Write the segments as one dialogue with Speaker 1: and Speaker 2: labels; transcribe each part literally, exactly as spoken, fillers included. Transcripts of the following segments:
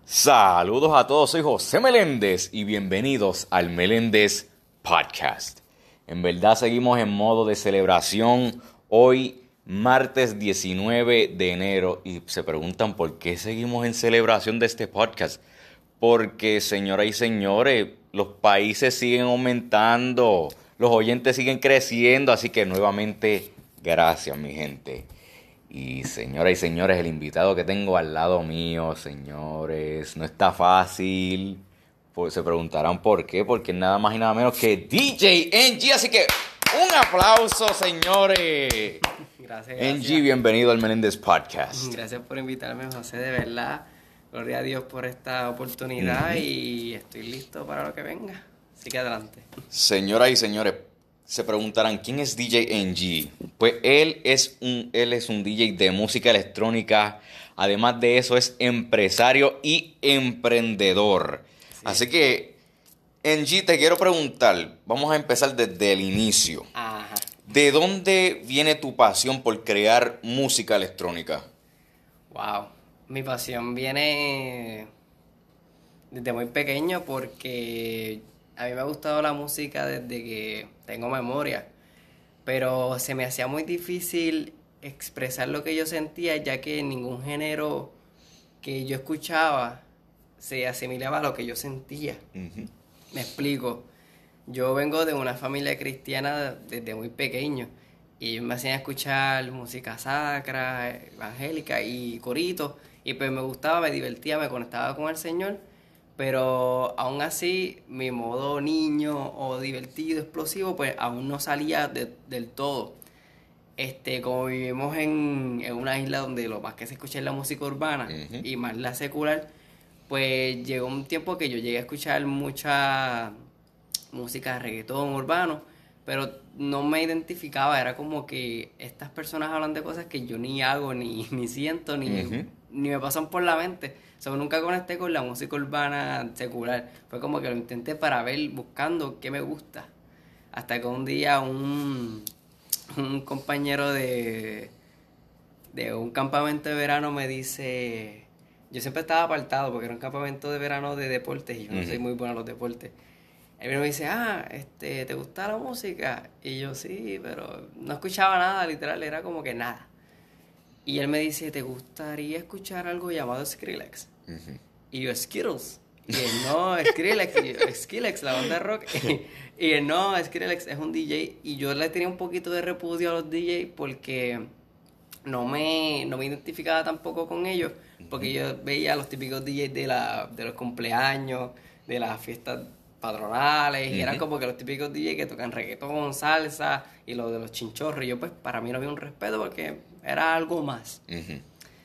Speaker 1: Saludos a todos, soy José Meléndez y bienvenidos al Meléndez Podcast. En verdad seguimos en modo de celebración hoy, martes diecinueve de enero, y se preguntan por qué seguimos en celebración de este podcast. Porque, señoras y señores, los países siguen aumentando, los oyentes siguen creciendo, así que nuevamente, gracias mi gente. Y señoras y señores, el invitado que tengo al lado mío, señores, no está fácil. Pues se preguntarán por qué, porque es nada más y nada menos que D J N G, así que un aplauso, señores.
Speaker 2: Gracias,
Speaker 1: N G,
Speaker 2: gracias.
Speaker 1: bienvenido al Meléndez Podcast.
Speaker 2: Gracias por invitarme, José, de verdad. Gloria a Dios por esta oportunidad uh-huh. y estoy listo para lo que venga. Así que adelante.
Speaker 1: Señoras y señores, se preguntarán, ¿quién es D J N G? Pues él es un, él es un D J de música electrónica. Además de eso, es empresario y emprendedor. Sí. Así que, N G, te quiero preguntar, vamos a empezar desde el inicio.
Speaker 2: Ajá.
Speaker 1: ¿De dónde viene tu pasión por crear música electrónica?
Speaker 2: Wow, mi pasión viene desde muy pequeño porque a mí me ha gustado la música desde que tengo memoria, pero se me hacía muy difícil expresar lo que yo sentía, ya que ningún género que yo escuchaba se asimilaba a lo que yo sentía. Uh-huh. Me explico. Yo vengo de una familia cristiana desde muy pequeño y me hacían escuchar música sacra, evangélica y coritos, y pues me gustaba, me divertía, me conectaba con el Señor. Pero aún así, mi modo niño o divertido, explosivo, pues aún no salía de, del todo. Este, como vivimos en, en una isla donde lo más que se escucha es la música urbana uh-huh. y más la secular, pues llegó un tiempo que yo llegué a escuchar mucha música de reggaetón urbano, pero no me identificaba, era como que estas personas hablan de cosas que yo ni hago, ni, ni siento, ni, uh-huh. ni me pasan por la mente. O sea, nunca conecté con la música urbana secular. Fue como que lo intenté para ver, buscando qué me gusta. Hasta que un día un, un compañero de, de un campamento de verano me dice... Yo siempre estaba apartado porque era un campamento de verano de deportes y yo uh-huh. no soy muy bueno a los deportes. Él me dice, ah, este, ¿te gusta la música? Y yo, sí, pero no escuchaba nada, literal, era como que nada. Y él me dice, ¿te gustaría escuchar algo llamado Skrillex? Uh-huh. Y yo, Skittles. Y él, no, Skrillex, y yo, Skrillex, la banda de rock. Y él, no, Skrillex es un D J. Y yo le tenía un poquito de repudio a los D J porque no me, no me identificaba tampoco con ellos. Porque uh-huh. yo veía a los típicos D Js de, la, de los cumpleaños, de las fiestas patronales, uh-huh. y eran como que los típicos D Js que tocan reggaetón, salsa, y lo de los chinchorros. Y yo, pues, para mí no había un respeto porque era algo más. Uh-huh.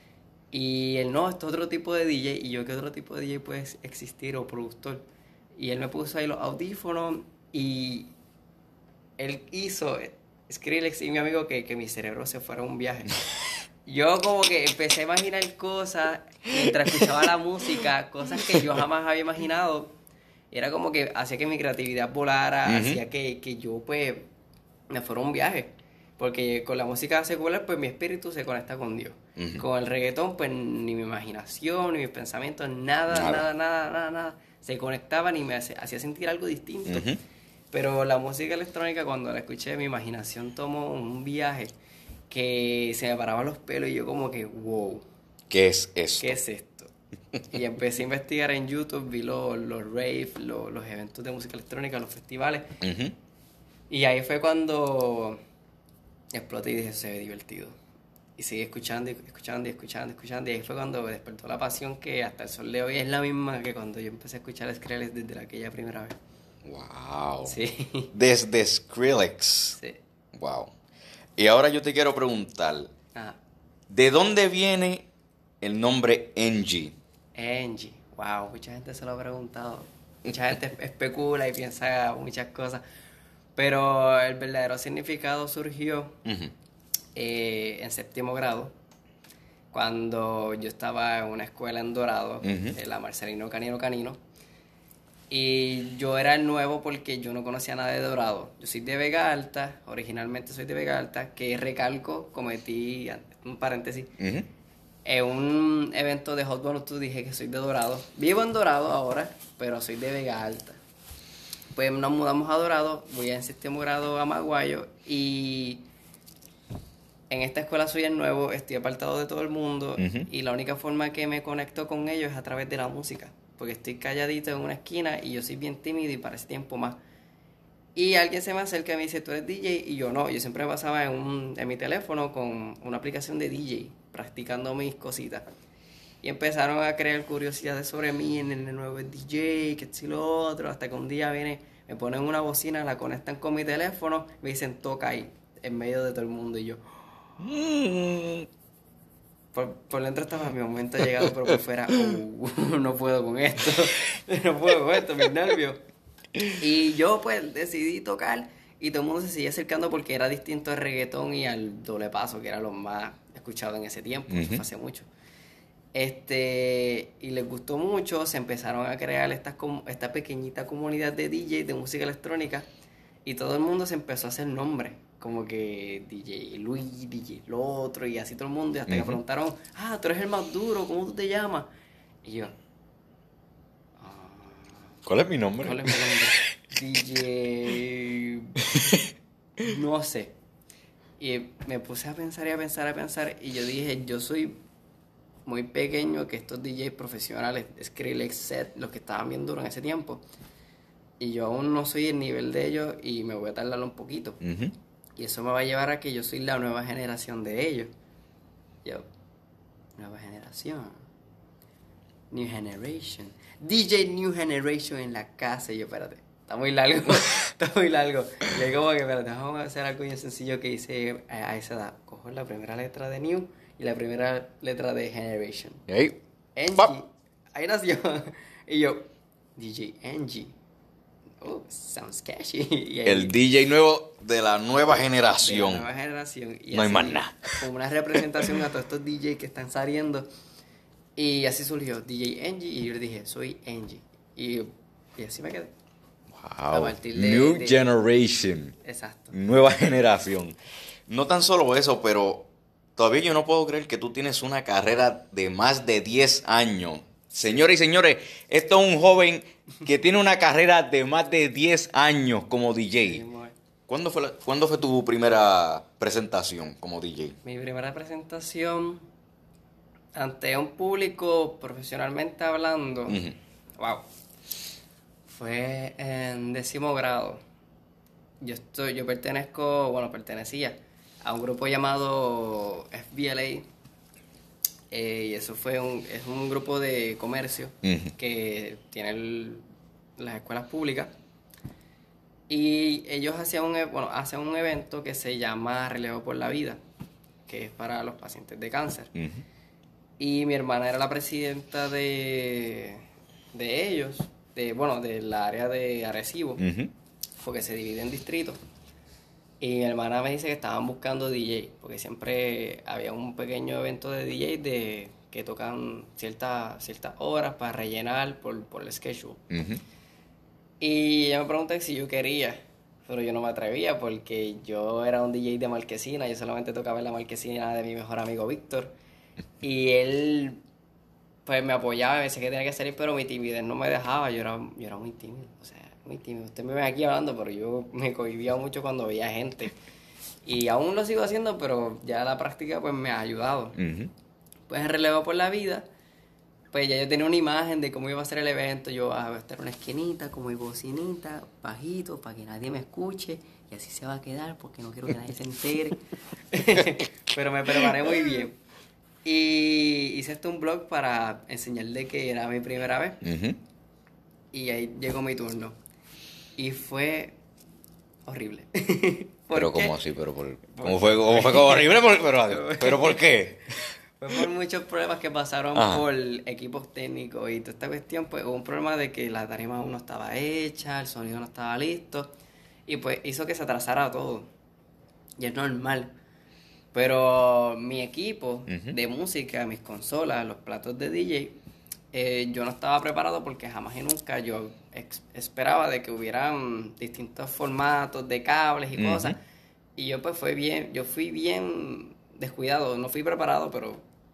Speaker 2: Y él, no, esto es otro tipo de D J. Y yo, ¿qué otro tipo de D J puede existir o productor? Y él me puso ahí los audífonos y él hizo, Skrillex y mi amigo, que, que mi cerebro se fuera a un viaje. Yo como que empecé a imaginar cosas mientras escuchaba la música, cosas que yo jamás había imaginado. Y era como que hacía que mi creatividad volara, uh-huh. hacía que, que yo pues me fuera a un viaje. Porque con la música secular, pues mi espíritu se conecta con Dios. Uh-huh. Con el reggaetón, pues ni mi imaginación, ni mis pensamientos, nada, nada, nada, nada, nada, nada se conectaban y me hacía, hacía sentir algo distinto. Uh-huh. Pero la música electrónica, cuando la escuché, mi imaginación tomó un viaje que se me paraban los pelos y yo como que, wow.
Speaker 1: ¿Qué es esto?
Speaker 2: ¿Qué es esto? Y empecé a investigar en YouTube, vi los, los rave, los, los eventos de música electrónica, los festivales. Uh-huh. Y ahí fue cuando exploté y dije, se ve divertido. Y seguí escuchando y escuchando y escuchando y escuchando. Y ahí fue cuando me despertó la pasión que hasta el sol de hoy es la misma que cuando yo empecé a escuchar Skrillex desde aquella primera vez.
Speaker 1: Wow.
Speaker 2: Sí.
Speaker 1: Desde Skrillex.
Speaker 2: Sí.
Speaker 1: Wow. Y ahora yo te quiero preguntar,
Speaker 2: Ajá.
Speaker 1: ¿de dónde viene el nombre N G?
Speaker 2: N G, wow, mucha gente se lo ha preguntado. Mucha gente especula y piensa muchas cosas. Pero el verdadero significado surgió uh-huh. eh, en séptimo grado, cuando yo estaba en una escuela en Dorado, uh-huh. en la Marcelino Canino Canino. Y yo era el nuevo porque yo no conocía nada de Dorado. Yo soy de Vega Alta, originalmente soy de Vega Alta, que recalco, cometí un paréntesis, uh-huh. En un evento de Hot One Two dije que soy de Dorado. Vivo en Dorado ahora, pero soy de Vega Alta. Pues nos mudamos a Dorado, voy en séptimo grado a Maguayo y en esta escuela soy el nuevo, estoy apartado de todo el mundo uh-huh. y la única forma que me conecto con ellos es a través de la música, porque estoy calladito en una esquina y yo soy bien tímido y para ese tiempo más. Y alguien se me acerca y me dice, ¿tú eres D J? Y yo no, yo siempre me pasaba en, un, en mi teléfono con una aplicación de D J, practicando mis cositas. Y empezaron a crear curiosidades sobre mí en el nuevo D J, que esto y lo otro, hasta que un día viene, me ponen una bocina, la conectan con mi teléfono, me dicen, toca ahí, en medio de todo el mundo, y yo... Mm. Por, por dentro estaba, mi momento ha llegado, pero por fuera, uh, no puedo con esto, no puedo con esto, mis nervios. Y yo pues decidí tocar, y todo el mundo se sigue acercando porque era distinto al reggaetón y al doble paso, que era lo más escuchado en ese tiempo, uh-huh. eso fue hace mucho. Este, y les gustó mucho, se empezaron a crear esta, esta pequeñita comunidad de D Js de música electrónica y todo el mundo se empezó a hacer nombres, como que D J Luis, D J lo otro y así todo el mundo, y hasta uh-huh. que preguntaron, ah, tú eres el más duro, ¿cómo tú te llamas? Y yo,
Speaker 1: ah, ¿cuál es mi nombre?
Speaker 2: ¿Cuál es mi nombre? D J, no sé. Y me puse a pensar y a pensar, a pensar, y yo dije, yo soy muy pequeño que estos D Js profesionales, Skrillex, Seth, los que estaban bien duros en ese tiempo, y yo aún no soy el nivel de ellos y me voy a tardar un poquito. Uh-huh. Y eso me va a llevar a que yo soy la nueva generación de ellos. Yo, nueva generación. New Generation. D J New Generation en la casa. Y yo, espérate, está muy largo, está muy largo. Y yo como que, espérate, vamos a hacer algo bien sencillo que hice a, a esa edad. Cojo la primera letra de New y la primera letra de Generation.
Speaker 1: Hey.
Speaker 2: Angie. Ahí nació. Y yo, D J Angie. Oh, sounds catchy. Y ahí,
Speaker 1: el D J nuevo de la nueva generación.
Speaker 2: De la nueva generación. Y
Speaker 1: no
Speaker 2: así,
Speaker 1: hay más nada.
Speaker 2: Como una representación a todos estos D Js que están saliendo. Y así surgió D J Angie. Y yo dije, soy Angie. Y, y así me quedé.
Speaker 1: Wow. De, New de, Generation.
Speaker 2: Exacto.
Speaker 1: Nueva generación. No tan solo eso, pero todavía yo no puedo creer que tú tienes una carrera de más de diez años. Señores y señores, esto es un joven que tiene una carrera de más de diez años como D J. ¿Cuándo fue, la, ¿Cuándo fue tu primera presentación como D J?
Speaker 2: Mi primera presentación ante un público profesionalmente hablando, uh-huh. wow, fue en décimo grado. Yo estoy, yo pertenezco, bueno, pertenecía a un grupo llamado F B L A. Eh, y eso fue un, es un grupo de comercio uh-huh. que tiene el, las escuelas públicas y ellos hacían un, bueno, hacen un evento que se llama Relevo por la Vida, que es para los pacientes de cáncer. Uh-huh. Y mi hermana era la presidenta de, de ellos, de, bueno, del área de Arecibo, uh-huh. porque se divide en distritos. Y mi hermana me dice que estaban buscando D J, porque siempre había un pequeño evento de D J de que tocan ciertas ciertas horas para rellenar por, por el schedule. Uh-huh. Y ella me preguntó si yo quería, pero yo no me atrevía porque yo era un D J de Marquesina, yo solamente tocaba en la Marquesina de mi mejor amigo Víctor. Y él pues me apoyaba, me decía que tenía que salir, pero mi timidez no me dejaba, yo era, yo era muy tímido, o sea, muy tímido. Usted me ve aquí hablando, pero yo me cohibía mucho cuando veía gente. Y aún lo sigo haciendo, pero ya la práctica pues me ha ayudado. Uh-huh. Pues en Relevo por la Vida, pues ya yo tenía una imagen de cómo iba a ser el evento. Yo ah, voy a estar en una esquinita, como mi bocinita, bajito, para que nadie me escuche. Y así se va a quedar, porque no quiero que nadie se entere. Pero me preparé muy bien. Y hice esto un blog para enseñarle que era mi primera vez. Uh-huh. Y ahí llegó mi turno. Y fue horrible.
Speaker 1: Pero ¿cómo así? ¿Pero por, ¿Cómo fue, cómo fue como horrible? Por, pero, ¿Pero por qué?
Speaker 2: Fue por muchos problemas que pasaron Ajá. por equipos técnicos y toda esta cuestión. Pues hubo un problema de que la tarima aún no estaba hecha, el sonido no estaba listo. Y pues hizo que se atrasara todo. Y es normal. Pero mi equipo uh-huh. de música, mis consolas, los platos de D J... Eh, yo no estaba preparado porque jamás y nunca yo ex- esperaba de que hubieran distintos formatos de cables y uh-huh. cosas. Y yo pues fue bien, yo fui bien descuidado, no fui preparado, pero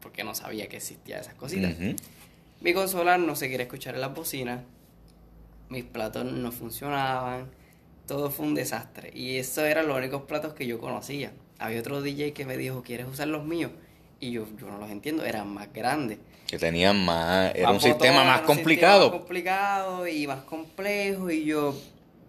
Speaker 2: porque no sabía que existía esas cositas.
Speaker 1: Uh-huh.
Speaker 2: Mi consola no se quiere escuchar en las bocinas, mis platos no funcionaban, todo fue un desastre. Y esos eran los únicos platos que yo conocía. Había otro D J que me dijo, ¿quieres usar los míos? Y yo, yo no los entiendo, eran más grandes.
Speaker 1: Que tenían más, era
Speaker 2: más
Speaker 1: un sistema
Speaker 2: botones,
Speaker 1: más
Speaker 2: un
Speaker 1: complicado.
Speaker 2: Sistema más complicado y más complejo. Y yo,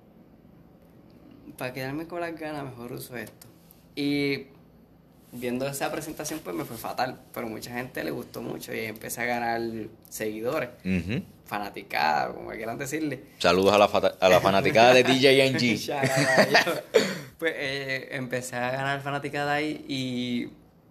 Speaker 2: para quedarme con las ganas, mejor uso esto. Y viendo esa presentación, pues me fue fatal. Pero mucha gente le gustó mucho y empecé a ganar seguidores.
Speaker 1: Uh-huh.
Speaker 2: Fanaticada, como quieran decirle.
Speaker 1: Saludos a la, fata- a la fanaticada de D J N G.
Speaker 2: Pues eh, empecé a ganar fanaticada ahí y,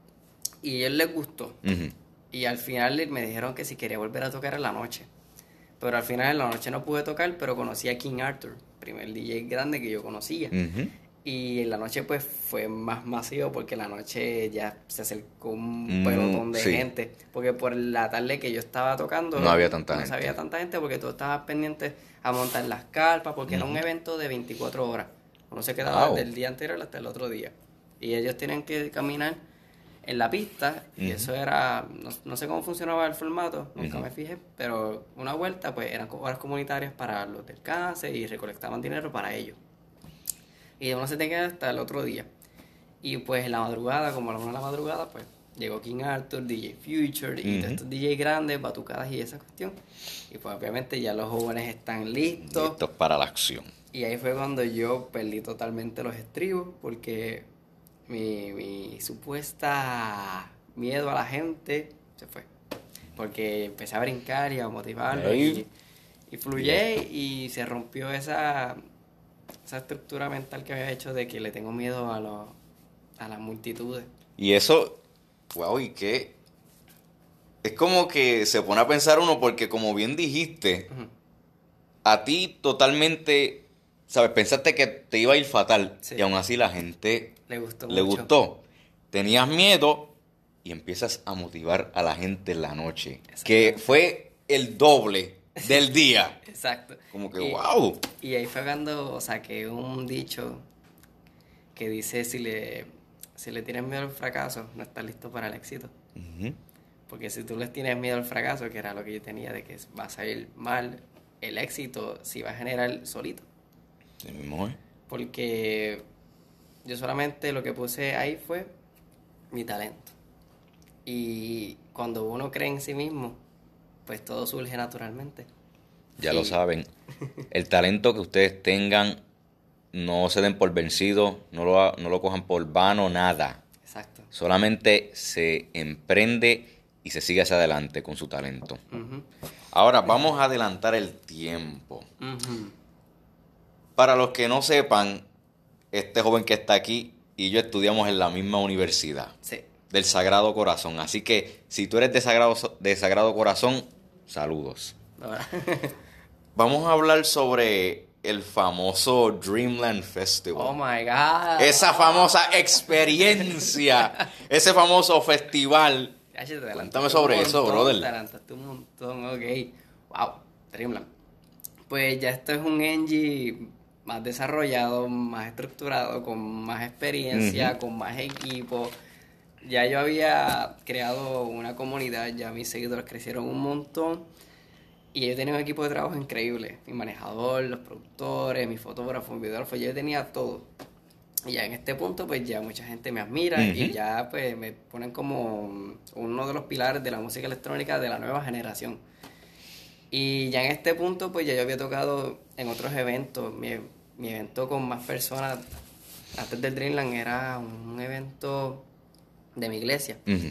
Speaker 2: y a ellos les gustó.
Speaker 1: Uh-huh.
Speaker 2: Y al final me dijeron que si quería volver a tocar en la noche. Pero al final en la noche no pude tocar, pero conocí a King Arthur, primer D J grande que yo conocía.
Speaker 1: Uh-huh.
Speaker 2: Y en la noche pues fue más masivo porque en la noche ya se acercó un
Speaker 1: Mm,
Speaker 2: pelotón de
Speaker 1: sí.
Speaker 2: gente. Porque por la tarde que yo estaba tocando
Speaker 1: No había tanta
Speaker 2: no
Speaker 1: gente.
Speaker 2: había tanta gente porque tú estabas pendiente a montar las carpas porque
Speaker 1: Uh-huh.
Speaker 2: era un evento de veinticuatro horas. Uno se quedaba
Speaker 1: Wow.
Speaker 2: desde el día anterior hasta el otro día. Y ellos tenían que caminar en la pista y
Speaker 1: Uh-huh.
Speaker 2: eso era, no, no sé cómo funcionaba el formato, nunca
Speaker 1: Uh-huh.
Speaker 2: me fijé, pero una vuelta pues eran horas comunitarias para los del cáncer y recolectaban dinero para ellos. Y uno se tenía hasta el otro día. Y pues en la madrugada, como a la una de la madrugada, pues llegó King Arthur, D J Future y
Speaker 1: Uh-huh.
Speaker 2: todos estos D J grandes, batucadas y esa cuestión. Y pues obviamente ya los jóvenes están listos.
Speaker 1: Listos para la acción.
Speaker 2: Y ahí fue cuando yo perdí totalmente los estribos porque mi, mi supuesta miedo a la gente se fue. Porque empecé a brincar y a motivarlo
Speaker 1: Hey.
Speaker 2: y, y fluyé y se rompió esa, esa estructura mental que había hecho de que le tengo miedo a, los, a las multitudes.
Speaker 1: Y eso, wow, y qué. Es como que se pone a pensar uno porque como bien dijiste,
Speaker 2: Ujú.
Speaker 1: a ti totalmente, ¿sabes? Pensaste que te iba a ir fatal
Speaker 2: Sí.
Speaker 1: y aún así la gente
Speaker 2: Le gustó
Speaker 1: le
Speaker 2: mucho.
Speaker 1: gustó. Tenías miedo y empiezas a motivar a la gente en la noche, que
Speaker 2: Exactamente.
Speaker 1: fue el doble del día.
Speaker 2: Exacto.
Speaker 1: Como que,
Speaker 2: Y-
Speaker 1: wow.
Speaker 2: Y ahí fue cuando saqué un dicho que dice, si le, si le tienes miedo al fracaso, no estás listo para el éxito.
Speaker 1: Ujú.
Speaker 2: Porque si tú les tienes miedo al fracaso, que era lo que yo tenía, de que va a salir mal, el éxito sí va a generar solito.
Speaker 1: Sí mismo, ¿eh?
Speaker 2: Porque yo solamente lo que puse ahí fue mi talento. Y cuando uno cree en sí mismo, pues todo surge naturalmente.
Speaker 1: Ya
Speaker 2: Y-
Speaker 1: lo saben. El talento que ustedes tengan, no se den por vencidos, no lo, ha- no lo cojan por vano, nada.
Speaker 2: Exacto.
Speaker 1: Solamente se emprende y se sigue hacia adelante con su talento.
Speaker 2: Ujú.
Speaker 1: Ahora vamos a adelantar el tiempo.
Speaker 2: Ujú.
Speaker 1: Para los que no sepan, este joven que está aquí y yo estudiamos en la misma universidad,
Speaker 2: Sí.
Speaker 1: del Sagrado Corazón. Así que si tú eres de Sagrado, de Sagrado Corazón, saludos.
Speaker 2: Ahora.
Speaker 1: Vamos a hablar sobre el famoso Dreamland Festival.
Speaker 2: Oh my God.
Speaker 1: Esa famosa experiencia, ese famoso festival.
Speaker 2: Ya, che, te adelantaste
Speaker 1: Cuéntame
Speaker 2: un
Speaker 1: sobre eso,
Speaker 2: montón,
Speaker 1: brother.
Speaker 2: Te adelantaste un montón, ok. Wow, Dreamland. Pues ya esto es un Engie más desarrollado, más estructurado, con más experiencia,
Speaker 1: Ujú.
Speaker 2: con más equipo. Ya yo había creado una comunidad, ya mis seguidores crecieron un montón. Y yo tenía un equipo de trabajo increíble. Mi manejador, los productores, mi fotógrafo, mi videógrafo, yo tenía todo. Y ya en este punto, pues ya mucha gente me admira y
Speaker 1: Ujú.
Speaker 2: ya pues me ponen como uno de los pilares de la música electrónica de la nueva generación. Y ya en este punto, pues ya yo había tocado en otros eventos. Mi, mi evento con más personas antes del Dreamland era un evento de mi iglesia.
Speaker 1: Ujú.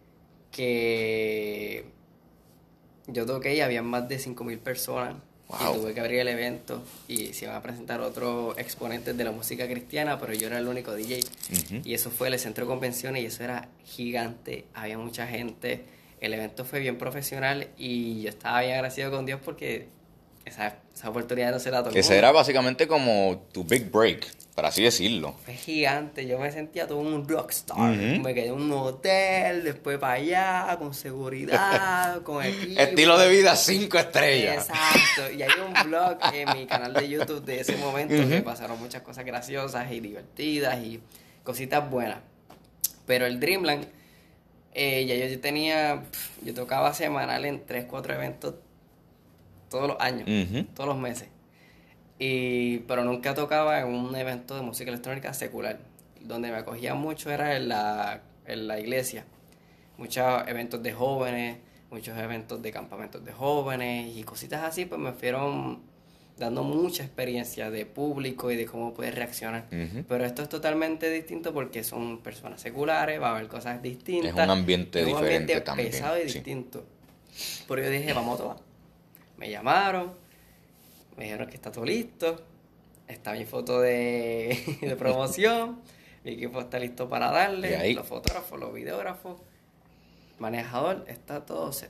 Speaker 2: Que yo toqué y había más de cinco mil personas.
Speaker 1: Wow.
Speaker 2: Y tuve que abrir el evento y se iban a presentar otros exponentes de la música cristiana, pero yo era el único D J.
Speaker 1: Ujú.
Speaker 2: Y eso fue el centro de convenciones y eso era gigante, había mucha gente, el evento fue bien profesional y yo estaba bien agradecido con Dios porque esa, esa oportunidad no se la tocó.
Speaker 1: Ese era básicamente como tu big break, para así decirlo.
Speaker 2: Fue gigante, yo me sentía todo un rockstar.
Speaker 1: Ujú.
Speaker 2: Me quedé en un hotel, después para allá, con seguridad, con equipo.
Speaker 1: Estilo de vida cinco estrellas.
Speaker 2: Exacto, y hay un blog en mi canal de YouTube de ese momento que
Speaker 1: Ujú.
Speaker 2: pasaron muchas cosas graciosas y divertidas y cositas buenas. Pero el Dreamland Eh, ya yo tenía, pf, yo tocaba semanal en tres, cuatro eventos todos los años,
Speaker 1: Ujú.
Speaker 2: todos los meses. Y, pero nunca tocaba en un evento de música electrónica secular. Donde me acogía mucho era en la, en la iglesia. Muchos eventos de jóvenes, muchos eventos de campamentos de jóvenes y cositas así, pues me fueron dando mucha experiencia de público y de cómo puedes reaccionar.
Speaker 1: Ujú.
Speaker 2: Pero esto es totalmente distinto porque son personas seculares, va a haber cosas distintas.
Speaker 1: Es un ambiente
Speaker 2: es un
Speaker 1: diferente
Speaker 2: ambiente
Speaker 1: también,
Speaker 2: pesado y
Speaker 1: sí.
Speaker 2: distinto. Pero yo dije, vamos a tomar. Me llamaron, me dijeron que está todo listo, está mi foto de, de promoción, mi equipo está listo para
Speaker 1: Y
Speaker 2: darle,
Speaker 1: ahí.
Speaker 2: los fotógrafos, los videógrafos, manejador, está todo set.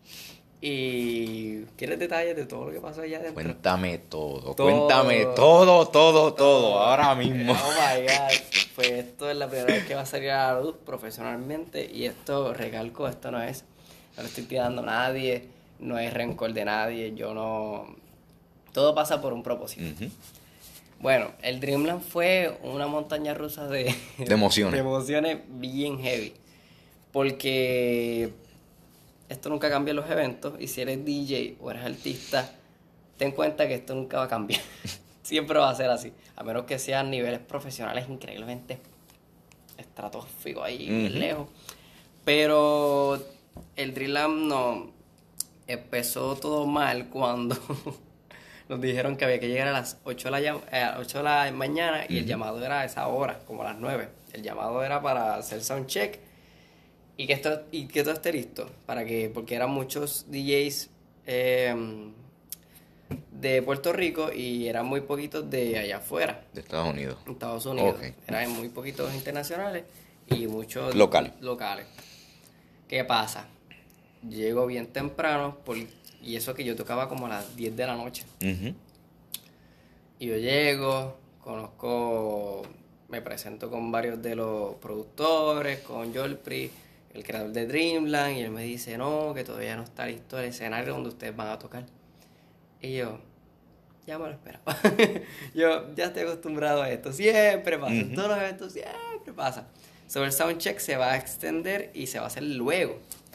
Speaker 2: Y ¿quieres detalles de todo lo que pasó allá adentro?
Speaker 1: Cuéntame todo,
Speaker 2: Todo.
Speaker 1: cuéntame todo, todo, todo, ahora mismo.
Speaker 2: Oh my God. Pues esto es la primera vez que va a salir a la luz profesionalmente. Y esto, recalco, esto no es, no le estoy tirando a nadie, no es rencor de nadie, yo no. Todo pasa por un propósito.
Speaker 1: Ujú.
Speaker 2: Bueno, el Dreamland fue una montaña rusa de,
Speaker 1: De emociones.
Speaker 2: de emociones bien heavy. Porque esto nunca cambia en los eventos. Y si eres D J o eres artista, ten cuenta que esto nunca va a cambiar. Siempre va a ser así. A menos que sean niveles profesionales increíblemente estratosféricos ahí, bien
Speaker 1: Ujú.
Speaker 2: lejos. Pero el Dreamland no empezó todo mal cuando nos dijeron que había que llegar a las ocho de la, llam- eh, a las ocho de la mañana y el
Speaker 1: Ujú.
Speaker 2: llamado era a esa hora, como a las nueve. El llamado era para hacer soundcheck y que esto y que todo esté listo para que porque eran muchos D Js eh, de Puerto Rico y eran muy poquitos de allá afuera,
Speaker 1: De Estados Unidos.
Speaker 2: en Estados Unidos.
Speaker 1: Ok.
Speaker 2: Eran muy poquitos internacionales y muchos
Speaker 1: Locales.
Speaker 2: locales. ¿Qué pasa? Llego bien temprano por, y eso que yo tocaba como a las diez de la noche.
Speaker 1: Ujú.
Speaker 2: Y yo llego, conozco, me presento con varios de los productores, con Jolpri, el creador de Dreamland, y él me dice, no, que todavía no está listo el escenario donde ustedes van a tocar. Y yo, ya me lo esperaba. Yo ya estoy acostumbrado a esto, siempre pasa, en
Speaker 1: Ujú.
Speaker 2: todos los eventos siempre pasa. Sobre el soundcheck se va a extender y se va a hacer luego.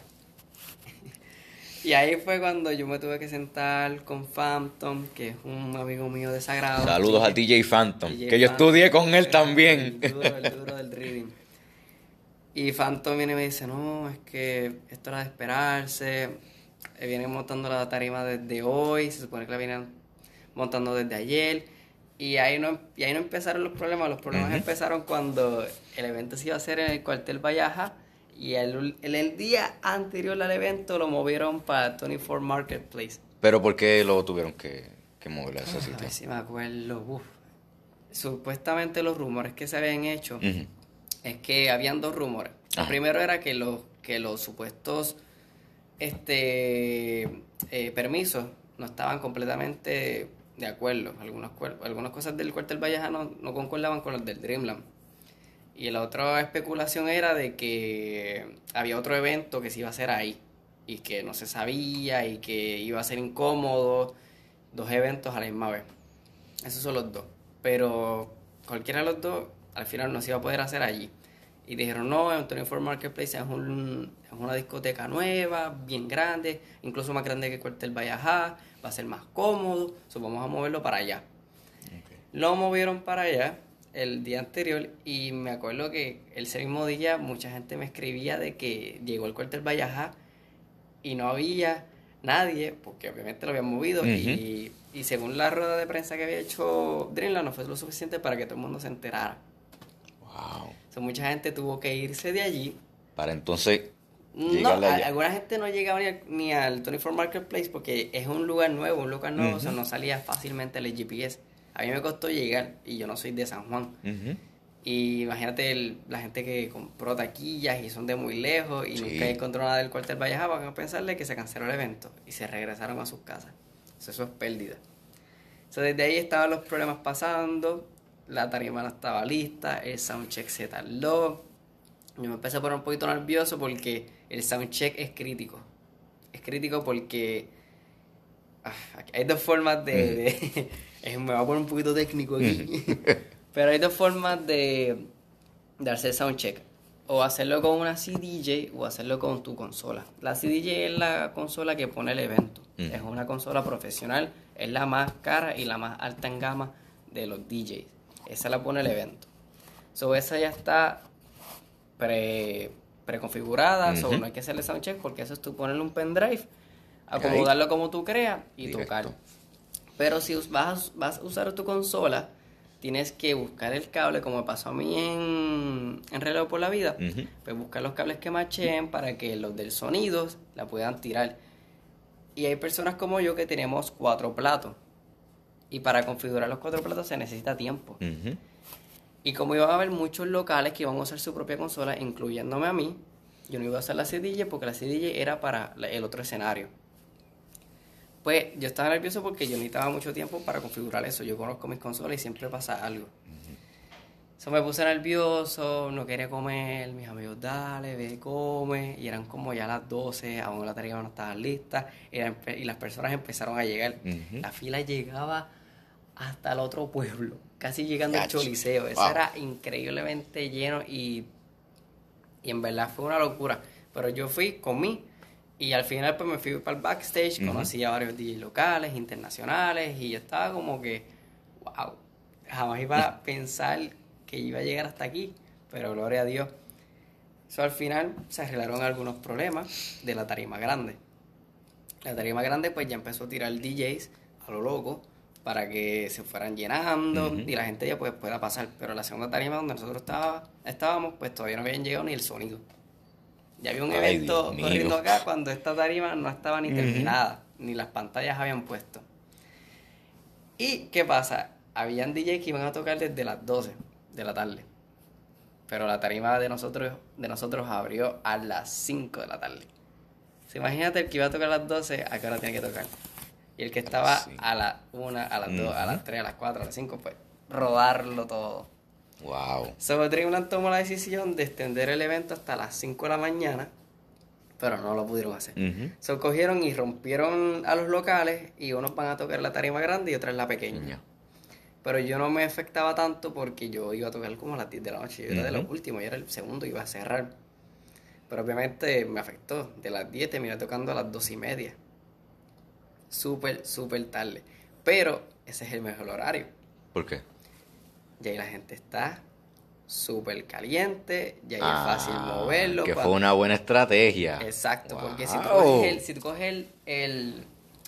Speaker 2: Y ahí fue cuando yo me tuve que sentar con Phantom, que es un amigo mío de Sagrado.
Speaker 1: Saludos a
Speaker 2: D
Speaker 1: D J Phantom,
Speaker 2: D J
Speaker 1: que yo
Speaker 2: Phantom.
Speaker 1: estudié con él también.
Speaker 2: El duro, el duro del reading. Y Phantom viene y me dice, no, es que esto era de esperarse. Eh, Vienen montando la tarima desde hoy, se supone que la vienen montando desde ayer. Y ahí no, y ahí no empezaron los problemas. Los problemas
Speaker 1: Ujú.
Speaker 2: empezaron cuando el evento se iba a hacer en el cuartel Valleja. Y el, el, el día anterior al evento lo movieron para veinticuatro Marketplace.
Speaker 1: Pero ¿por qué lo tuvieron que, que mover a ese
Speaker 2: A
Speaker 1: sitio?
Speaker 2: ver si me acuerdo. Uf. Supuestamente los rumores que se habían hecho
Speaker 1: Ujú.
Speaker 2: es que habían dos rumores. El
Speaker 1: Ajá.
Speaker 2: primero era que los, que los supuestos este, eh, permisos no estaban completamente de acuerdo. Algunas, cuer- algunas cosas del cuartel Valleja no, no concordaban con los del Dreamland. Y la otra especulación era de que había otro evento que se iba a hacer ahí y que no se sabía y que iba a ser incómodo. Dos eventos a la misma vez. Esos son los dos. Pero cualquiera de los dos al final no se iba a poder hacer allí. Y dijeron, no, Antonio Ford Marketplace es, un, es una discoteca nueva, bien grande, incluso más grande que Cuartel Valleja, va a ser más cómodo, so vamos a moverlo para allá.
Speaker 1: Ok.
Speaker 2: Lo movieron para allá el día anterior y me acuerdo que ese mismo día mucha gente me escribía de que llegó el Cuartel Valleja y no había nadie, porque obviamente lo habían movido
Speaker 1: Ujú.
Speaker 2: y, y según la rueda de prensa que había hecho Dreamland no fue lo suficiente para que todo el mundo se enterara.
Speaker 1: Wow.
Speaker 2: So, mucha gente tuvo que irse de allí.
Speaker 1: Para entonces
Speaker 2: No,
Speaker 1: llegarle
Speaker 2: a-
Speaker 1: allá.
Speaker 2: alguna gente no llegaba ni al, ni al veinticuatro Marketplace porque es un lugar nuevo, un lugar nuevo,
Speaker 1: Ujú.
Speaker 2: o sea, no salía fácilmente el G P S. A mí me costó llegar y yo no soy de San Juan.
Speaker 1: Ujú.
Speaker 2: Y imagínate el- la gente que compró taquillas y son de muy lejos y
Speaker 1: Sí.
Speaker 2: nunca encontró nada del cuartel Valleja, van a pensarle que se canceló el evento y se regresaron a sus casas. So, eso es pérdida. So, desde ahí estaban los problemas pasando, la tarima no estaba lista, el soundcheck se tardó. Yo me empecé a poner un poquito nervioso porque el soundcheck es crítico. Es crítico porque ah, aquí hay dos formas de... de- eh, me voy a poner un poquito técnico aquí. Pero hay dos formas de, de hacer soundcheck. o hacerlo con una C D J o hacerlo con tu consola. La C D J es la consola que pone el evento. Mm. Es una consola profesional, es la más cara y la más alta en gama de los D Js. Esa la pone el evento. So, esa ya está pre, preconfigurada, uh-huh. So, no hay que hacerle soundcheck porque eso es tú ponerle un pendrive, acomodarlo ahí, como tú creas y directo. Tocar. Pero si vas, vas a usar tu consola, tienes que buscar el cable, como me pasó a mí en, en Reloj por la Vida, uh-huh. Pues buscar los cables que machen para que los del sonido la puedan tirar. Y hay personas como yo que tenemos cuatro platos. Y para configurar los cuatro platos se necesita tiempo. Uh-huh. Y como iban a haber muchos locales que iban a usar su propia consola, incluyéndome a mí, yo no iba a usar la C D J porque la C D J era para el otro escenario. Pues yo estaba nervioso porque yo necesitaba mucho tiempo para configurar eso. Yo conozco mis consolas y siempre pasa algo. Eso me puse nervioso, no quería comer. Mis amigos, dale, ve, come. Y eran como ya las doce, aún la tarima no estaba lista. Y, la, y las personas empezaron a llegar. Uh-huh. La fila llegaba hasta el otro pueblo, casi llegando al Choliseo. Eso wow. Era increíblemente lleno y, y en verdad fue una locura. Pero yo fui, comí y al final pues me fui para el backstage, uh-huh. Conocí a varios D Js locales, internacionales y yo estaba como que, wow, jamás iba a pensar que iba a llegar hasta aquí, pero gloria a Dios. So, al final se arreglaron algunos problemas de la tarima grande. La tarima grande pues ya empezó a tirar D Js a lo loco, para que se fueran llenando uh-huh. Y la gente ya pues pueda pasar. Pero la segunda tarima donde nosotros estaba, estábamos, pues todavía no habían llegado ni el sonido. Ya había un Ay, evento Dios corriendo mío. Acá cuando esta tarima no estaba ni uh-huh. terminada, ni las pantallas habían puesto. ¿Y qué pasa? Habían D Js que iban a tocar desde las doce de la tarde. Pero la tarima de nosotros, de nosotros abrió a las cinco de la tarde. ¿Se imagínate el que iba a tocar a las doce, a qué hora tiene que tocar? Y el que estaba sí. a las una, a las dos, uh-huh. a las tres, a las cuatro, a las cinco, pues rodarlo todo.
Speaker 1: Wow.
Speaker 2: So, Dreamland tomó la decisión de extender el evento hasta las cinco de la mañana, pero no lo pudieron hacer. Uh-huh. So, cogieron y rompieron a los locales y unos van a tocar la tarima grande y otros la pequeña. Uh-huh. Pero yo no me afectaba tanto porque yo iba a tocar como a las diez de la noche. Yo uh-huh. era de los últimos, yo era el segundo, iba a cerrar. Pero obviamente me afectó. De las diez terminé tocando a las dos y media. Súper, súper tarde. Pero ese es el mejor horario.
Speaker 1: ¿Por qué?
Speaker 2: Ya ahí la gente está súper caliente, ya ahí ah, es fácil moverlo.
Speaker 1: Que cuando... fue una buena estrategia.
Speaker 2: Exacto, wow. Porque si tú coges el, si tú coges el, el,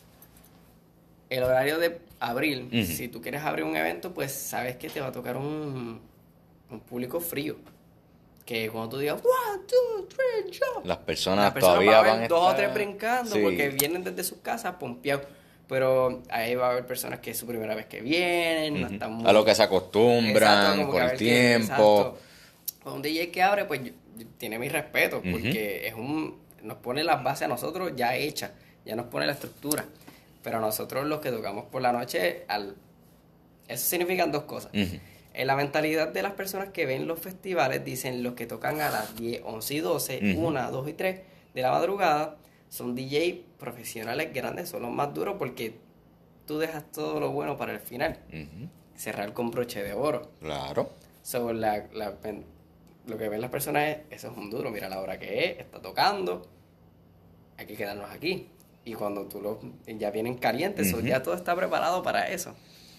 Speaker 2: el horario de abril, uh-huh. Si tú quieres abrir un evento, pues sabes que te va a tocar un, un público frío. Que cuando tú digas, one, two, three, jump.
Speaker 1: Las personas, Las personas todavía van a
Speaker 2: estar... dos o tres brincando, sí. Porque vienen desde sus casas pompeados. Pero ahí va a haber personas que es su primera vez que vienen, uh-huh. No están muy...
Speaker 1: A lo que se acostumbran, exacto, por el tiempo.
Speaker 2: Que, un D J que abre, pues tiene mi respeto, uh-huh. Porque es un nos pone las bases a nosotros ya hechas, ya nos pone la estructura. Pero nosotros los que tocamos por la noche, al eso significan dos cosas. Uh-huh. En la mentalidad de las personas que ven los festivales, dicen los que tocan a las diez, once y doce, uh-huh. una, dos y tres de la madrugada, son D J profesionales grandes, son los más duros porque tú dejas todo lo bueno para el final. Uh-huh. Cerrar con broche de oro.
Speaker 1: Claro.
Speaker 2: So, la, la, lo que ven las personas es, eso es un duro, mira la hora que es, está tocando, hay que quedarnos aquí. Y cuando tú los ya vienen calientes, uh-huh. So, ya todo está preparado para eso.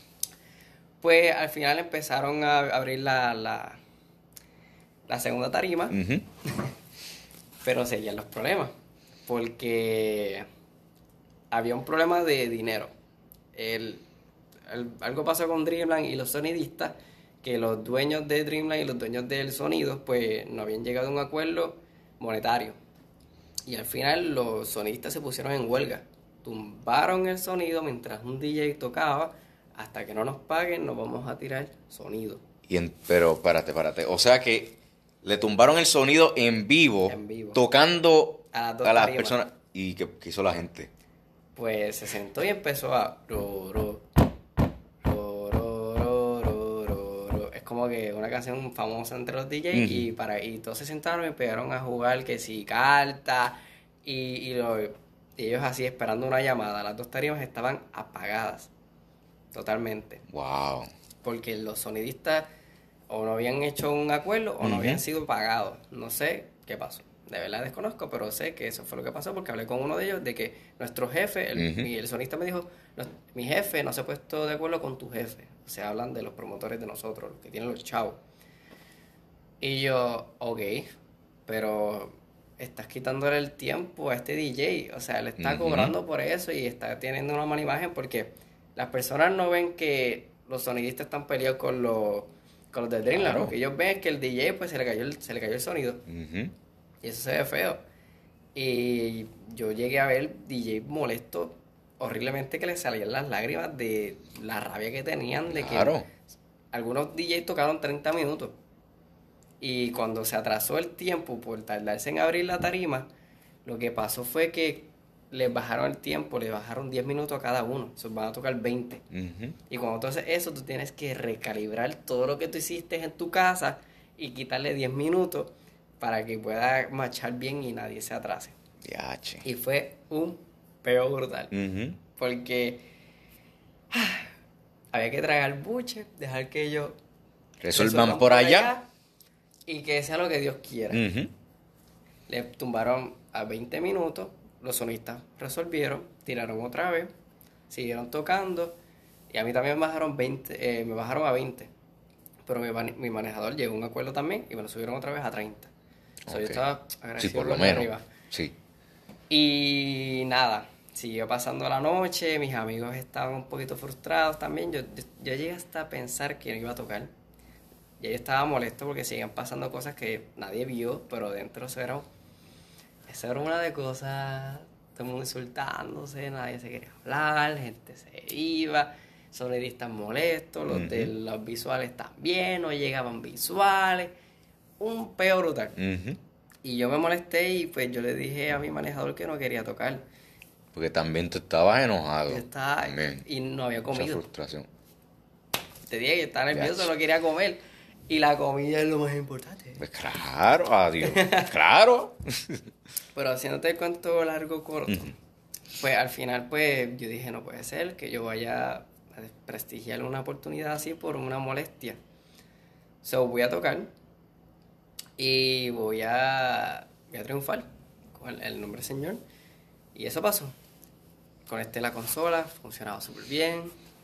Speaker 2: Pues al final empezaron a abrir la, la, la segunda tarima, uh-huh. Pero seguían los problemas, porque había un problema de dinero. El, el, algo pasó con Dreamland y los sonidistas, que los dueños de Dreamland y los dueños del sonido, pues no habían llegado a un acuerdo monetario. Y al final los sonidistas se pusieron en huelga. Tumbaron el sonido mientras un D J tocaba. Hasta que no nos paguen, nos vamos a tirar sonido.
Speaker 1: Y en, pero, párate, párate. O sea que le tumbaron el sonido en vivo,
Speaker 2: en vivo.
Speaker 1: Tocando
Speaker 2: a,
Speaker 1: a las personas. ¿Y qué, qué hizo la gente?
Speaker 2: Pues se sentó y empezó a... Ro, ro, ro, ro, ro, ro, ro, ro. Es como que una canción famosa entre los D Js. Uh-huh. y, para, y todos se sentaron y empezaron a jugar que si carta. Y, y, lo, y ellos así esperando una llamada. Las dos tarimas estaban apagadas. Totalmente.
Speaker 1: Wow.
Speaker 2: Porque los sonidistas o no habían hecho un acuerdo o no
Speaker 1: Ujú.
Speaker 2: habían sido pagados. No sé qué pasó. De verdad desconozco, pero sé que eso fue lo que pasó porque hablé con uno de ellos de que nuestro jefe, el,
Speaker 1: Ujú.
Speaker 2: mi- el sonista me dijo, "No, mi jefe no se ha puesto de acuerdo con tu jefe". O sea, hablan de los promotores de nosotros, los que tienen los chavos. Y yo, ok, pero estás quitándole el tiempo a este D J. O sea, él está
Speaker 1: Ujú.
Speaker 2: cobrando por eso y está teniendo una mala imagen porque las personas no ven que los sonidistas están peleados con los, con los de Dreamland.
Speaker 1: Claro.
Speaker 2: Lo que ellos ven es que el D J pues se le cayó el, se le cayó el sonido.
Speaker 1: Ujú.
Speaker 2: Y eso se ve feo. Y yo llegué a ver D J molesto horriblemente que le salían las lágrimas de la rabia que tenían de
Speaker 1: Claro.
Speaker 2: que algunos D Js tocaron treinta minutos. Y cuando se atrasó el tiempo por tardarse en abrir la tarima, lo que pasó fue que les bajaron el tiempo, les bajaron diez minutos a cada uno. Se van a tocar veinte.
Speaker 1: Ujú.
Speaker 2: Y cuando tú haces eso, tú tienes que recalibrar todo lo que tú hiciste en tu casa y quitarle diez minutos para que pueda marchar bien y nadie se atrase.
Speaker 1: Yache.
Speaker 2: Y fue un peo brutal.
Speaker 1: Ujú.
Speaker 2: Porque ah, había que tragar buche, dejar que ellos
Speaker 1: Resuelvan por allá.
Speaker 2: y que sea lo que Dios quiera.
Speaker 1: Ujú.
Speaker 2: Le tumbaron a veinte minutos, los sonistas resolvieron, tiraron otra vez, siguieron tocando y a mí también me bajaron veinte, eh, me bajaron a veinte. Pero mi, mane- mi manejador llegó a un acuerdo también y me lo subieron otra vez a treinta. O sea, yo
Speaker 1: Ok.
Speaker 2: estaba
Speaker 1: Sí,
Speaker 2: agradecido
Speaker 1: por lo
Speaker 2: con lo de
Speaker 1: menos.
Speaker 2: arriba.
Speaker 1: Sí.
Speaker 2: Y nada, siguió pasando la noche, mis amigos estaban un poquito frustrados también. Yo, yo, yo llegué hasta a pensar que no iba a tocar. Y yo estaba molesto porque seguían pasando cosas que nadie vio, pero dentro eso era, eso era una de cosas, todo el mundo insultándose, nadie se quería hablar, gente se iba, sonidistas molestos, los de
Speaker 1: Ujú.
Speaker 2: los visuales también, no llegaban visuales, un peo brutal.
Speaker 1: Ujú.
Speaker 2: Y yo me molesté y pues yo le dije a mi manejador que no quería tocar.
Speaker 1: Porque también tú estabas enojado.
Speaker 2: Yo estaba
Speaker 1: También.
Speaker 2: y no había
Speaker 1: Mucha
Speaker 2: comido.
Speaker 1: frustración.
Speaker 2: Te dije que estaba nervioso,
Speaker 1: Ya.
Speaker 2: no quería comer. Y la comida es lo más importante.
Speaker 1: Pues claro, adiós. Claro.
Speaker 2: Pero haciéndote el cuento largo corto,
Speaker 1: Ujú.
Speaker 2: pues al final pues yo dije no puede ser que yo vaya a desprestigiar una oportunidad así por una molestia. So voy a tocar y voy a, voy a triunfar con el, el nombre del Señor. Y eso pasó. Conecté la consola, funcionaba súper bien.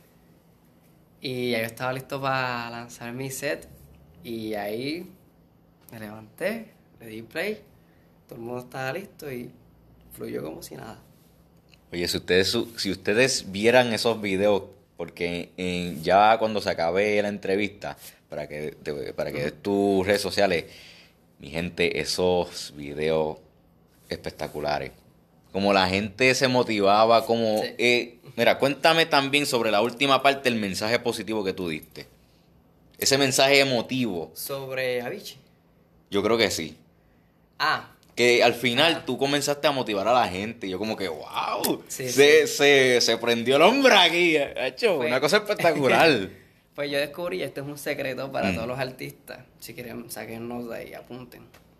Speaker 2: Y ya yo estaba listo para lanzar mi set. Y ahí me levanté, le di play, todo el mundo estaba listo y fluyó como si nada.
Speaker 1: Oye, si ustedes, su- si ustedes vieran esos videos, porque en- ya cuando se acabe la entrevista, para que, te- para que des tus redes sociales, mi gente, esos videos espectaculares. Como la gente se motivaba, como...
Speaker 2: Sí.
Speaker 1: eh, mira, cuéntame también sobre la última parte del mensaje positivo que tú diste. Ese mensaje emotivo,
Speaker 2: Sobre Avicii.
Speaker 1: yo creo que sí.
Speaker 2: Ah,
Speaker 1: Que al final
Speaker 2: Ah.
Speaker 1: tú comenzaste a motivar a la gente. Y yo como que, wow,
Speaker 2: Sí,
Speaker 1: se, Se, se prendió el hombre aquí. Ha hecho
Speaker 2: Fue-
Speaker 1: una cosa espectacular.
Speaker 2: pues yo descubrí, esto es un secreto para
Speaker 1: Mm.
Speaker 2: todos los artistas. Si quieren, saquen nota de ahí, apunten.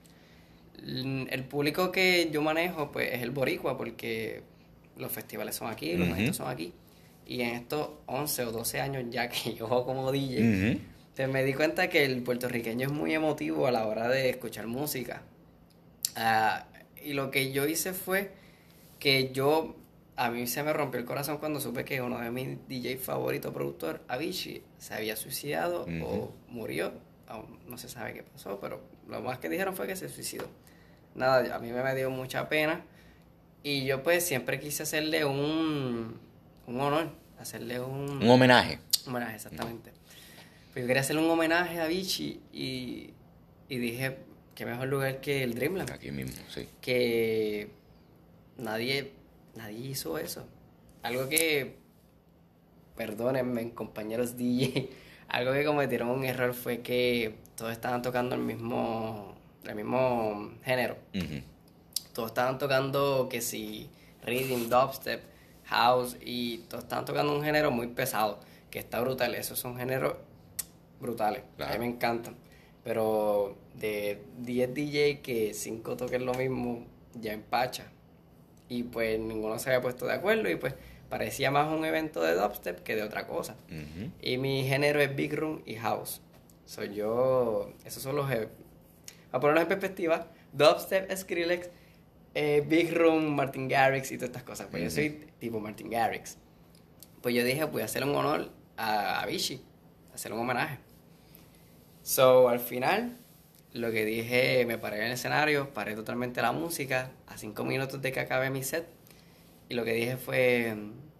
Speaker 2: L- El público que yo manejo, pues es el boricua, porque los festivales son aquí, los
Speaker 1: Ujú.
Speaker 2: maestros son aquí. Y en estos once o doce años ya que yo como D J,
Speaker 1: Ujú.
Speaker 2: pues me di cuenta que el puertorriqueño es muy emotivo a la hora de escuchar música. Ah, y lo que yo hice fue que yo, a mí se me rompió el corazón cuando supe que uno de mis D J favoritos, productor, Avicii, se había suicidado
Speaker 1: Ujú.
Speaker 2: o murió. Aún no se sabe qué pasó, pero lo más que dijeron fue que se suicidó. Nada, a mí me dio mucha pena y yo pues siempre quise hacerle un, un honor, hacerle un,
Speaker 1: Un homenaje.
Speaker 2: homenaje, exactamente. Pues yo quería hacerle un homenaje a Avicii y, y dije, qué mejor lugar que el Dreamland.
Speaker 1: Aquí mismo, sí.
Speaker 2: Que nadie, nadie hizo eso. Algo que, perdónenme, compañeros D J, algo que cometieron un error fue que todos estaban tocando el mismo, el mismo género.
Speaker 1: Ujú.
Speaker 2: Todos estaban tocando que si rhythm, dubstep, house y todos estaban tocando un género muy pesado, que está brutal. Esos son géneros brutales, a
Speaker 1: Claro.
Speaker 2: mí me encantan. Pero de diez D J que cinco toquen lo mismo, ya empacha. Y pues ninguno se había puesto de acuerdo y pues parecía más un evento de dubstep que de otra cosa.
Speaker 1: Ujú.
Speaker 2: Y mi género es big room y house. Soy yo, esos son los... eh, a ponerlos en perspectiva, Dubstep, Skrillex, eh, Big Room, Martin Garrix y todas estas cosas. Pues uh-huh. yo soy tipo Martin Garrix. Pues yo dije, voy a hacerle un honor a Avicii, hacerle un homenaje. So, al final, lo que dije, me paré en el escenario, paré totalmente la música, a cinco minutos de que acabé mi set, y lo que dije fue...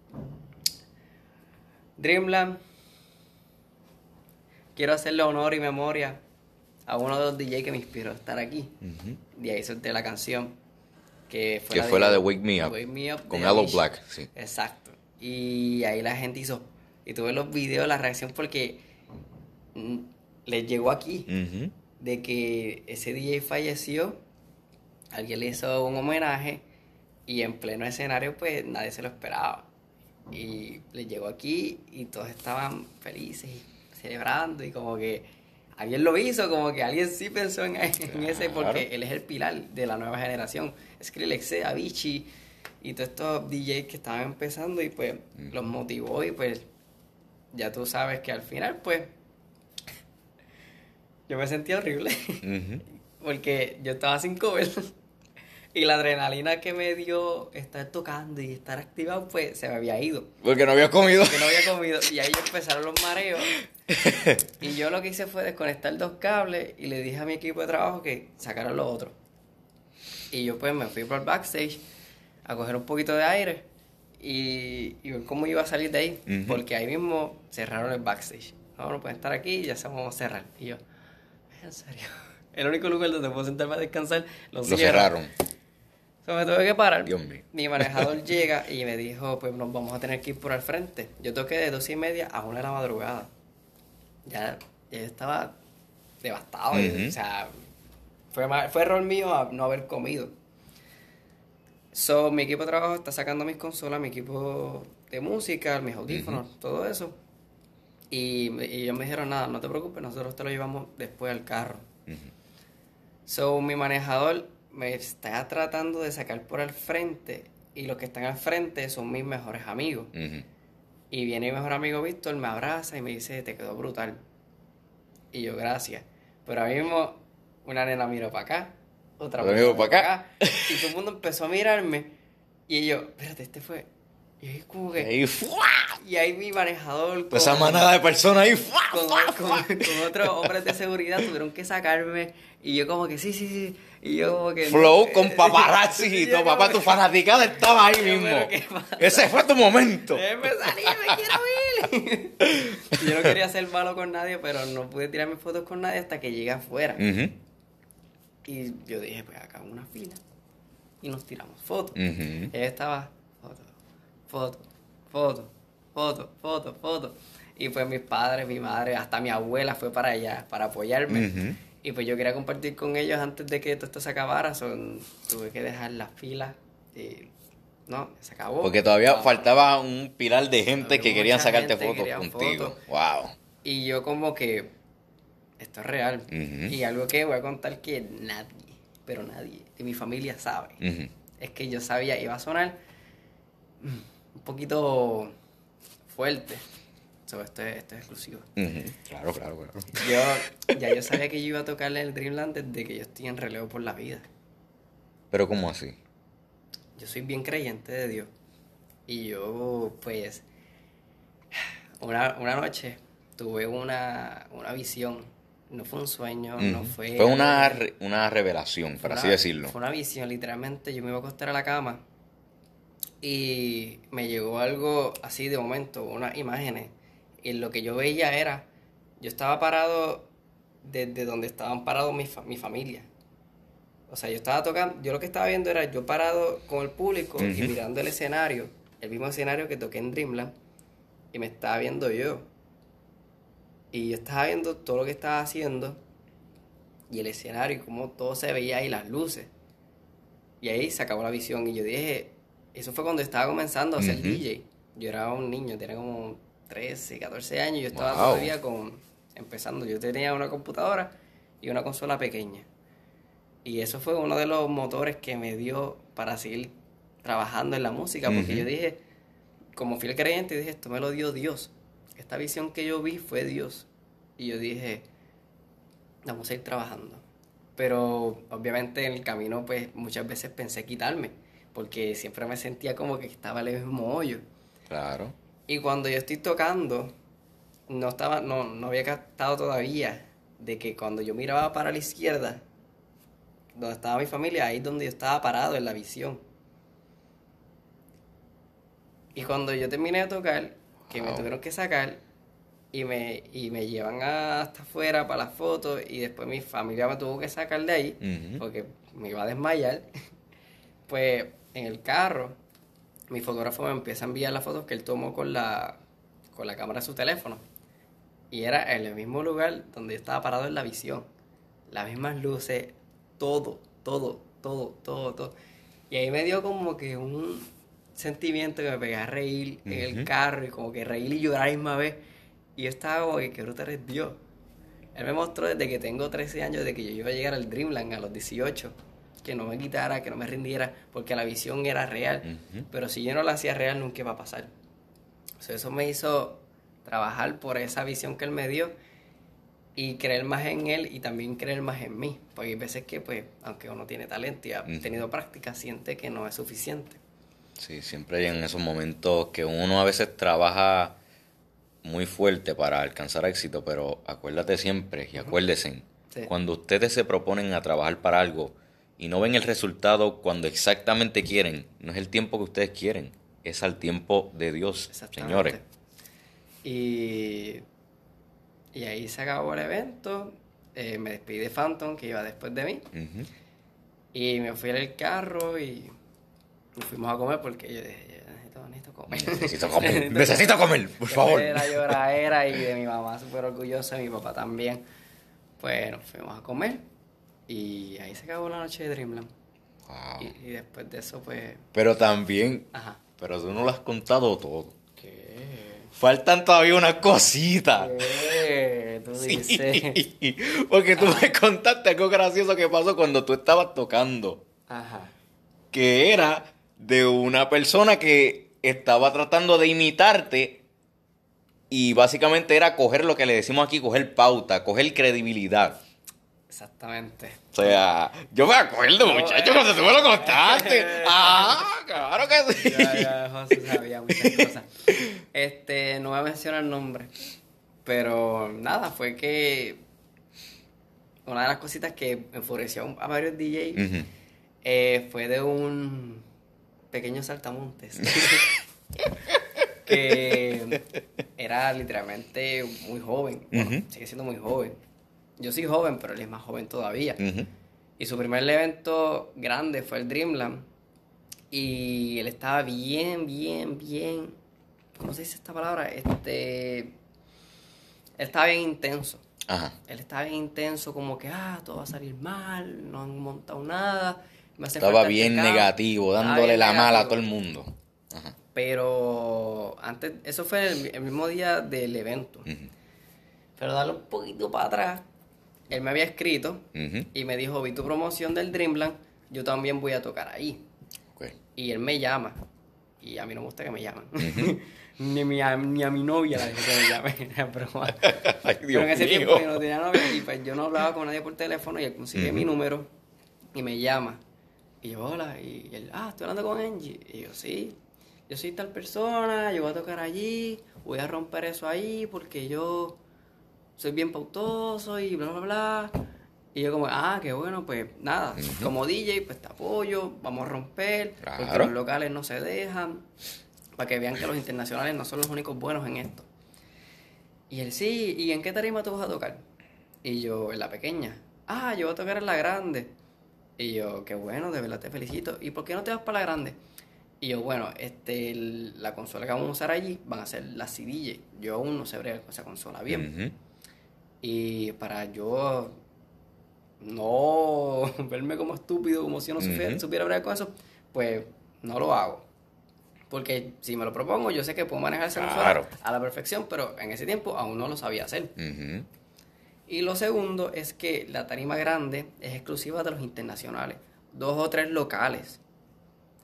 Speaker 2: Dreamland, quiero hacerle honor y memoria a uno de los D J que me inspiró a estar aquí. Uh-huh. De ahí solté la canción, que fue,
Speaker 1: que
Speaker 2: la,
Speaker 1: fue
Speaker 2: de,
Speaker 1: la de Wake Me Up,
Speaker 2: Wake Me Up
Speaker 1: con Aloe Black. Sí.
Speaker 2: Exacto. Y ahí la gente hizo, y tuve los videos, la reacción, porque mm, les llegó aquí, uh-huh. de que ese D J falleció, alguien le hizo un homenaje, y en pleno escenario pues nadie se lo esperaba. Y les llegó aquí y todos estaban felices y celebrando, y como que alguien lo hizo, como que alguien sí pensó en, en ese, porque él es el pilar de la nueva generación. Skrillex, Avicii y todos estos D Js que estaban empezando, y pues mm. los motivó, y pues ya tú sabes que al final pues yo me sentí horrible uh-huh. porque yo estaba sin comer. Y la adrenalina que me dio estar tocando y estar activado, pues se me había ido.
Speaker 1: Porque no había comido.
Speaker 2: Porque no había comido. Y ahí empezaron los mareos. Y yo lo que hice fue desconectar dos cables y le dije a mi equipo de trabajo que sacaran los otros. Y yo pues me fui por el backstage a coger un poquito de aire y, y ver cómo iba a salir de ahí. Uh-huh. Porque ahí mismo cerraron el backstage. No, no pueden estar aquí, ya se vamos a cerrar. Y yo, ¿en serio? El único lugar donde puedo sentarme a descansar, lo,
Speaker 1: lo cerraron.
Speaker 2: So, me tuve que parar.
Speaker 1: Dios mío.
Speaker 2: Mi manejador llega y me dijo, pues nos vamos a tener que ir por al frente. Yo toqué de doce y media a una de la madrugada. Ya, ya yo estaba devastado. Uh-huh. O sea, fue, fue error mío a no haber comido. So, mi equipo de trabajo está sacando mis consolas, mi equipo de música, mis audífonos, uh-huh. todo eso. Y, y ellos me dijeron, nada, no te preocupes, nosotros te lo llevamos después al carro. Uh-huh. So, mi manejador me está tratando de sacar por al frente, y los que están al frente son mis mejores amigos. Uh-huh. Y viene mi mejor amigo Víctor, me abraza y me dice, te quedó brutal. Y yo, gracias. Pero ahora mismo una nena miró para acá, otra
Speaker 1: miró para acá. acá,
Speaker 2: y todo el mundo empezó a mirarme, y yo, espérate, este fue... Y ahí como que...
Speaker 1: Ahí,
Speaker 2: y ahí mi manejador...
Speaker 1: Con, esa manada de personas ahí...
Speaker 2: Con, con, con otros hombres de seguridad tuvieron que sacarme, y yo como que sí, sí, sí... Y yo como que...
Speaker 1: Flow no, con paparazzi y todo, papá, tu fanaticada estaba ahí mismo. Ese fue tu momento.
Speaker 2: Déjame salir, me quiero ir. Yo no quería ser malo con nadie, pero no pude tirarme fotos con nadie hasta que llegué afuera. Uh-huh. Y yo dije, pues acá una fila y nos tiramos fotos. Uh-huh. Ella estaba, foto, foto, foto, foto, foto, foto. Y pues mis padres, mi madre, hasta mi abuela fue para allá, para apoyarme. Uh-huh. Y pues yo quería compartir con ellos antes de que todo esto se acabara. Son, tuve que dejar las filas y no, se acabó.
Speaker 1: Porque todavía no, faltaba un pilar de gente que querían sacarte fotos contigo. Fotos. Wow.
Speaker 2: Y yo como que, esto es real. Uh-huh. Y algo que voy a contar que nadie, pero nadie de mi familia sabe. Uh-huh. Es que yo sabía, iba a sonar un poquito fuerte. So, esto, es, esto es exclusivo.
Speaker 1: Uh-huh. Claro, claro, claro.
Speaker 2: Yo, ya yo sabía que yo iba a tocarle el Dreamland desde que yo estoy en relevo por la vida.
Speaker 1: ¿Pero cómo así?
Speaker 2: Yo soy bien creyente de Dios. Y yo, pues, una, una noche tuve una, una visión. No fue un sueño, uh-huh. no fue...
Speaker 1: Fue una, re, una revelación, por así decirlo.
Speaker 2: Fue una visión, literalmente. Yo me iba a acostar a la cama y me llegó algo así de momento, unas imágenes. Y lo que yo veía era, yo estaba parado desde donde estaban parados mi, fa- mi familia. O sea, yo estaba tocando, yo lo que estaba viendo era yo parado con el público uh-huh. y mirando el escenario, el mismo escenario que toqué en Dreamland, y me estaba viendo yo. Y yo estaba viendo todo lo que estaba haciendo, y el escenario, y cómo todo se veía, y las luces. Y ahí se acabó la visión, y yo dije, eso fue cuando estaba comenzando a ser uh-huh. D J. Yo era un niño, tenía como trece, catorce años, yo estaba wow. todavía con, empezando. Yo tenía una computadora y una consola pequeña. Y eso fue uno de los motores que me dio para seguir trabajando en la música, porque uh-huh. yo dije, como fiel creyente, dije, esto me lo dio Dios. Esta visión que yo vi fue Dios. Y yo dije, vamos a ir trabajando. Pero obviamente en el camino pues muchas veces pensé quitarme, porque siempre me sentía como que estaba en el mismo hoyo.
Speaker 1: Claro.
Speaker 2: Y cuando yo estoy tocando, no estaba, no, no había captado todavía de que cuando yo miraba para la izquierda, donde estaba mi familia, ahí es donde yo estaba parado en la visión. Y cuando yo terminé de tocar, que me
Speaker 1: Wow.
Speaker 2: tuvieron que sacar y me, y me llevan hasta afuera para las fotos y después mi familia me tuvo que sacar de ahí
Speaker 1: Ujú.
Speaker 2: porque me iba a desmayar, pues en el carro mi fotógrafo me empieza a enviar las fotos que él tomó con la, con la cámara de su teléfono. Y era en el mismo lugar donde yo estaba parado en la visión. Las mismas luces, todo, todo, todo, todo, todo. Y ahí me dio como que un sentimiento que me pegué a reír en el
Speaker 1: Ujú.
Speaker 2: carro y como que reír y llorar a la misma vez. Y yo estaba como que, qué bruto eres Dios. Él me mostró desde que tengo trece años, de que yo iba a llegar al Dreamland a los dieciocho, que no me quitara, que no me rindiera, porque la visión era real.
Speaker 1: Ujú.
Speaker 2: Pero si yo no la hacía real, nunca iba a pasar. O sea, eso me hizo trabajar por esa visión que él me dio y creer más en él y también creer más en mí. Porque hay veces que, pues, aunque uno tiene talento y ha
Speaker 1: Ujú.
Speaker 2: tenido práctica, siente que no es suficiente.
Speaker 1: Sí, siempre hay en esos momentos que uno a veces trabaja muy fuerte para alcanzar éxito, pero acuérdate siempre y acuérdense,
Speaker 2: Sí,
Speaker 1: cuando ustedes se proponen a trabajar para algo y no ven el resultado cuando exactamente quieren, no es el tiempo que ustedes quieren, es al tiempo de Dios, señores.
Speaker 2: exactamente. Y, y ahí se acabó el evento. Eh, me despedí de Phantom, que iba después de mí.
Speaker 1: Ujú.
Speaker 2: Y me fui en el carro y nos fuimos a comer porque yo dije, "Yo necesito, necesito comer.
Speaker 1: Necesito comer, necesito comer, por favor.
Speaker 2: De la lloradera y de mi mamá súper orgullosa, mi papá también. Pues nos fuimos a comer y ahí se acabó la noche de Dreamland.
Speaker 1: Wow.
Speaker 2: Y, y después de eso, pues,
Speaker 1: Pero también,
Speaker 2: ajá.
Speaker 1: pero tú no lo has contado todo.
Speaker 2: ¿Qué?
Speaker 1: Faltan todavía unas cositas.
Speaker 2: ¿Qué? Tú dices.
Speaker 1: Sí, porque tú me contaste algo gracioso que pasó cuando tú estabas tocando,
Speaker 2: Ajá.
Speaker 1: que era de una persona que estaba tratando de imitarte y básicamente era coger lo que le decimos aquí, coger pauta, coger credibilidad.
Speaker 2: Exactamente.
Speaker 1: O sea, yo me acuerdo,
Speaker 2: No,
Speaker 1: muchacho,
Speaker 2: eh.
Speaker 1: cuando tú me lo contaste. Ah, claro que sí.
Speaker 2: Ya, ya, José sabía muchas cosas. Este, no voy a mencionar el nombre. Pero nada, fue que una de las cositas que enfureció a varios D Js
Speaker 1: Ujú.
Speaker 2: eh, fue de un pequeño saltamontes que era literalmente muy joven. Bueno,
Speaker 1: Ujú.
Speaker 2: sigue siendo muy joven. Yo soy joven, pero él es más joven todavía.
Speaker 1: Ujú.
Speaker 2: Y su primer evento grande fue el Dreamland. Y él estaba bien, bien, bien. ¿Cómo se dice esta palabra? Este. Él estaba bien intenso.
Speaker 1: Ajá.
Speaker 2: Él estaba bien intenso, como que, ah, todo va a salir mal, no han montado nada. Me hace
Speaker 1: Estaba
Speaker 2: falta
Speaker 1: bien
Speaker 2: este campo.
Speaker 1: negativo,
Speaker 2: Estaba
Speaker 1: dándole
Speaker 2: bien
Speaker 1: la mala a
Speaker 2: negativo.
Speaker 1: todo el mundo. Ajá.
Speaker 2: Pero antes, eso fue el, el mismo día del evento.
Speaker 1: Ujú.
Speaker 2: Pero darle un poquito para atrás, él me había escrito
Speaker 1: Ujú.
Speaker 2: y me dijo, vi tu promoción del Dreamland, yo también voy a tocar ahí.
Speaker 1: Ok.
Speaker 2: Y él me llama. Y a mí no me gusta que me llamen.
Speaker 1: Ujú.
Speaker 2: ni, mi, a, ni a mi novia la dejé que me llame. Es broma.
Speaker 1: Ay,
Speaker 2: Pero
Speaker 1: Dios
Speaker 2: en ese
Speaker 1: mío.
Speaker 2: tiempo yo no tenía novia y pues yo no hablaba con nadie por teléfono y él consigue
Speaker 1: Ujú.
Speaker 2: mi número y me llama. Y yo, hola. Y él, ah, estoy hablando con Angie. Y yo, sí. Yo soy tal persona, yo voy a tocar allí, voy a romper eso ahí porque yo soy bien pautoso y bla, bla, bla. Y yo como, ah, qué bueno, pues nada,
Speaker 1: Ujú.
Speaker 2: como D J, pues te apoyo, vamos a romper, porque
Speaker 1: Claro.
Speaker 2: los locales no se dejan, para que vean que los internacionales no son los únicos buenos en esto. Y él, sí, ¿y en qué tarima tú vas a tocar? Y yo, en la pequeña. Ah, yo voy a tocar en la grande. Y yo, qué bueno, de verdad te felicito. ¿Y por qué no te vas para la grande? Y yo, bueno, este, el- la consola que vamos a usar allí van a ser las C D J. Yo aún no sé bregar con esa consola bien.
Speaker 1: Ujú.
Speaker 2: Y para yo no verme como estúpido, como si yo no supiera,
Speaker 1: Ujú.
Speaker 2: supiera bregar con eso, pues no lo hago. Porque si me lo propongo, yo sé que puedo manejar esa consola
Speaker 1: Claro.
Speaker 2: a la perfección, pero en ese tiempo aún no lo sabía hacer.
Speaker 1: Ujú.
Speaker 2: Y lo segundo es que la tarima grande es exclusiva de los internacionales, dos o tres locales.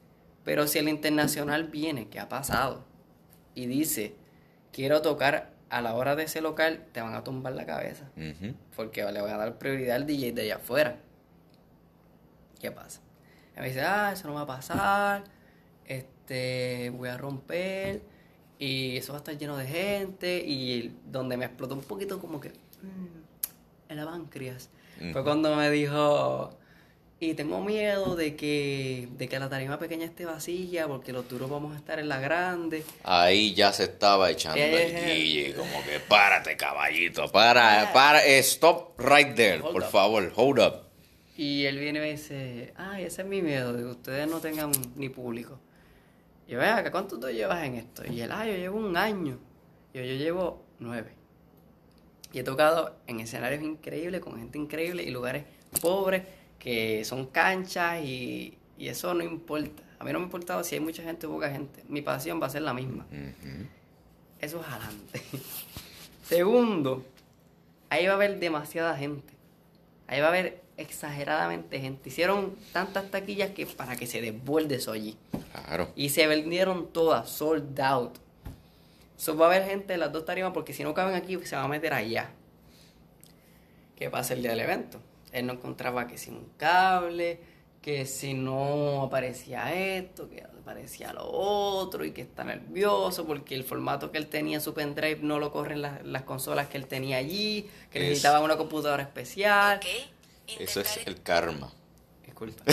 Speaker 2: Pero si el internacional viene, que ha pasado, y dice, quiero tocar a la hora de ese local te van a tumbar la cabeza.
Speaker 1: Ujú.
Speaker 2: Porque le van a dar prioridad al D J de allá afuera. ¿Qué pasa? Él me dice, ah, eso no va a pasar, este, voy a romper, y eso va a estar lleno de gente, y donde me explotó un poquito como que, mmm, en la páncreas,
Speaker 1: Ujú.
Speaker 2: fue cuando me dijo, y tengo miedo de que, de que la tarima pequeña esté vacía, porque los duros vamos a estar en la grande.
Speaker 1: Ahí ya se estaba echando
Speaker 2: Eh,
Speaker 1: el guille, como que párate, caballito, para, para, eh, stop right there,
Speaker 2: Hold
Speaker 1: por
Speaker 2: up.
Speaker 1: favor, hold up.
Speaker 2: Y él viene y me dice, ay, ese es mi miedo, de que ustedes no tengan ni público. Y yo, vea, ¿cuánto tú llevas en esto? Y él, ah, yo llevo un año. Y yo, yo llevo nueve. Y he tocado en escenarios increíbles, con gente increíble y lugares pobres, que son canchas y, y eso no importa. A mí no me ha importado si hay mucha gente o poca gente. Mi pasión va a ser la misma.
Speaker 1: Ujú.
Speaker 2: Eso es adelante. Segundo, ahí va a haber demasiada gente. Ahí va a haber exageradamente gente. Hicieron tantas taquillas que para que se desborde eso allí.
Speaker 1: Claro.
Speaker 2: Y se vendieron todas, sold out. So, va a haber gente en las dos tarimas porque si no caben aquí se van a meter allá. ¿Qué pasa el día del evento? Él no encontraba que si un cable, que si no aparecía esto, que aparecía lo otro y que está nervioso porque el formato que él tenía en su pendrive no lo corren las, las consolas que él tenía allí, que
Speaker 1: Es-
Speaker 2: necesitaba una computadora especial.
Speaker 1: Eso es el karma.
Speaker 2: Disculpa.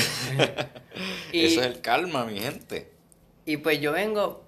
Speaker 2: Y-
Speaker 1: Eso es el karma, mi gente.
Speaker 2: Y pues yo vengo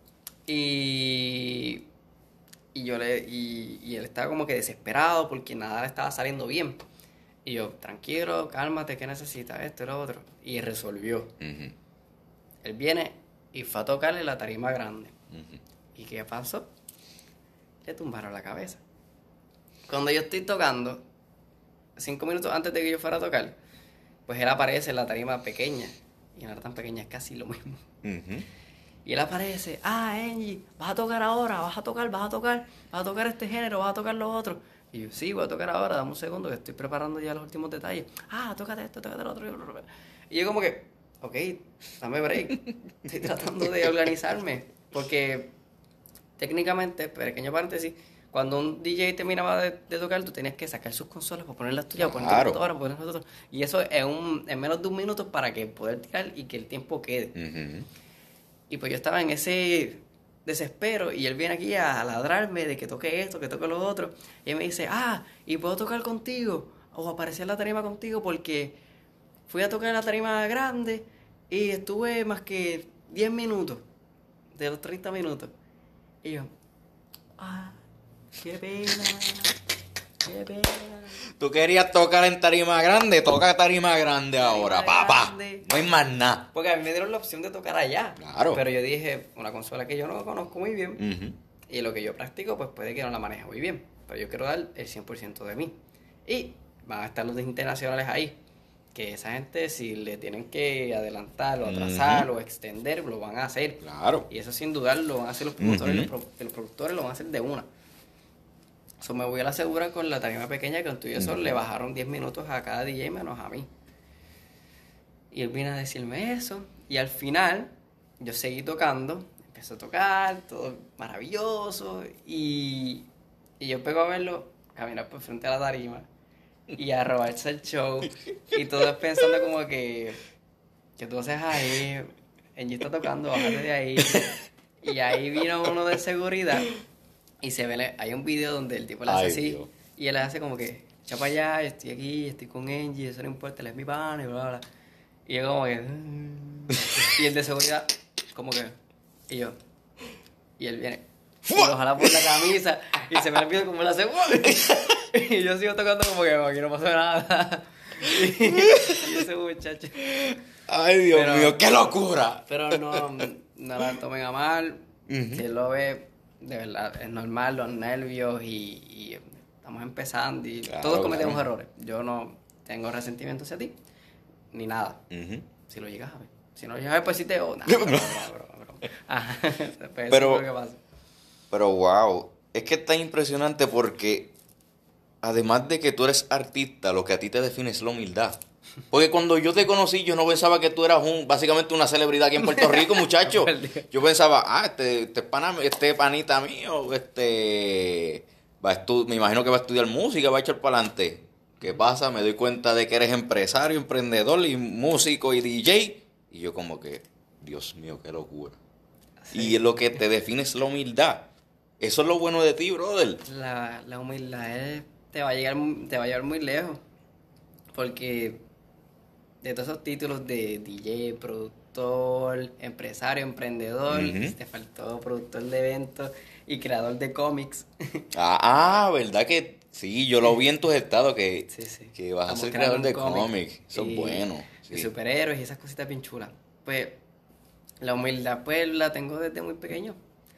Speaker 2: y, y yo le y, y él estaba como que desesperado porque nada le estaba saliendo bien. Y yo, tranquilo, cálmate, ¿qué necesitas? Esto y lo otro. Y resolvió.
Speaker 1: Ujú,
Speaker 2: Él viene y fue a tocarle la tarima grande.
Speaker 1: ujú.
Speaker 2: ¿Y qué pasó? Le tumbaron la cabeza. Cuando yo estoy tocando, cinco minutos antes de que yo fuera a tocar, pues él aparece en la tarima pequeña. Y no era tan pequeña, es casi lo mismo.
Speaker 1: Ujú.
Speaker 2: Y él aparece, ah, Angie, vas a tocar ahora, vas a tocar, vas a tocar, vas a tocar este género, vas a tocar lo otro. Y yo, sí, voy a tocar ahora, dame un segundo que estoy preparando ya los últimos detalles. Ah, tócate esto, tócate lo otro. Y yo como que, ok, dame break. Estoy tratando de organizarme. Porque técnicamente, pequeño paréntesis, cuando un D J terminaba de, de tocar, tú tenías que sacar sus consolas para poner las tuyas, poner tu
Speaker 1: Claro.
Speaker 2: computadora, poner las otras. Y eso en, un, en menos de un minuto para que poder tirar y que el tiempo quede.
Speaker 1: Ujú.
Speaker 2: Y pues yo estaba en ese desespero y él viene aquí a ladrarme de que toque esto, que toque lo otro. Y él me dice, ah, ¿y puedo tocar contigo? O aparecer en la tarima contigo porque fui a tocar en la tarima grande y estuve más que diez minutos de los treinta minutos. Y yo, ah, qué pena, qué pena.
Speaker 1: Tú querías tocar en tarima grande, toca tarima grande ahora,
Speaker 2: Tarima
Speaker 1: papá.
Speaker 2: grande.
Speaker 1: No hay más nada.
Speaker 2: Porque a mí me dieron la opción de tocar allá.
Speaker 1: Claro.
Speaker 2: Pero yo dije, una consola que yo no conozco muy bien.
Speaker 1: Ujú.
Speaker 2: Y lo que yo practico, pues puede que no la maneje muy bien. Pero yo quiero dar el cien por ciento de mí. Y van a estar los internacionales ahí. Que esa gente, si le tienen que adelantar o atrasar
Speaker 1: Ujú.
Speaker 2: o extender, lo van a hacer.
Speaker 1: Claro.
Speaker 2: Y eso sin dudar lo van a hacer los promotores.
Speaker 1: Ujú.
Speaker 2: y los, pro- los productores lo van a hacer de una. So, me voy a la segura con la tarima pequeña que en tuyo eso le bajaron diez minutos a cada D J menos a mí. Y él vino a decirme eso. Y al final, yo seguí tocando. Empecé a tocar, todo maravilloso. Y, y yo pego a verlo caminar por frente a la tarima. Y a robarse el show. Y todos pensando como que... ¿Qué tú haces ahí? Angie está tocando, bájate de ahí. Y ahí vino uno de seguridad. Y se ve, hay un video donde el tipo le hace
Speaker 1: Ay,
Speaker 2: así.
Speaker 1: Dios.
Speaker 2: Y él hace como que, echa para allá, yo estoy aquí, estoy con Angie, eso no importa, él es mi pana y bla, bla, bla. Y yo como que... "Mm". Y el de seguridad, como que... Y yo... Y él viene... Y lo jala por la camisa y se me olvida como la segunda. Y yo sigo tocando como que aquí no pasó nada. Y, y ese muchacho...
Speaker 1: Ay, Dios
Speaker 2: Pero-
Speaker 1: mío, qué locura.
Speaker 2: Pero no, no la tomen a mal.
Speaker 1: Ujú.
Speaker 2: Si él lo ve, de verdad, es normal los nervios y, y estamos empezando y
Speaker 1: Claro,
Speaker 2: todos cometemos
Speaker 1: claro.
Speaker 2: errores. Yo no tengo resentimiento hacia ti, ni nada.
Speaker 1: Ujú.
Speaker 2: Si lo llegas a ver. Si no lo llegas a ver, pues sí te... Oh, nah, broma, broma, broma, broma. Ajá, pues eso
Speaker 1: Pero-
Speaker 2: es lo que pasa.
Speaker 1: Pero wow, es que está impresionante porque además de que tú eres artista, lo que a ti te define es la humildad. Porque cuando yo te conocí, yo no pensaba que tú eras un, básicamente una celebridad aquí en Puerto Rico, muchacho. Yo pensaba, ah, este, este, pana, este panita mío, este, va a estu- me imagino que va a estudiar música, va a echar para adelante. ¿Qué pasa? Me doy cuenta de que eres empresario, emprendedor y músico y D J. Y yo como que, Dios mío, qué locura.
Speaker 2: Sí.
Speaker 1: Y lo que te define es la humildad. Eso es lo bueno de ti, brother.
Speaker 2: La, la humildad es- te va a llegar, mu- te va a llevar muy lejos. Porque de todos esos títulos de D J, productor, empresario, emprendedor, y
Speaker 1: Ujú.
Speaker 2: te faltó productor de eventos y creador de cómics.
Speaker 1: Ah, ah, ¿verdad que sí? Yo lo vi en tus estados que,
Speaker 2: Sí, sí.
Speaker 1: que vas a
Speaker 2: Estamos
Speaker 1: ser
Speaker 2: creando
Speaker 1: creador
Speaker 2: un
Speaker 1: de
Speaker 2: cómic
Speaker 1: cómics. Eso es
Speaker 2: y,
Speaker 1: bueno.
Speaker 2: y
Speaker 1: Sí.
Speaker 2: superhéroes y esas cositas bien chulas. Pues la humildad pues la tengo desde muy pequeño.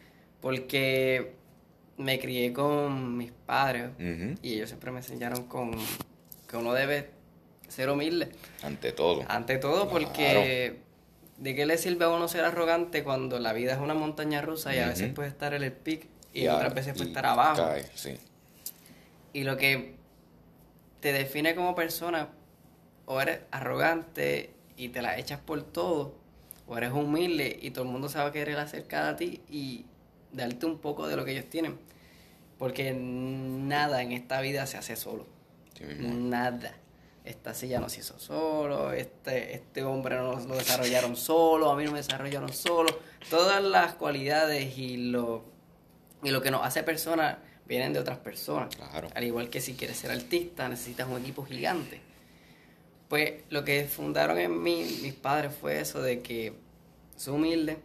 Speaker 2: Porque me crié con mis padres
Speaker 1: Ujú.
Speaker 2: y ellos siempre me enseñaron con que uno debe ser humilde.
Speaker 1: Ante todo.
Speaker 2: Ante todo,
Speaker 1: Claro.
Speaker 2: porque ¿de qué le sirve a uno ser arrogante cuando la vida es una montaña rusa y a veces
Speaker 1: Ujú.
Speaker 2: puede estar en el pic y
Speaker 1: Y
Speaker 2: otras
Speaker 1: a-
Speaker 2: veces puede
Speaker 1: y
Speaker 2: estar abajo?
Speaker 1: cae, sí.
Speaker 2: Y lo que te define como persona, o eres arrogante y te la echas por todo, o eres humilde y todo el mundo se va a querer acercar a ti y darte un poco de lo que ellos tienen. Porque nada en esta vida se hace solo.
Speaker 1: Sí mismo.
Speaker 2: Nada. Esta silla no se hizo solo, este, este hombre no lo desarrollaron solo, a mí no me desarrollaron solo. Todas las cualidades y lo, y lo que nos hace personas vienen de otras personas.
Speaker 1: Claro.
Speaker 2: Al igual que si quieres ser artista, necesitas un equipo gigante. Pues lo que fundaron en mí mis padres fue eso de que soy humilde,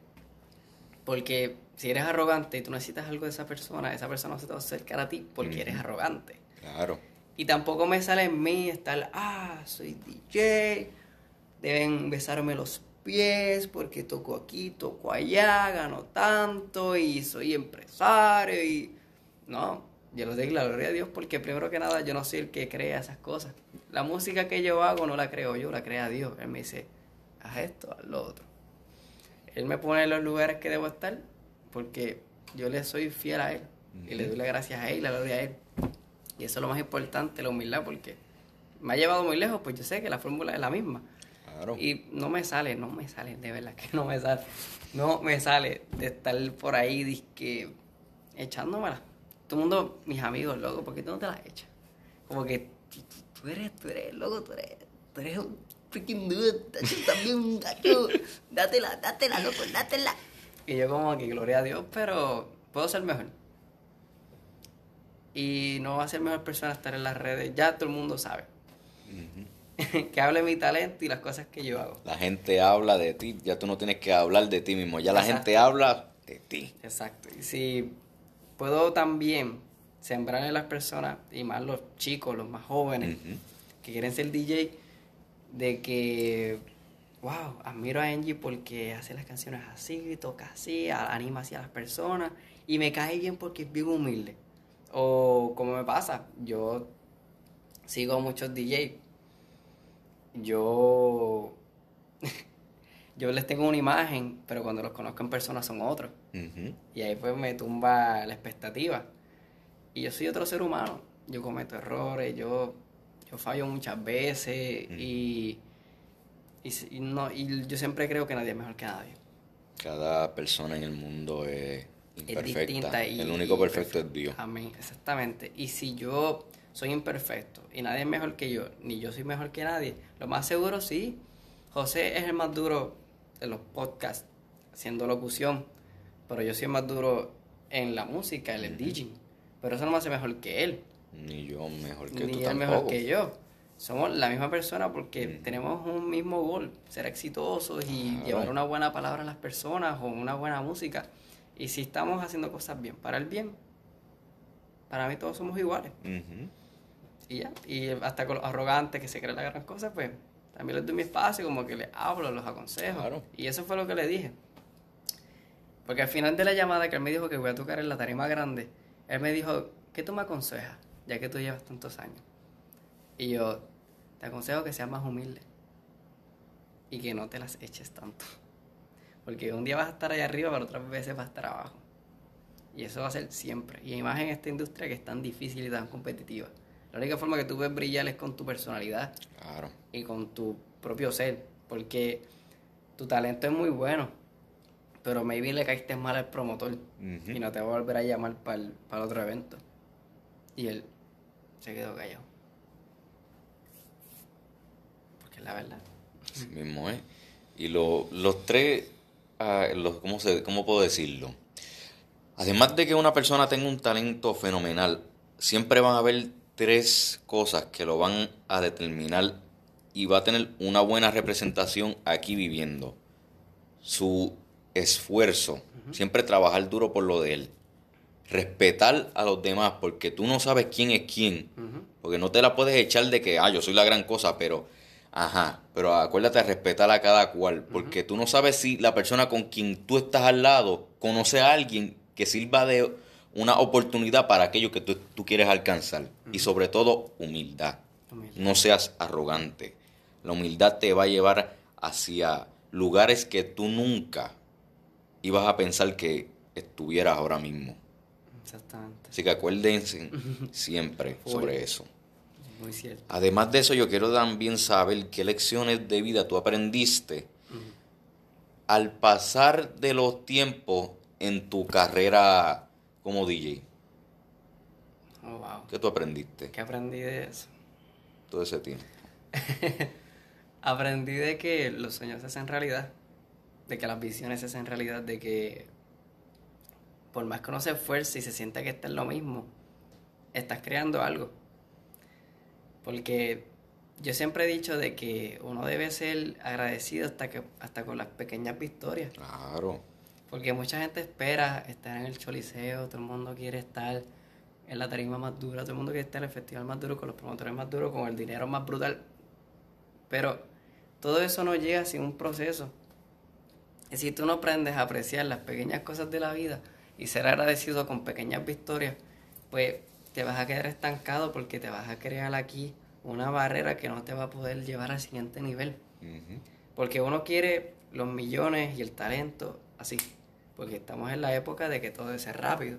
Speaker 2: porque si eres arrogante y tú necesitas algo de esa persona, esa persona no se te va a acercar a ti porque
Speaker 1: Ujú.
Speaker 2: eres arrogante.
Speaker 1: Claro.
Speaker 2: Y tampoco me sale en mí estar, ah, soy D J, deben besarme los pies porque toco aquí, toco allá, gano tanto y soy empresario y... No, yo les doy la gloria a Dios porque primero que nada yo no soy el que crea esas cosas. La música que yo hago no la creo yo, la crea Dios. Él me dice, haz esto, haz lo otro. Él me pone en los lugares que debo estar porque yo le soy fiel a Él y le doy las gracias a Él y la gloria a Él. Y eso es lo más importante, la humildad, porque me ha llevado muy lejos, pues yo sé que la fórmula es la misma.
Speaker 1: Claro.
Speaker 2: Y no me sale, no me sale, de verdad que no me sale. No me sale de estar por ahí disque echándomela. Todo el mundo, mis amigos, loco, ¿por qué tú no te las echas? Como que tú, tú- tú eres, tú eres, loco, tú eres, tú eres un freaking dude, tacho, también, tacho, dátela, dátela, loco, dátela. Y yo como que, gloria a Dios, pero puedo ser mejor. Y no va a ser mejor persona estar en las redes, ya todo el mundo sabe.
Speaker 1: Ujú.
Speaker 2: Que hable mi talento y las cosas que yo hago.
Speaker 1: La gente habla de ti, ya tú no tienes que hablar de ti mismo, ya la
Speaker 2: Exacto.
Speaker 1: gente habla de ti.
Speaker 2: Exacto. Y si puedo también sembrar en las personas, y más los chicos, los más jóvenes,
Speaker 1: Ujú.
Speaker 2: que quieren ser D J, de que, wow, admiro a Angie porque hace las canciones así, toca así, a- anima así a las personas, y me cae bien porque es bien humilde. O como me pasa, yo sigo a muchos D J. Yo, yo les tengo una imagen, pero cuando los conozco en persona son otros.
Speaker 1: Ujú.
Speaker 2: Y ahí pues me tumba la expectativa. Y yo soy otro ser humano. Yo cometo errores, yo, yo fallo muchas veces
Speaker 1: Ujú.
Speaker 2: y, y, si- y no, y yo siempre creo que nadie es mejor que nadie.
Speaker 1: Cada persona en el mundo es
Speaker 2: Es
Speaker 1: imperfecta.
Speaker 2: distinta y...
Speaker 1: El único
Speaker 2: y
Speaker 1: perfecto es Dios.
Speaker 2: Amén, exactamente. Y si yo soy imperfecto y nadie es mejor que yo, ni yo soy mejor que nadie, lo más seguro sí, José es el más duro de los podcasts, haciendo locución, pero yo soy más duro en la música, en el
Speaker 1: Ujú.
Speaker 2: DJing. Pero eso no me hace mejor que él,
Speaker 1: Ni yo mejor que
Speaker 2: ni
Speaker 1: tú
Speaker 2: él
Speaker 1: tampoco.
Speaker 2: mejor que yo. Somos la misma persona porque
Speaker 1: Ujú.
Speaker 2: tenemos un mismo goal, ser exitosos y
Speaker 1: Claro.
Speaker 2: llevar una buena palabra a las personas o una buena música. Y si estamos haciendo cosas bien para el bien, para mí todos somos iguales.
Speaker 1: Ujú.
Speaker 2: Y ya, y hasta con los arrogantes que se creen la gran cosa, pues también les doy mi espacio, como que les hablo, los aconsejo.
Speaker 1: Claro.
Speaker 2: Y eso fue lo que le dije. Porque al final de la llamada que él me dijo que voy a tocar en la tarima grande, él me dijo, ¿qué tú me aconsejas? Ya que tú llevas tantos años. Y yo, te aconsejo que seas más humilde. Y que no te las eches tanto. Porque un día vas a estar allá arriba, pero otras veces vas a estar abajo. Y eso va a ser siempre. Y más en esta industria que es tan difícil y tan competitiva. La única forma que tú puedes brillar es con tu personalidad
Speaker 1: Claro.
Speaker 2: y con tu propio ser. Porque tu talento es muy bueno, pero maybe le caíste mal al promotor
Speaker 1: Ujú.
Speaker 2: y no te va a volver a llamar para el, para el otro evento. Y él se quedó callado. Porque es la verdad.
Speaker 1: Así mismo es. Y lo, los tres, uh, los, ¿cómo, se, ¿cómo puedo decirlo? Además de que una persona tenga un talento fenomenal, siempre van a haber tres cosas que lo van a determinar y va a tener una buena representación aquí viviendo. Su esfuerzo, uh-huh. Siempre trabajar duro por lo de él. Respetar a los demás, porque tú no sabes quién es quién. Uh-huh. Porque no te la puedes echar de que, ah, yo soy la gran cosa, pero, ajá, pero acuérdate de respetar a cada cual, porque uh-huh. Tú no sabes si la persona con quien tú estás al lado conoce a alguien que sirva de una oportunidad para aquello que tú, tú quieres alcanzar. Uh-huh. Y sobre todo, humildad. humildad. No seas arrogante. La humildad te va a llevar hacia lugares que tú nunca ibas a pensar que estuvieras ahora mismo.
Speaker 2: Exactamente.
Speaker 1: Así que acuérdense siempre sobre eso.
Speaker 2: Muy cierto.
Speaker 1: Además de eso, yo quiero también saber qué lecciones de vida tú aprendiste uh-huh. al pasar de los tiempos en tu carrera como D J.
Speaker 2: Oh, wow.
Speaker 1: ¿Qué tú aprendiste?
Speaker 2: ¿Qué aprendí de eso?
Speaker 1: Todo ese tiempo.
Speaker 2: Aprendí de que los sueños se hacen realidad, de que las visiones se hacen realidad, de que por más que uno se esfuerce y se sienta que está en lo mismo, estás creando algo. Porque yo siempre he dicho de que uno debe ser agradecido hasta que hasta con las pequeñas victorias.
Speaker 1: Claro.
Speaker 2: Porque mucha gente espera estar en el Choliseo, todo el mundo quiere estar en la tarima más dura, todo el mundo quiere estar en el festival más duro, con los promotores más duros, con el dinero más brutal. Pero todo eso no llega sin un proceso. Y si tú no aprendes a apreciar las pequeñas cosas de la vida y ser agradecido con pequeñas victorias, pues te vas a quedar estancado porque te vas a crear aquí una barrera que no te va a poder llevar al siguiente nivel. Uh-huh. Porque uno quiere los millones y el talento así, porque estamos en la época de que todo debe ser rápido.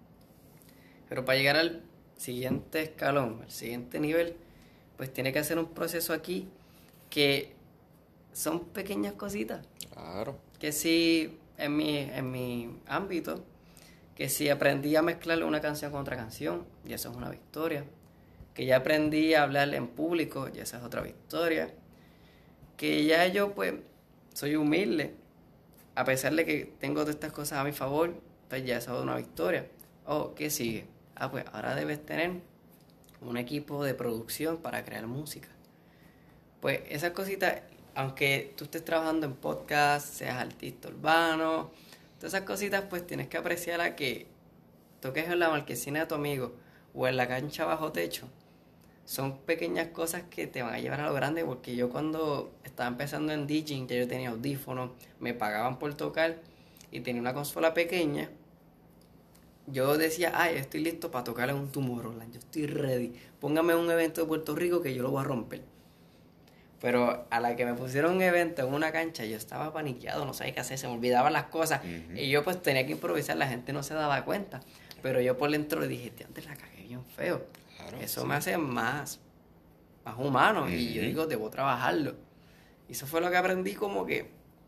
Speaker 2: Pero para llegar al siguiente escalón, al siguiente nivel, pues tiene que hacer un proceso aquí que son pequeñas cositas.
Speaker 1: Claro.
Speaker 2: Que si en mi, en mi ámbito, que si aprendí a mezclar una canción con otra canción, y eso es una victoria. Que ya aprendí a hablar en público, y esa es otra victoria. Que ya yo pues soy humilde, a pesar de que tengo todas estas cosas a mi favor, pues ya eso es una victoria. Oh, ¿qué sigue? Ah, pues ahora debes tener un equipo de producción para crear música. Pues esas cositas, aunque tú estés trabajando en podcast, seas artista urbano, todas esas cositas pues tienes que apreciar a que toques en la marquesina de tu amigo o en la cancha bajo techo. Son pequeñas cosas que te van a llevar a lo grande, porque yo cuando estaba empezando en DJing, ya yo tenía audífonos, me pagaban por tocar y tenía una consola pequeña. Yo decía, ay, estoy listo para tocar en un Tomorrowland, yo estoy ready. Póngame un evento de Puerto Rico que yo lo voy a romper. Pero a la que me pusieron un evento en una cancha, yo estaba paniqueado, no sabía qué hacer, se me olvidaban las cosas. Uh-huh. Y yo pues tenía que improvisar, la gente no se daba cuenta. Pero yo por dentro le dije, tío, antes la cagué bien feo. Claro, eso sí. Me hace más, más humano. Uh-huh. Y yo digo, debo trabajarlo. Y eso fue lo que aprendí, como que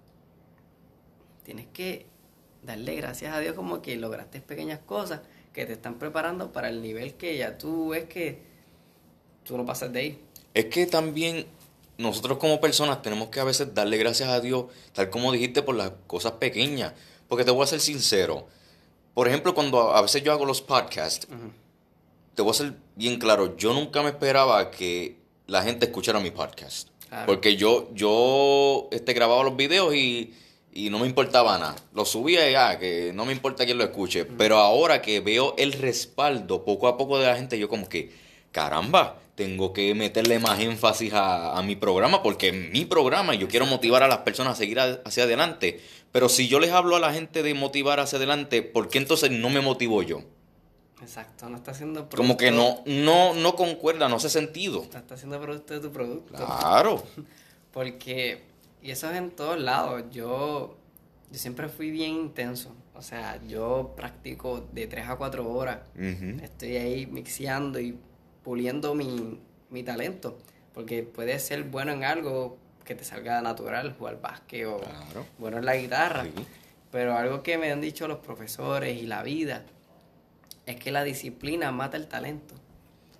Speaker 2: tienes que darle gracias a Dios como que lograste pequeñas cosas que te están preparando para el nivel que ya tú ves que tú no pasas de ahí.
Speaker 1: Es que también nosotros como personas tenemos que a veces darle gracias a Dios, tal como dijiste, por las cosas pequeñas. Porque te voy a ser sincero. Por ejemplo, cuando a veces yo hago los podcasts, uh-huh. te voy a ser bien claro, yo nunca me esperaba que la gente escuchara mi podcast. Claro. Porque yo, yo este, grababa los videos y, y no me importaba nada. Los subía y ya, que no me importa quién lo escuche. Uh-huh. Pero ahora que veo el respaldo poco a poco de la gente, yo como que, caramba, tengo que meterle más énfasis a, a mi programa, porque es mi programa y yo quiero motivar a las personas a seguir a, hacia adelante. Pero si yo les hablo a la gente de motivar hacia adelante, ¿por qué entonces no me motivo yo?
Speaker 2: Exacto, no está haciendo producto.
Speaker 1: Como que no, no, no concuerda, no hace sentido.
Speaker 2: No está haciendo producto de tu producto.
Speaker 1: Claro.
Speaker 2: Porque, y eso es en todos lados, yo, yo siempre fui bien intenso. O sea, yo practico de tres a cuatro horas. Uh-huh. Estoy ahí mixeando y puliendo mi, mi talento, porque puedes ser bueno en algo que te salga natural, jugar básquet o claro. bueno en la guitarra, sí. Pero algo que me han dicho los profesores y la vida es que la disciplina mata el talento.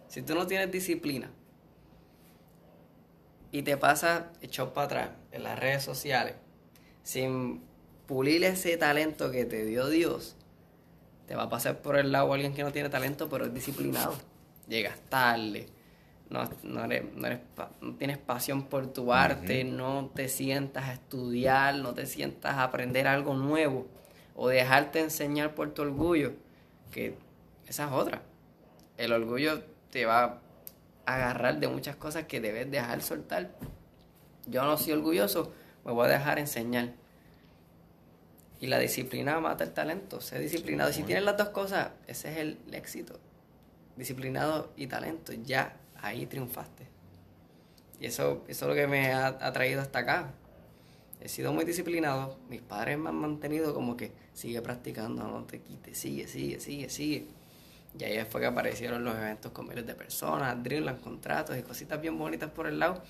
Speaker 2: Si tú no tienes disciplina y te pasas echado para atrás en las redes sociales sin pulir ese talento que te dio Dios, te va a pasar por el lado alguien que no tiene talento pero es disciplinado. Llegas tarde, no, no, eres, no, eres, no tienes pasión por tu arte, uh-huh. no te sientas a estudiar, no te sientas a aprender algo nuevo o dejarte enseñar por tu orgullo, que esa es otra. El orgullo te va a agarrar de muchas cosas que debes dejar soltar. Yo no soy orgulloso, me voy a dejar enseñar. Y la disciplina mata el talento, sé disciplinado. Y si tienes las dos cosas, ese es el éxito. Disciplinado y talento, ya ahí triunfaste. Y eso, eso es lo que me ha, ha traído hasta acá. He sido muy disciplinado, mis padres me han mantenido como que sigue practicando, no te quites, sigue, sigue, sigue, sigue. Y ahí fue que aparecieron los eventos con miles de personas, Dreamland, contratos y cositas bien bonitas por el lado.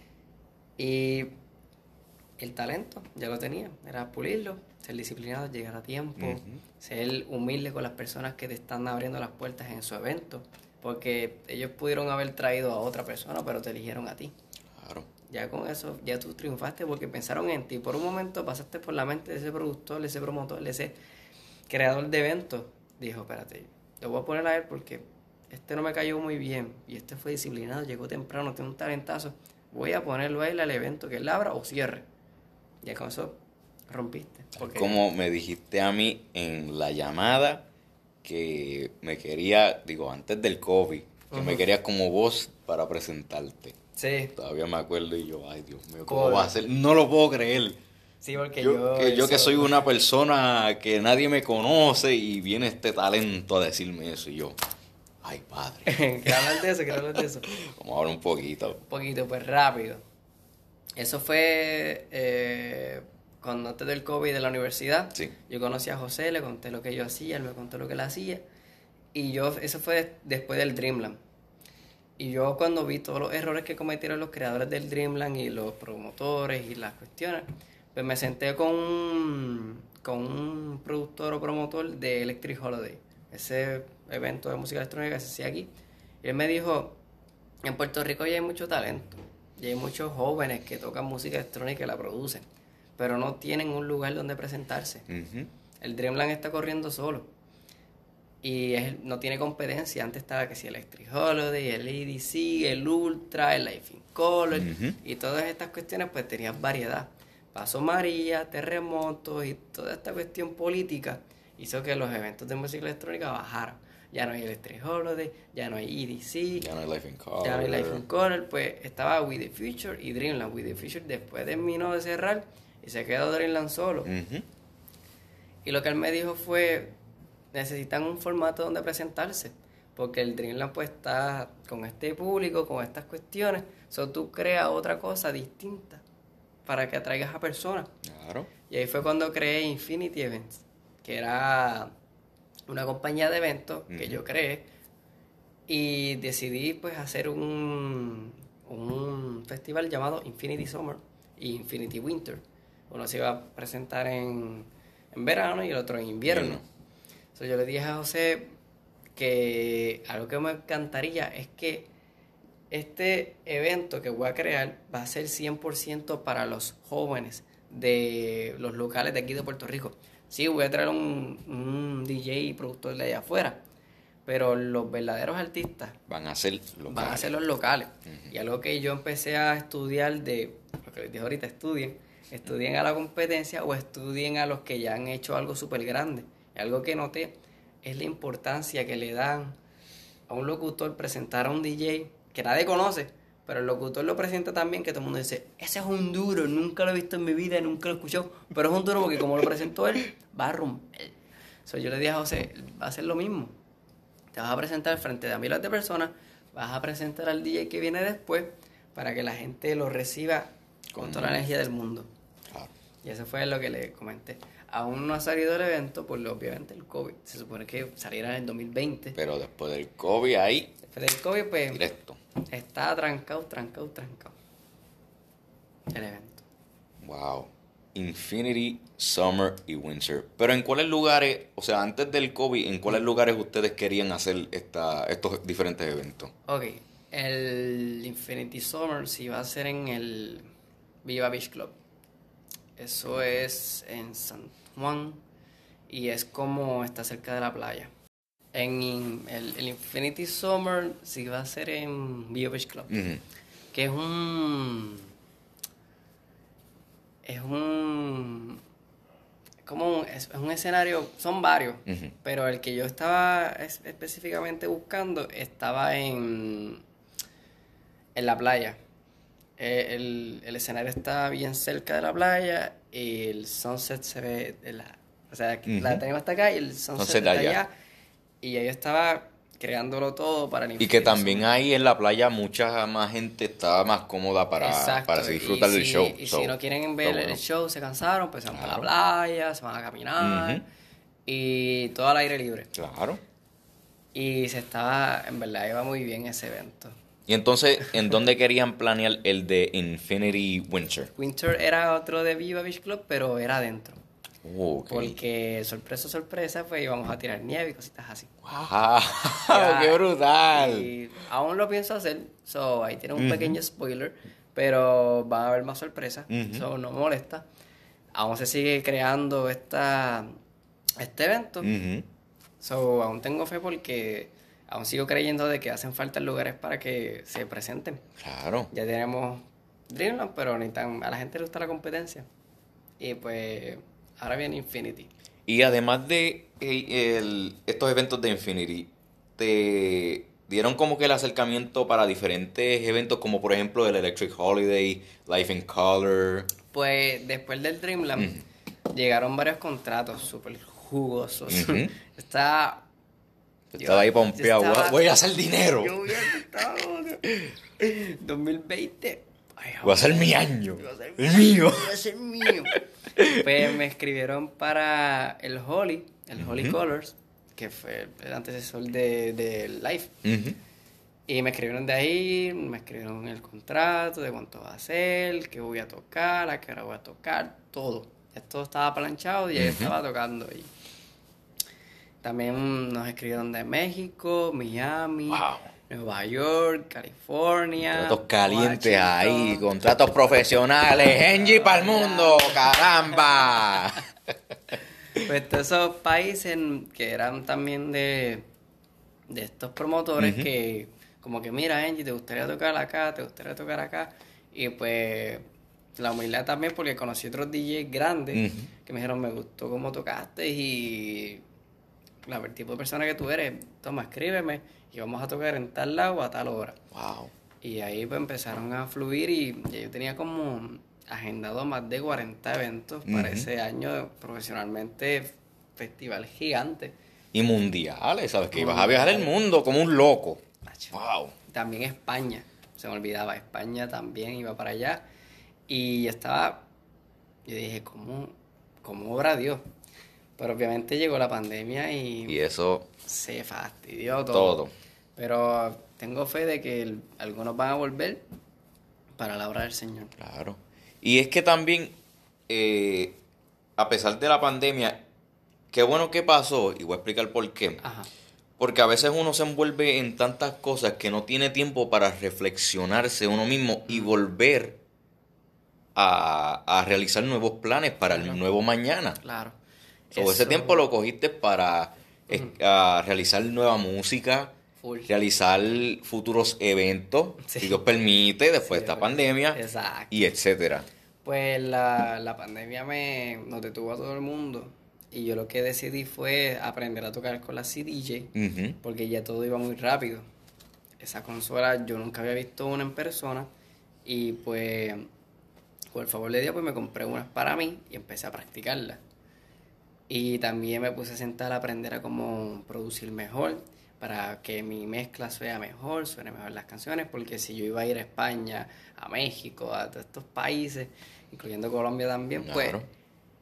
Speaker 2: Y el talento ya lo tenía, era pulirlo, ser disciplinado, llegar a tiempo, uh-huh. ser humilde con las personas que te están abriendo las puertas en su evento, porque ellos pudieron haber traído a otra persona, pero te eligieron a ti.
Speaker 1: Claro.
Speaker 2: Ya con eso, ya tú triunfaste porque pensaron en ti. Por un momento pasaste por la mente de ese productor, de ese promotor, de ese creador de eventos. Dijo, espérate, lo voy a poner a él porque este no me cayó muy bien y este fue disciplinado, llegó temprano, tiene un talentazo. Voy a ponerlo a él al evento que él abra o cierre. Ya con eso rompiste. Porque...
Speaker 1: Como me dijiste a mí en la llamada que me quería, digo, antes del COVID, que uh-huh. me querías como voz para presentarte.
Speaker 2: Sí.
Speaker 1: Todavía me acuerdo y yo, ay Dios mío, ¿cómo va a ser? No lo puedo creer.
Speaker 2: Sí, porque
Speaker 1: yo...
Speaker 2: yo...
Speaker 1: Que
Speaker 2: eso...
Speaker 1: yo que soy una persona que nadie me conoce y viene este talento a decirme eso y yo... Ay, padre.
Speaker 2: ¿Quieres hablar de eso? ¿Quieres hablar de eso?
Speaker 1: Vamos a hablar un poquito.
Speaker 2: Un poquito, pues rápido. Eso fue eh, cuando antes del COVID de la universidad.
Speaker 1: Sí.
Speaker 2: Yo conocí a José, le conté lo que yo hacía, él me contó lo que él hacía. Y yo, eso fue después del Dreamland. Y yo cuando vi todos los errores que cometieron los creadores del Dreamland y los promotores y las cuestiones, pues me senté con un, con un productor o promotor de Electric Holiday, ese evento de música electrónica que se hacía aquí. Y él me dijo, en Puerto Rico ya hay mucho talento, y hay muchos jóvenes que tocan música electrónica y la producen, pero no tienen un lugar donde presentarse.
Speaker 1: Uh-huh.
Speaker 2: El Dreamland está corriendo solo y es, no tiene competencia. Antes estaba que si Electric Holiday, el E D C, el Ultra, el Life in Color, uh-huh. y todas estas cuestiones pues tenían variedad. Pasó María, terremotos y toda esta cuestión política hizo que los eventos de música electrónica bajaran. Ya no hay Electric Holiday, ya no hay E D C,
Speaker 1: ya no hay Life in Color,
Speaker 2: ya no hay Life in Color, pues estaba We The Future y Dreamland. We The Future después terminó de cerrar y se quedó Dreamland solo.
Speaker 1: Uh-huh.
Speaker 2: Y lo que él me dijo fue, necesitan un formato donde presentarse, porque el Dreamland pues está con este público, con estas cuestiones, so tú creas otra cosa distinta para que atraigas a personas.
Speaker 1: Claro.
Speaker 2: Y ahí fue cuando creé Infinity Events, que era una compañía de eventos uh-huh. que yo creé, y decidí pues hacer un, un festival llamado Infinity Summer y Infinity Winter. Uno se iba a presentar en, en verano y el otro en invierno. Uh-huh. So, yo le dije a José que algo que me encantaría es que este evento que voy a crear va a ser cien por ciento para los jóvenes de los locales de aquí de Puerto Rico. Sí, voy a traer un, un D J y productor de allá afuera, pero los verdaderos artistas
Speaker 1: van a ser locales.
Speaker 2: Van a ser los locales. Uh-huh. Y algo que yo empecé a estudiar de lo que les dije ahorita, estudien, estudien a la competencia o estudien a los que ya han hecho algo súper grande. Y algo que noté es la importancia que le dan a un locutor presentar a un D J que nadie conoce, pero el locutor lo presenta también, que todo el mundo dice, ese es un duro, nunca lo he visto en mi vida, nunca lo he escuchado, pero es un duro porque como lo presentó él, va a romper. So, yo le dije a José, va a ser lo mismo. Te vas a presentar frente a miles de personas, vas a presentar al D J que viene después para que la gente lo reciba con toda la energía del mundo.
Speaker 1: Claro.
Speaker 2: Y eso fue lo que le comenté. Aún no ha salido el evento, por lo, obviamente el COVID. Se supone que saliera en el dos mil veinte.
Speaker 1: Pero después del COVID ahí...
Speaker 2: Después del COVID, pues...
Speaker 1: Directo.
Speaker 2: Está trancado, trancado, trancado. El evento.
Speaker 1: Wow. Infinity, Summer y Winter. Pero ¿en cuáles lugares, o sea, antes del COVID, en cuáles lugares ustedes querían hacer esta, estos diferentes eventos?
Speaker 2: Ok, el Infinity Summer se iba a hacer en el Viva Beach Club. Eso es en San Juan y es como está cerca de la playa. En in- el, el Infinity Summer se iba a hacer en Viva Beach Club,
Speaker 1: Ujú.
Speaker 2: que es un... Es un... Como un, es, es un escenario, son varios,
Speaker 1: Ujú.
Speaker 2: pero el que yo estaba es- específicamente buscando estaba en, en la playa. Eh, el, el escenario está bien cerca de la playa y el sunset se ve de la... O sea,
Speaker 1: Ujú.
Speaker 2: la tenemos hasta acá y el sunset
Speaker 1: Sunset
Speaker 2: está
Speaker 1: allá.
Speaker 2: allá. Y yo estaba creándolo todo para el
Speaker 1: Y que
Speaker 2: Infinity
Speaker 1: también
Speaker 2: Summer.
Speaker 1: ahí en la playa mucha más gente estaba más cómoda para,
Speaker 2: Exacto,
Speaker 1: para así
Speaker 2: y
Speaker 1: disfrutar del
Speaker 2: si,
Speaker 1: show.
Speaker 2: y
Speaker 1: So,
Speaker 2: si no quieren
Speaker 1: está
Speaker 2: ver
Speaker 1: bueno.
Speaker 2: el show, se cansaron, pues se van para la
Speaker 1: Claro.
Speaker 2: playa, se van a caminar
Speaker 1: Ujú.
Speaker 2: y todo al aire libre.
Speaker 1: Claro.
Speaker 2: Y se estaba, en verdad, iba muy bien ese evento.
Speaker 1: Y entonces, ¿en dónde querían planear el de Infinity Winter?
Speaker 2: Winter era otro de Viva Beach Club, pero era adentro.
Speaker 1: Oh, ok.
Speaker 2: Porque, sorpresa, sorpresa, pues íbamos a tirar nieve y cositas así.
Speaker 1: ¡Wow!
Speaker 2: Ya,
Speaker 1: ¡Qué brutal!
Speaker 2: Y aún lo pienso hacer, so ahí tiene un
Speaker 1: Ujú.
Speaker 2: pequeño spoiler, pero van a haber más sorpresas,
Speaker 1: Ujú.
Speaker 2: so no me molesta. Aún se sigue creando esta, este evento,
Speaker 1: Ujú.
Speaker 2: so aún tengo fe porque aún sigo creyendo de que hacen falta lugares para que se presenten.
Speaker 1: Claro.
Speaker 2: Ya tenemos Dreamland, pero ni tan, a la gente le gusta la competencia. Y pues ahora viene Infinity.
Speaker 1: Y además de eh, el- estos eventos de Infinity, te dieron como que el acercamiento para diferentes eventos, como por ejemplo el Electric Holiday, Life in Color.
Speaker 2: Pues después del Dreamland llegaron varios contratos súper jugosos.
Speaker 1: Ujú.
Speaker 2: Está...
Speaker 1: Estaba ahí
Speaker 2: yo
Speaker 1: pompeado.
Speaker 2: estaba-
Speaker 1: Voy a hacer dinero.
Speaker 2: Yo hubiera estado... dos mil veinte. Ay,
Speaker 1: Voy a hacer
Speaker 2: amor,
Speaker 1: mi año.
Speaker 2: va a ser
Speaker 1: El mío.
Speaker 2: Va a ser mío. Pues me escribieron para el Holy, el Holy
Speaker 1: Ujú.
Speaker 2: Colors, que fue el antecesor de, de Life.
Speaker 1: Ujú.
Speaker 2: Y me escribieron de ahí, me escribieron el contrato, de cuánto va a ser, qué voy a tocar, a qué hora voy a tocar, todo. Ya todo estaba planchado y ya yo
Speaker 1: Ujú.
Speaker 2: estaba tocando. Y también nos escribieron de México, Miami,
Speaker 1: Wow.
Speaker 2: Nueva York, California.
Speaker 1: Contratos calientes ahí,
Speaker 2: Washington.
Speaker 1: contratos profesionales. Engie para el mundo, caramba.
Speaker 2: Pues todos esos países que eran también de, de estos promotores
Speaker 1: Ujú.
Speaker 2: que, como que, mira, Angie, ¿te gustaría tocar acá? ¿Te gustaría tocar acá? Y pues la humildad también, porque conocí otros D Js grandes
Speaker 1: Ujú.
Speaker 2: que me dijeron, me gustó cómo tocaste y la, el tipo de persona que tú eres, toma, escríbeme y vamos a tocar en tal lado a tal hora.
Speaker 1: Wow.
Speaker 2: Y ahí pues empezaron a fluir y ya yo tenía como agendado más de cuarenta eventos para
Speaker 1: Ujú.
Speaker 2: ese año profesionalmente, festival gigante.
Speaker 1: Y mundiales, ¿sabes? Que ibas a viajar el mundo como un loco.
Speaker 2: Macho.
Speaker 1: Wow.
Speaker 2: También España, se me olvidaba, España también iba para allá. Y yo estaba, yo dije, ¿cómo, cómo obra Dios? Pero obviamente llegó la pandemia y,
Speaker 1: Y eso,
Speaker 2: se fastidió todo.
Speaker 1: todo.
Speaker 2: Pero tengo fe de que el- algunos van a volver para la obra del Señor.
Speaker 1: Claro. Y es que también, eh, a pesar de la pandemia, qué bueno que pasó, y voy a explicar por qué.
Speaker 2: Ajá.
Speaker 1: Porque a veces uno se envuelve en tantas cosas que no tiene tiempo para reflexionarse uno mismo y volver a, a realizar nuevos planes para
Speaker 2: Claro.
Speaker 1: el nuevo mañana.
Speaker 2: Claro.
Speaker 1: So, ese
Speaker 2: Eso-
Speaker 1: tiempo lo cogiste para es- a realizar nueva música,
Speaker 2: Full.
Speaker 1: realizar futuros eventos,
Speaker 2: Sí.
Speaker 1: si Dios permite, después
Speaker 2: Sí,
Speaker 1: de esta
Speaker 2: después.
Speaker 1: pandemia,
Speaker 2: Exacto.
Speaker 1: y etcétera.
Speaker 2: Pues la, la pandemia me nos detuvo a todo el mundo y yo lo que decidí fue aprender a tocar con la C D J
Speaker 1: Ujú.
Speaker 2: porque ya todo iba muy rápido. Esa consola yo nunca había visto una en persona y pues por el favor de Dios pues me compré unas para mí y empecé a practicarla. Y también me puse a sentar a aprender a cómo producir mejor para que mi mezcla suene mejor, suene mejor las canciones, porque si yo iba a ir a España, a México, a todos estos países, incluyendo Colombia también, pues
Speaker 1: Claro.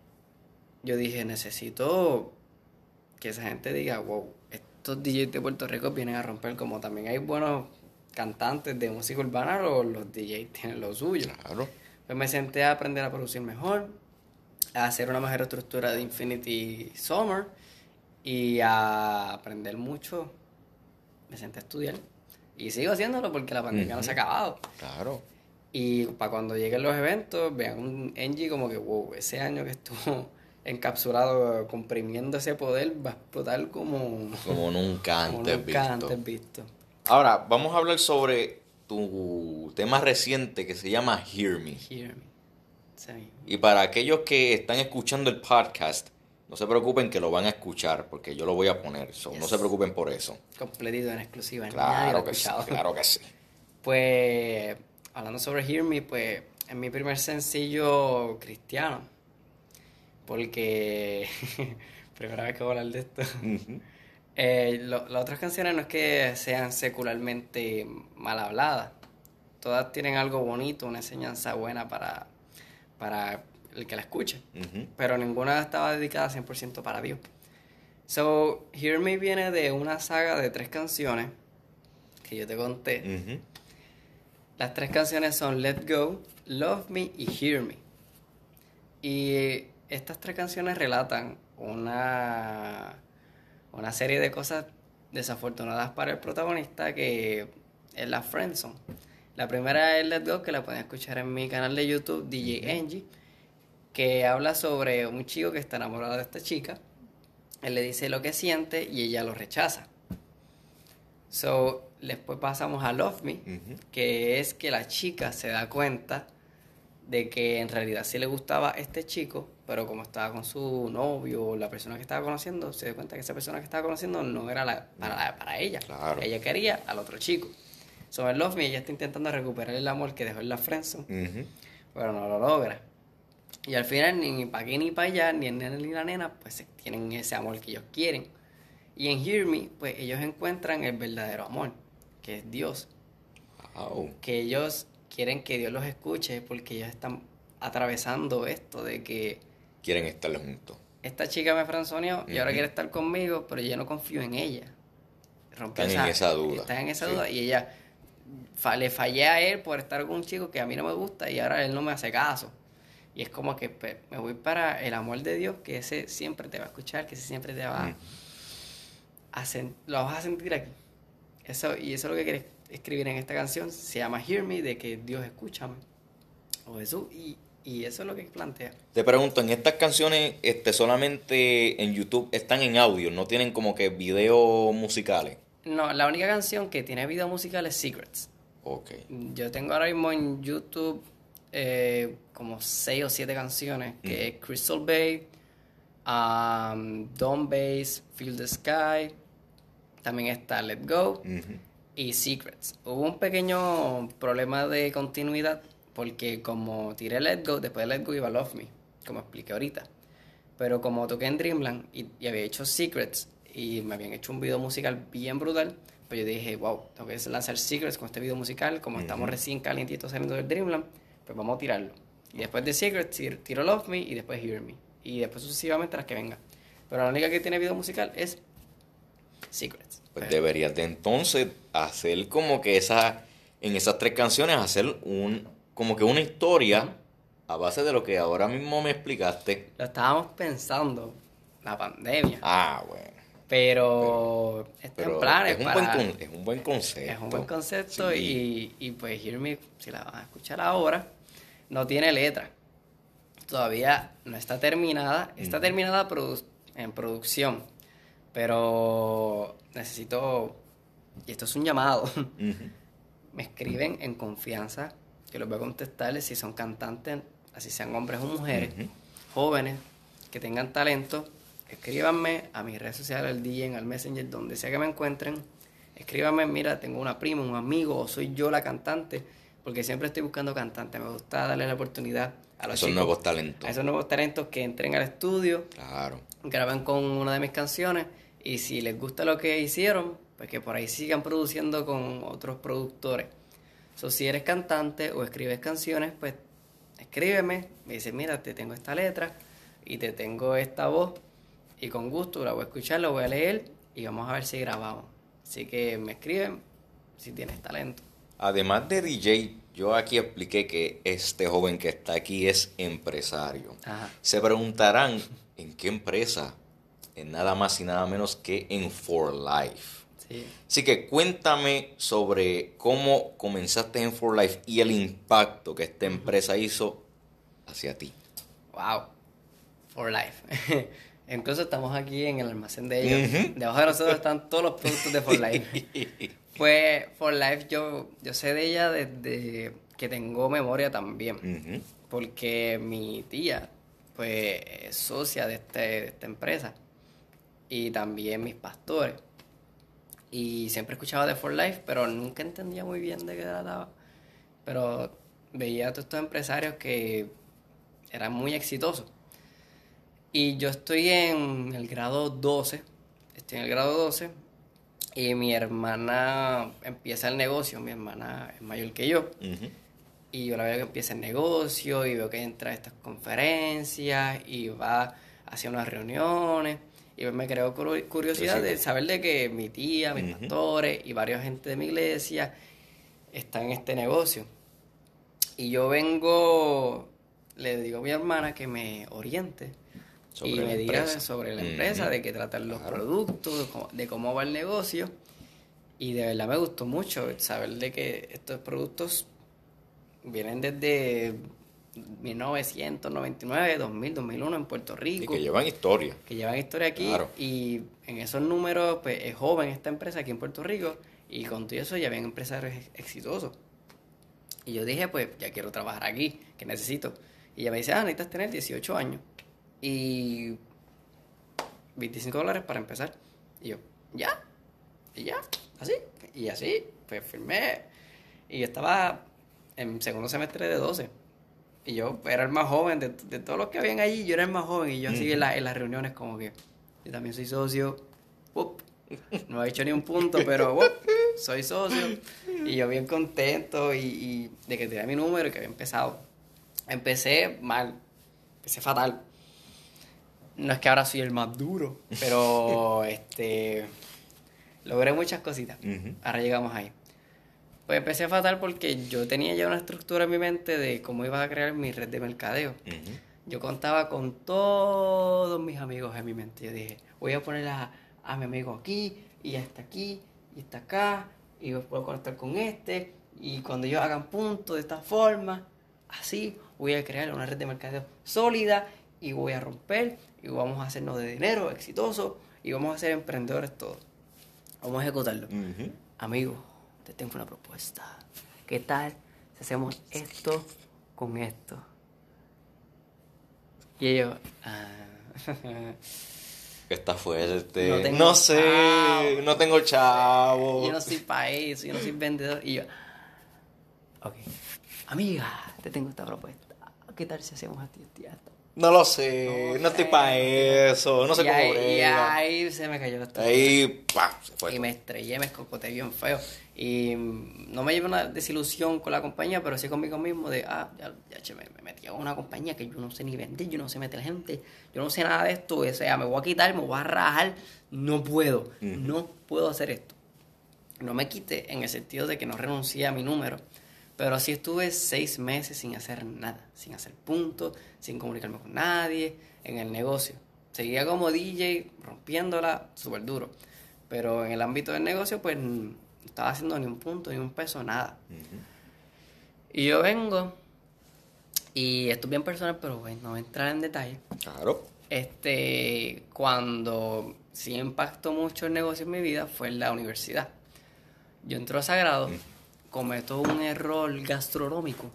Speaker 2: yo dije, necesito que esa gente diga, wow, estos D Js de Puerto Rico vienen a romper, como también hay buenos cantantes de música urbana, los, los D Js tienen lo suyo.
Speaker 1: Claro.
Speaker 2: Pues me senté a aprender a producir mejor a hacer una mejor estructura de Infinity Summer y a aprender mucho. Me senté a estudiar y sigo haciéndolo porque la pandemia
Speaker 1: Ujú.
Speaker 2: no se ha acabado.
Speaker 1: Claro.
Speaker 2: Y para cuando lleguen los eventos, vean un Engie como que, wow, ese año que estuvo encapsulado, comprimiendo ese poder, va a explotar como,
Speaker 1: Como nunca
Speaker 2: como
Speaker 1: antes
Speaker 2: nunca
Speaker 1: visto.
Speaker 2: antes visto.
Speaker 1: Ahora, vamos a hablar sobre tu tema reciente que se llama Hear Me.
Speaker 2: Hear me. Sí.
Speaker 1: Y para aquellos que están escuchando el podcast, no se preocupen que lo van a escuchar, porque yo lo voy a poner. So,
Speaker 2: Yes.
Speaker 1: No se preocupen por eso.
Speaker 2: Completito en exclusiva. Nadie lo
Speaker 1: Claro
Speaker 2: ha
Speaker 1: que sí,
Speaker 2: escuchado.
Speaker 1: claro que sí.
Speaker 2: Pues, hablando sobre Hear Me, pues es mi primer sencillo cristiano. Porque, primera vez que voy a hablar de esto.
Speaker 1: Ujú.
Speaker 2: Eh, lo- las otras canciones no es que sean secularmente mal habladas. Todas tienen algo bonito, una enseñanza buena para, para el que la escuche.
Speaker 1: Ujú.
Speaker 2: Pero ninguna estaba dedicada cien por ciento para Dios. So, Hear Me viene de una saga de tres canciones que yo te conté.
Speaker 1: Ujú.
Speaker 2: Las tres canciones son Let Go, Love Me y Hear Me. Y estas tres canciones relatan una, una serie de cosas desafortunadas para el protagonista que es la friendzone. La primera es Let Go, que la pueden escuchar en mi canal de YouTube, D J Angie, que habla sobre un chico que está enamorado de esta chica. Él le dice lo que siente y ella lo rechaza. So, después pasamos a Love Me,
Speaker 1: Ujú.
Speaker 2: que es que la chica se da cuenta de que en realidad sí le gustaba este chico, pero como estaba con su novio o la persona que estaba conociendo, se dio cuenta que esa persona que estaba conociendo no era la, para, la- para ella.
Speaker 1: Claro.
Speaker 2: Ella quería al otro chico. So, en Love Me ella está intentando recuperar el amor que dejó en la friendzone,
Speaker 1: Ujú.
Speaker 2: pero no lo logra. Y al final, ni para aquí ni para allá, ni el nene ni la nena, pues tienen ese amor que ellos quieren. Y en Hear Me, pues ellos encuentran el verdadero amor, que es Dios.
Speaker 1: Wow.
Speaker 2: Que ellos quieren que Dios los escuche porque ellos están atravesando esto de que
Speaker 1: Quieren estar juntos.
Speaker 2: esta chica me franzoneó y ahora
Speaker 1: Ujú.
Speaker 2: quiere estar conmigo, pero yo no confío en ella. Rompió
Speaker 1: Están en esa duda.
Speaker 2: Están en esa
Speaker 1: Sí.
Speaker 2: duda y ella fa- le fallé a él por estar con un chico que a mí no me gusta y ahora él no me hace caso. Y es como que pues, me voy para el amor de Dios, que ese siempre te va a escuchar, que ese siempre te va
Speaker 1: Mm.
Speaker 2: a sen- lo vas a sentir aquí. Eso, y eso es lo que quiere escribir en esta canción. Se llama Hear Me, de que Dios escúchame. O Jesús. Y, y eso es lo que plantea.
Speaker 1: Te pregunto, en estas canciones este, solamente en YouTube están en audio, no tienen como que videos musicales.
Speaker 2: No, la única canción que tiene video musical es Secrets.
Speaker 1: Ok.
Speaker 2: Yo tengo ahora mismo en YouTube eh, como seis o siete canciones, que
Speaker 1: Ujú.
Speaker 2: es Crystal Bay, um, Dawn Base, Feel the Sky, también está Let Go
Speaker 1: Ujú.
Speaker 2: y Secrets. Hubo un pequeño problema de continuidad porque como tiré Let Go, después de Let Go iba Love Me, como expliqué ahorita. Pero como toqué en Dreamland y, y había hecho Secrets y me habían hecho un video musical bien brutal, pues yo dije, wow, tengo que lanzar Secrets con este video musical, como estamos
Speaker 1: Ujú.
Speaker 2: recién calientitos saliendo del Dreamland, pues vamos a tirarlo. Y después de Secrets tir- tiro Love Me y después Hear Me. Y después sucesivamente las que vengan. Pero la única que tiene video musical es Secrets.
Speaker 1: Pues
Speaker 2: Pero-
Speaker 1: deberías de entonces hacer como que esa, en esas tres canciones, hacer un, como que una historia
Speaker 2: Ujú.
Speaker 1: a base de lo que ahora mismo me explicaste.
Speaker 2: Lo estábamos pensando, la pandemia.
Speaker 1: Ah, bueno.
Speaker 2: Pero, está en
Speaker 1: Pero
Speaker 2: planes
Speaker 1: es un,
Speaker 2: para...
Speaker 1: buen, con- es un buen concepto.
Speaker 2: Es un buen concepto
Speaker 1: Sí.
Speaker 2: y, y pues Hear Me, si la van a escuchar ahora, no tiene letra. Todavía no está terminada. Está
Speaker 1: Ujú.
Speaker 2: terminada produ- en producción. Pero necesito, y esto es un llamado,
Speaker 1: Ujú.
Speaker 2: me escriben en confianza, que los voy a contestarles si son cantantes, así sean hombres o mujeres,
Speaker 1: Ujú.
Speaker 2: jóvenes, que tengan talento. Escríbanme a mis redes sociales, al D M, al Messenger, donde sea que me encuentren. Escríbanme, mira, tengo una prima, un amigo, o soy yo la cantante, porque siempre estoy buscando cantantes. Me gusta darle la oportunidad a los
Speaker 1: Esos
Speaker 2: chicos,
Speaker 1: nuevos talentos.
Speaker 2: a esos nuevos talentos que entren al estudio,
Speaker 1: Claro.
Speaker 2: graben con una de mis canciones, y si les gusta lo que hicieron, pues que por ahí sigan produciendo con otros productores. So, si eres cantante o escribes canciones, pues escríbeme, me dices, mira, te tengo esta letra y te tengo esta voz, y con gusto la voy a escuchar, la voy a leer y vamos a ver si grabamos. Así que me escriben si tienes talento.
Speaker 1: Además de D J, yo aquí expliqué que este joven que está aquí es empresario.
Speaker 2: Ajá.
Speaker 1: Se preguntarán, ¿en qué empresa? En nada más y nada menos que en For Life.
Speaker 2: Sí.
Speaker 1: Así que cuéntame sobre cómo comenzaste en For Life y el impacto que esta empresa hizo hacia ti.
Speaker 2: Wow. For Life. Incluso estamos aquí en el almacén de ellos.
Speaker 1: Ujú.
Speaker 2: Debajo de nosotros están todos los productos de For Life. Pues For Life yo, yo sé de ella desde que tengo memoria también.
Speaker 1: Ujú.
Speaker 2: Porque mi tía, pues, es socia de, este, de esta empresa. Y también mis pastores. Y siempre escuchaba de For Life, pero nunca entendía muy bien de qué trataba. Pero veía a todos estos empresarios que eran muy exitosos. Y yo estoy en el grado doce. Estoy en el grado doce. Y mi hermana empieza el negocio. Mi hermana es mayor que yo.
Speaker 1: Ujú.
Speaker 2: Y yo la veo que empieza el negocio y veo que entra a estas conferencias y va hacia unas reuniones. Y pues me creó curu- curiosidad de saber de que mi tía, mis
Speaker 1: Ujú.
Speaker 2: pastores y varios gente de mi iglesia están en este negocio. Y yo vengo, le digo a mi hermana que me oriente
Speaker 1: Sobre
Speaker 2: y
Speaker 1: la
Speaker 2: me diga
Speaker 1: empresa.
Speaker 2: sobre la
Speaker 1: Ujú.
Speaker 2: empresa, de qué tratan los
Speaker 1: Claro.
Speaker 2: productos, de cómo, de cómo va el negocio. Y de verdad me gustó mucho saber de que estos productos vienen desde mil novecientos noventa y nueve, dos mil, dos mil uno en Puerto
Speaker 1: Y
Speaker 2: Rico,
Speaker 1: que llevan historia.
Speaker 2: que llevan historia aquí.
Speaker 1: Claro.
Speaker 2: Y en esos números, pues es joven esta empresa aquí en Puerto Rico. Y con todo eso ya habían empresarios ex- exitosos. Y yo dije, pues ya quiero trabajar aquí, que necesito. Y ella me dice, ah, necesitas tener dieciocho años. Y veinticinco dólares para empezar. Y yo, ya, y ya, así. Y así, pues firmé. Y yo estaba en segundo semestre de doce. Y yo era el más joven de, de todos los que habían allí. Yo era el más joven. Y yo así en, la- en las reuniones como que, yo también soy socio. Up. No he hecho ni un punto, pero up, soy socio. Y yo bien contento y, y de que tenía mi número y que había empezado. Empecé mal. Empecé fatal. No es que ahora soy el más duro, pero este logré muchas cositas.
Speaker 1: Ujú.
Speaker 2: Ahora llegamos ahí. Pues empecé fatal porque yo tenía ya una estructura en mi mente de cómo iba a crear mi red de mercadeo.
Speaker 1: Ujú.
Speaker 2: Yo contaba con todos mis amigos en mi mente. Yo dije, voy a poner a, a mi amigo aquí, y hasta aquí, y está acá, y yo puedo conectar con este, y cuando ellos hagan puntos de esta forma, así voy a crear una red de mercadeo sólida, y voy a romper, y vamos a hacernos de dinero, exitoso, y vamos a ser emprendedores todos. Vamos a ejecutarlo.
Speaker 1: Ujú.
Speaker 2: Amigo, te tengo una propuesta. ¿Qué tal si hacemos esto con esto? Y ellos, ah,
Speaker 1: Que está fuerte.
Speaker 2: No
Speaker 1: No,
Speaker 2: tengo
Speaker 1: sé,
Speaker 2: chavo.
Speaker 1: no tengo chavo.
Speaker 2: yo no soy para eso, yo no soy vendedor. Y yo, ok, amiga, te tengo esta propuesta. ¿Qué tal si hacemos esto y esto y esto?
Speaker 1: No lo sé, no,
Speaker 2: No
Speaker 1: estoy
Speaker 2: sé,
Speaker 1: para
Speaker 2: no sé.
Speaker 1: eso, no sé
Speaker 2: y
Speaker 1: cómo
Speaker 2: ahí, y
Speaker 1: brega.
Speaker 2: ahí se me cayó la estructura.
Speaker 1: Ahí, ¡pam! Se fue
Speaker 2: Y
Speaker 1: todo.
Speaker 2: me estrellé, me escocoté bien feo. Y mm, no me llevé una desilusión con la compañía, pero sí conmigo mismo de, ah, ya, ya che, me, me metí a una compañía que yo no sé ni vender, yo no sé meter gente, yo no sé nada de esto, o sea, me voy a quitar, me voy a rajar, no puedo,
Speaker 1: Ujú.
Speaker 2: no puedo hacer esto. No me quité en el sentido de que no renuncié a mi número, pero sí estuve seis meses sin hacer nada, sin hacer puntos, sin comunicarme con nadie, en el negocio. Seguía como D J, rompiéndola súper duro. Pero en el ámbito del negocio, pues no estaba haciendo ni un punto, ni un peso, nada.
Speaker 1: Ujú.
Speaker 2: Y yo vengo, y esto es bien personal, pero bueno, no voy a entrar en detalle.
Speaker 1: Claro.
Speaker 2: Este, cuando sí impactó mucho el negocio en mi vida fue en la universidad. Yo entro a Sagrado, cometo un error gastronómico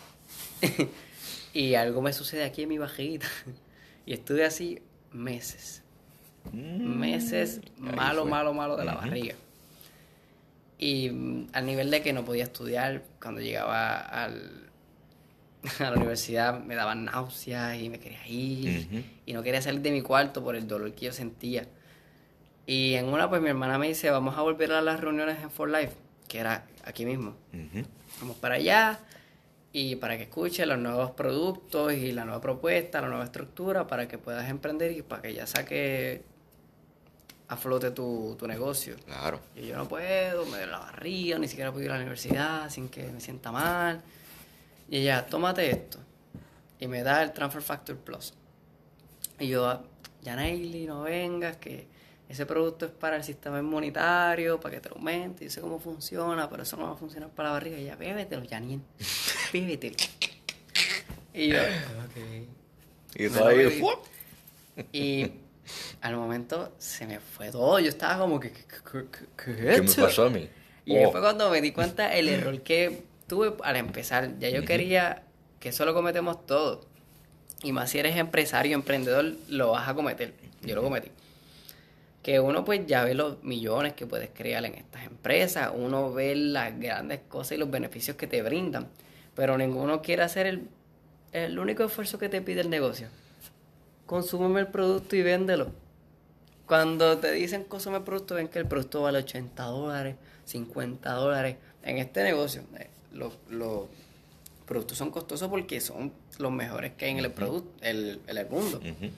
Speaker 2: y algo me sucede aquí en mi bajita. Y estuve así meses. Meses
Speaker 1: Ahí
Speaker 2: malo,
Speaker 1: fue.
Speaker 2: malo, malo de la
Speaker 1: Ujú.
Speaker 2: barriga. Y mm, al nivel de que no podía estudiar, cuando llegaba al, a la universidad me daban náuseas y me quería ir.
Speaker 1: Ujú.
Speaker 2: Y no quería salir de mi cuarto por el dolor que yo sentía. Y en una, pues mi hermana me dice, vamos a volver a las reuniones en For Life, que era aquí mismo.
Speaker 1: Ujú.
Speaker 2: Vamos para allá y para que escuches los nuevos productos y la nueva propuesta, la nueva estructura, para que puedas emprender y para que ya saques a flote tu, tu negocio.
Speaker 1: Claro.
Speaker 2: Y yo no puedo, me duele la barriga, ni siquiera puedo ir a la universidad sin que me sienta mal. Y ella, tómate esto. Y me da el Transfer Factor Plus. Y yo, ya Neily, no vengas, que ese producto es para el sistema inmunitario, para que te lo aumente, yo sé cómo funciona, pero eso no va a funcionar para la barriga. Y ella, bébetelo, Janiel, bébetelo. Y yo, ok.
Speaker 1: Y todo ahí,
Speaker 2: y al momento se me fue todo. Yo estaba como que, ¿qué, qué, qué, qué es
Speaker 1: ¿Qué me
Speaker 2: esto?
Speaker 1: pasó a mí?
Speaker 2: Y ahí
Speaker 1: Oh.
Speaker 2: fue cuando me di cuenta el error que tuve al empezar. Ya yo
Speaker 1: Ujú.
Speaker 2: quería que eso lo cometemos todos. Y más si eres empresario, emprendedor, lo vas a cometer. Yo lo cometí. Que uno pues ya ve los millones que puedes crear en estas empresas. Uno ve las grandes cosas y los beneficios que te brindan. Pero ninguno quiere hacer el, el único esfuerzo que te pide el negocio. Consúmeme el producto y véndelo. Cuando te dicen consume el producto, ven que el producto vale ochenta dólares, cincuenta dólares. En este negocio, eh, los, los productos son costosos porque son los mejores que hay en el, produ- el, en el mundo.
Speaker 1: Ujú.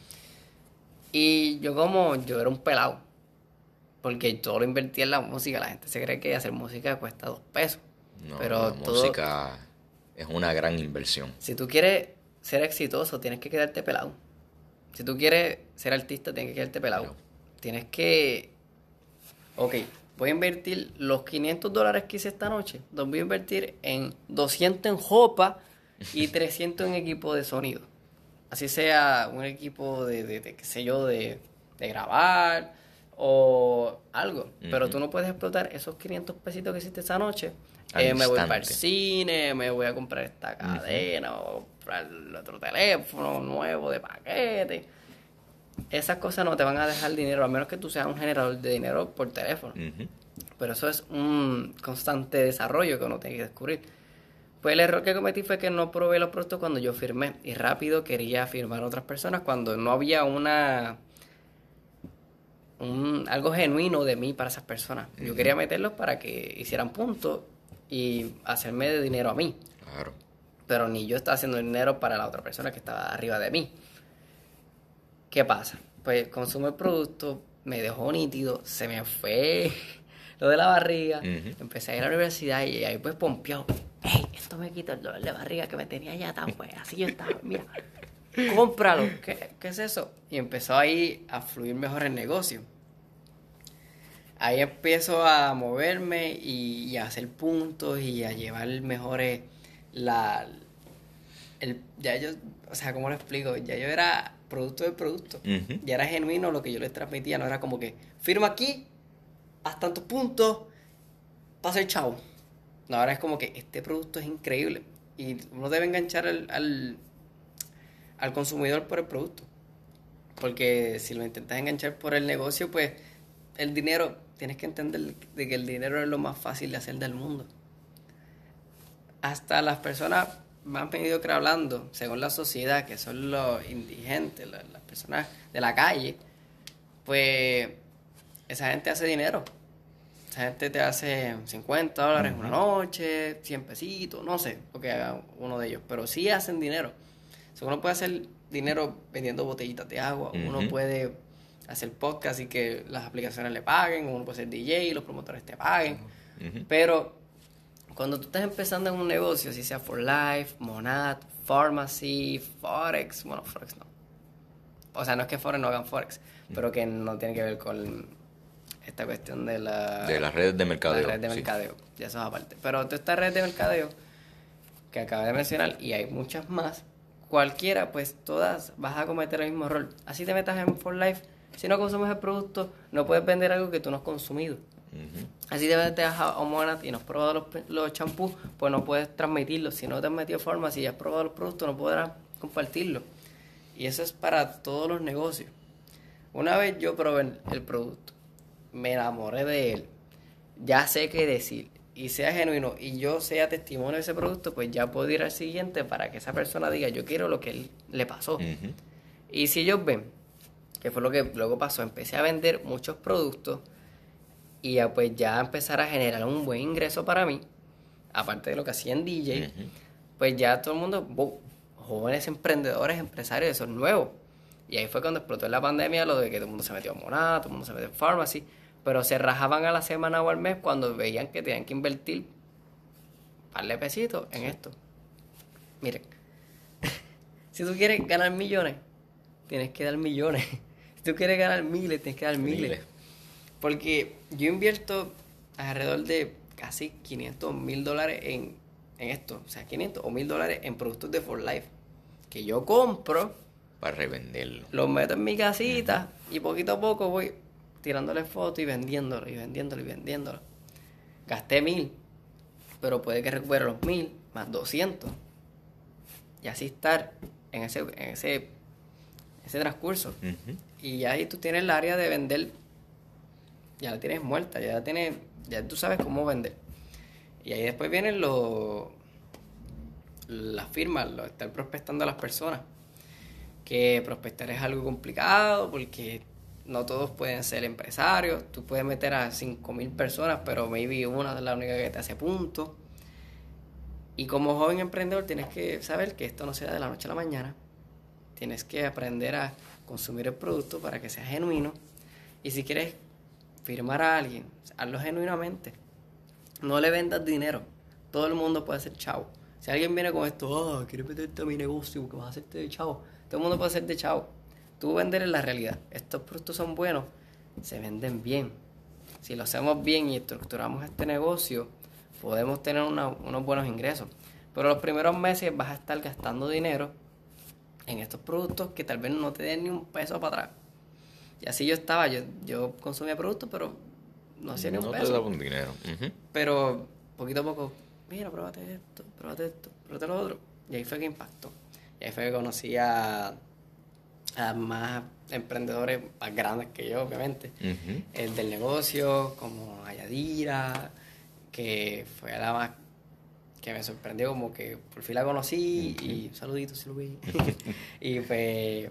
Speaker 2: Y yo como, yo era un pelado. Porque todo lo invertí en la música. La gente se cree que hacer música cuesta dos pesos.
Speaker 1: No,
Speaker 2: pero
Speaker 1: la
Speaker 2: todo,
Speaker 1: música es una gran inversión.
Speaker 2: si tú quieres ser exitoso, tienes que quedarte pelado. Si tú quieres ser artista, tienes que quedarte pelado.
Speaker 1: Claro.
Speaker 2: Tienes que... Ok, voy a invertir los quinientos dólares que hice esta noche. Los voy a invertir en doscientos en jopa y trescientos en equipo de sonido. Así sea un equipo de, de, de qué sé yo, de, de grabar o algo. Pero
Speaker 1: Ujú.
Speaker 2: tú no puedes explotar esos quinientos pesitos que hiciste esa noche.
Speaker 1: Al
Speaker 2: Eh, me voy
Speaker 1: instante.
Speaker 2: para el cine, me voy a comprar esta cadena, o comprar el otro teléfono nuevo de paquete. Esas cosas no te van a dejar dinero, a menos que tú seas un generador de dinero por teléfono.
Speaker 1: Ujú.
Speaker 2: Pero eso es un constante desarrollo que uno tiene que descubrir. Pues el error que cometí fue que no probé los productos cuando yo firmé. Y rápido quería firmar a otras personas cuando no había una... Un, algo genuino de mí para esas personas. Yo
Speaker 1: Ujú.
Speaker 2: quería meterlos para que hicieran puntos y hacerme de dinero a mí.
Speaker 1: Claro.
Speaker 2: Pero ni yo estaba haciendo dinero para la otra persona que estaba arriba de mí. ¿Qué pasa? Pues consumo el producto, me dejó nítido, se me fue lo de la barriga,
Speaker 1: Ujú.
Speaker 2: empecé a ir a la universidad y ahí pues pompeado. ¡Ey! Esto me quita el dolor de barriga que me tenía ya tan pues así yo estaba, mira, cómpralo, ¿qué, qué es eso? Y empezó ahí a fluir mejor el negocio. Ahí empiezo a moverme y, y a hacer puntos y a llevar mejores la... El, ya yo, o sea, ¿cómo lo explico? Ya yo era producto del producto.
Speaker 1: Ujú.
Speaker 2: Ya era genuino lo que yo les transmitía. No era como que, firma aquí, haz tantos puntos, pasa el chavo. No, ahora es como que este producto es increíble. Y uno debe enganchar al, al, al consumidor por el producto. Porque si lo intentas enganchar por el negocio, pues el dinero, tienes que entender de que el dinero es lo más fácil de hacer del mundo. Hasta las personas más mediocres hablando, según la sociedad, que son los indigentes, las, las personas de la calle, pues esa gente hace dinero. Esa gente te hace cincuenta dólares una noche, cien pesitos, no sé lo que haga uno de ellos, pero sí hacen dinero. O sea, uno puede hacer dinero vendiendo botellitas de agua,
Speaker 1: Ujú.
Speaker 2: uno puede hacer podcast y que las aplicaciones le paguen, uno puede ser D J y los promotores te paguen,
Speaker 1: Ujú.
Speaker 2: pero cuando tú estás empezando en un negocio, si sea For Life, Monad, Pharmacy, Forex, bueno, Forex no. O sea, no es que Forex no hagan Forex, pero que no tiene que ver con esta cuestión de la...
Speaker 1: De las redes de mercadeo.
Speaker 2: La red de
Speaker 1: sí.
Speaker 2: mercadeo, ya eso es aparte. Pero toda esta red de mercadeo que acabé de mencionar, y hay muchas más, cualquiera, pues todas vas a cometer el mismo error. Así te metas en For Life, si no consumes el producto, no puedes vender algo que tú no has consumido.
Speaker 1: Ujú.
Speaker 2: Así te metes a Homonat y no has probado los, pe- los champús, pues no puedes transmitirlos. Si no te has metido forma, si ya has probado los productos, no podrás compartirlos. Y eso es para todos los negocios. Una vez yo probé el, el producto, me enamoré de él, ya sé qué decir, y sea genuino, y yo sea testimonio de ese producto, pues ya puedo ir al siguiente para que esa persona diga, yo quiero lo que él le pasó.
Speaker 1: Ujú.
Speaker 2: Y si ellos ven, que fue lo que luego pasó, empecé a vender muchos productos y ya pues ya empezar a generar un buen ingreso para mí, aparte de lo que hacía en D J,
Speaker 1: Ujú.
Speaker 2: pues ya todo el mundo, wow, jóvenes emprendedores, empresarios, eso es nuevo. Y ahí fue cuando explotó en la pandemia lo de que todo el mundo se metió a Monada, todo el mundo se metió en Pharmacy, pero se rajaban a la semana o al mes cuando veían que tenían que invertir un par de pesitos en esto. Miren, si tú quieres ganar millones, tienes que dar millones. Si tú quieres ganar miles, tienes que dar miles. miles. Porque yo invierto alrededor de casi quinientos mil dólares en, en esto. O sea, quinientos o mil dólares en productos de For Life. Que yo compro.
Speaker 1: Para revenderlo.
Speaker 2: Los meto en mi casita uh-huh. y poquito a poco voy tirándole fotos y vendiéndolo, y vendiéndolo, y vendiéndolo. Gasté mil, pero puede que recupere los mil más doscientos. Y así estar en ese, en ese, ese transcurso. Uh-huh. Y ahí tú tienes el área de vender, ya la tienes muerta, ya la tienes, ya tú sabes cómo vender. Y ahí después vienen los las firmas, lo, estar prospectando a las personas. Que prospectar es algo complicado porque no todos pueden ser empresarios. Tú puedes meter a cinco mil personas, pero maybe una es la única que te hace punto. Y como joven emprendedor tienes que saber que esto no se da de la noche a la mañana. Tienes que aprender a consumir el producto para que sea genuino. Y si quieres firmar a alguien, hazlo genuinamente. No le vendas dinero. Todo el mundo puede ser chavo. Si alguien viene con esto, oh, quieres meterte a mi negocio porque vas a hacerte de chavo. Todo el mundo puede ser de chavo. Tú vender en la realidad. Estos productos son buenos, se venden bien. Si lo hacemos bien y estructuramos este negocio, podemos tener una, unos buenos ingresos. Pero los primeros meses vas a estar gastando dinero en estos productos que tal vez no te den ni un peso para atrás. Y así yo estaba, yo, yo consumía productos, pero no hacía ni un
Speaker 1: no
Speaker 2: peso.
Speaker 1: No te daba un dinero. Uh-huh.
Speaker 2: Pero poquito a poco, mira, pruébate esto, pruébate esto, pruébate lo otro. Y ahí fue que impactó. Y ahí fue que conocí a, a más emprendedores más grandes que yo, obviamente. Uh-huh. El del negocio, como a Yadira, que fue la más que me sorprendió, como que por fin la conocí. Uh-huh. Y saluditos si lo vi. y fue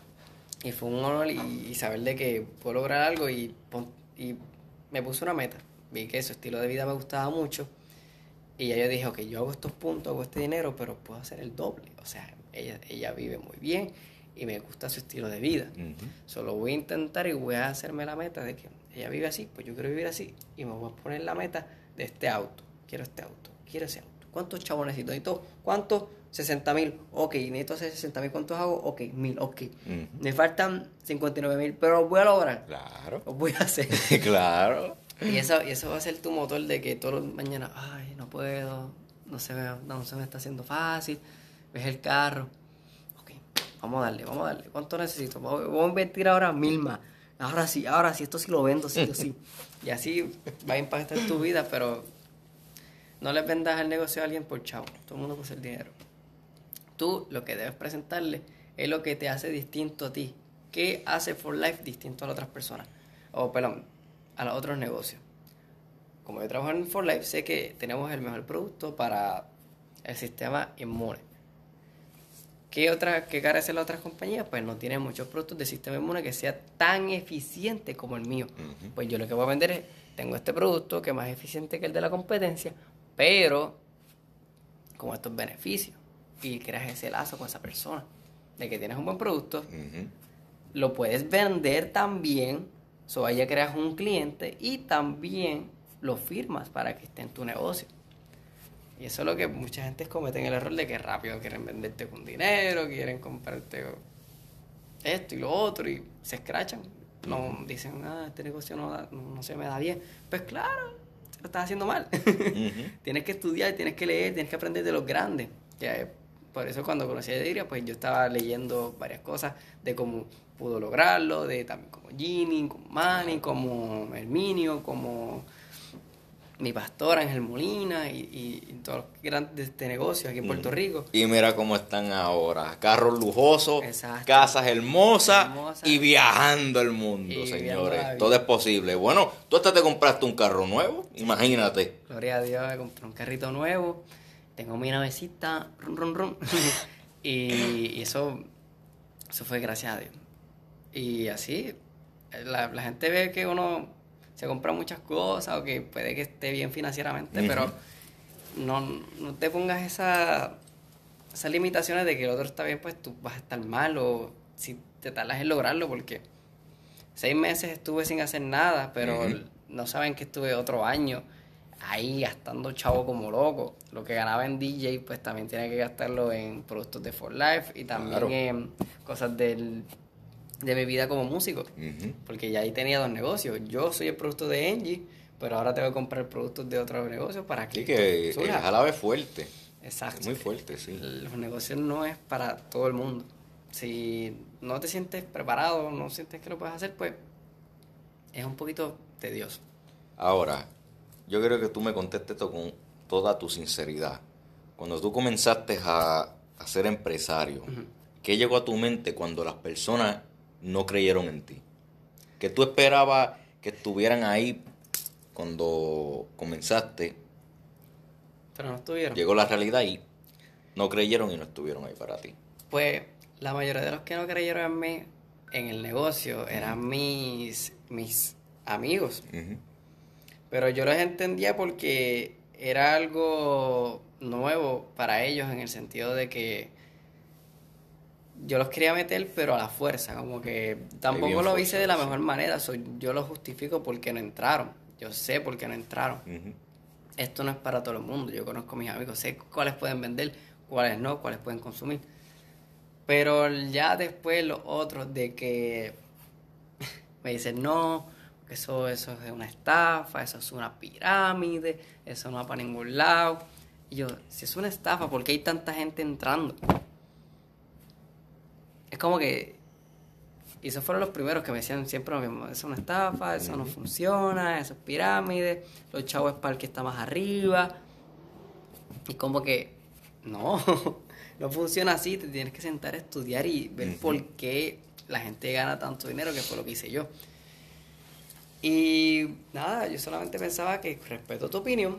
Speaker 2: y fue un honor y, y saber de que puedo lograr algo y, y me puse una meta. Vi que su estilo de vida me gustaba mucho. Y ya yo dije, ok, yo hago estos puntos, hago este dinero, pero puedo hacer el doble. O sea, ella, ella vive muy bien y me gusta su estilo de vida. Uh-huh. Solo voy a intentar y voy a hacerme la meta de que ella vive así, pues yo quiero vivir así. Y me voy a poner la meta de este auto. Quiero este auto, quiero ese auto. ¿Cuántos chavos necesito? ¿Necesito cuántos? sesenta mil. Ok, necesito hacer sesenta mil. ¿Cuántos hago? Ok, mil. Ok. Uh-huh. Me faltan cincuenta y nueve mil, pero los voy a lograr.
Speaker 1: Claro.
Speaker 2: Los voy a hacer.
Speaker 1: Claro.
Speaker 2: Y eso, y eso va a ser tu motor de que todos los mañanas, ay, no puedo, no se, me, no se me está haciendo fácil, ves el carro, ok, vamos a darle, vamos a darle, ¿cuánto necesito? Voy, voy a invertir ahora mil más, ahora sí, ahora sí, esto sí lo vendo, sí o sí. Y así va a impactar tu vida, pero no le vendas el negocio a alguien por chavo, todo el mundo puede hacer dinero. Tú lo que debes presentarle es lo que te hace distinto a ti. ¿Qué hace For Life distinto a las otras personas? O, perdón, a los otros negocios. Como yo trabajo en For Life, sé que tenemos el mejor producto para el sistema inmune. ¿Qué otra, qué carecen las otras compañías? Pues no tienen muchos productos de sistema inmune que sea tan eficiente como el mío. Uh-huh. Pues yo lo que voy a vender es, tengo este producto que es más eficiente que el de la competencia, pero con estos beneficios. Y creas ese lazo con esa persona, de que tienes un buen producto, uh-huh. Lo puedes vender también. So, ahí ya creas un cliente y también lo firmas para que esté en tu negocio. Y eso es lo que mucha gente comete en el error de que rápido quieren venderte con dinero, quieren comprarte esto y lo otro y se escrachan. No dicen, ah, este negocio no, da, no, no se me da bien. Pues claro, se lo estás haciendo mal. Uh-huh. Tienes que estudiar, tienes que leer, tienes que aprender de los grandes. Que, por eso cuando conocí a Yadira, pues yo estaba leyendo varias cosas de cómo pudo lograrlo, de también como Jimmy, como Manny, como Herminio, como mi pastor Ángel Molina y, y, y todos los grandes de este negocio aquí en Puerto mm. Rico.
Speaker 1: Y mira cómo están ahora, carros lujosos,
Speaker 2: exacto.
Speaker 1: Casas hermosas
Speaker 2: Hermosa.
Speaker 1: Y viajando el mundo, y señores. Todo es posible. Bueno, tú hasta te compraste un carro nuevo, imagínate.
Speaker 2: Gloria a Dios, me compré un carrito nuevo, tengo mi navecita, rum, rum, rum. y, y eso, eso fue gracias a Dios. Y así, la, la gente ve que uno se compra muchas cosas o que puede que esté bien financieramente, uh-huh. Pero no, no te pongas esa, esas limitaciones de que el otro está bien, pues tú vas a estar mal. O si te tardas en lograrlo porque seis meses estuve sin hacer nada, pero
Speaker 1: Ujú.
Speaker 2: no saben que estuve otro año ahí gastando chavo como loco. Lo que ganaba en D J, pues también tiene que gastarlo en productos de For Life y también
Speaker 1: Claro.
Speaker 2: en cosas del, de mi vida como músico.
Speaker 1: Ujú.
Speaker 2: Porque ya ahí tenía dos negocios. Yo soy el producto de Engie, pero ahora tengo que comprar productos de otros negocios para que
Speaker 1: Sí,
Speaker 2: esto
Speaker 1: que es
Speaker 2: surja.
Speaker 1: a la vez fuerte.
Speaker 2: Exacto.
Speaker 1: Es muy fuerte, sí.
Speaker 2: Los negocios no es para todo el mundo. Si no te sientes preparado, no sientes que lo puedes hacer, pues es un poquito tedioso.
Speaker 1: Ahora, yo quiero que tú me contestes esto con toda tu sinceridad. Cuando tú comenzaste a, a ser empresario,
Speaker 2: Ujú.
Speaker 1: ¿qué llegó a tu mente cuando las personas no creyeron en ti? Que tú esperabas que estuvieran ahí cuando comenzaste,
Speaker 2: Pero no estuvieron.
Speaker 1: llegó la realidad y no creyeron y no estuvieron ahí para ti.
Speaker 2: Pues la mayoría de los que no creyeron en mí en el negocio eran mis, mis amigos.
Speaker 1: Ujú.
Speaker 2: Pero yo los entendía porque era algo nuevo para ellos en el sentido de que yo los quería meter pero a la fuerza, como que tampoco
Speaker 1: bien
Speaker 2: lo hice de la
Speaker 1: forzado,
Speaker 2: mejor
Speaker 1: sí.
Speaker 2: manera, so, yo lo justifico porque no entraron, yo sé por qué no entraron.
Speaker 1: Ujú.
Speaker 2: Esto no es para todo el mundo, yo conozco a mis amigos, sé cuáles pueden vender, cuáles no, cuáles pueden consumir. Pero ya después los otros de que me dicen no, que eso, eso es una estafa, eso es una pirámide, eso no va para ningún lado. Y yo, si es una estafa, ¿por qué hay tanta gente entrando? Es como que, y esos fueron los primeros que me decían siempre lo mismo, eso es una estafa, eso no funciona, eso es pirámide, los chavos es para el que está más arriba. Y como que, no, no funciona así, te tienes que sentar a estudiar y ver
Speaker 1: Ujú.
Speaker 2: por qué la gente gana tanto dinero, que fue lo que hice yo. Y nada, yo solamente pensaba que respeto tu opinión,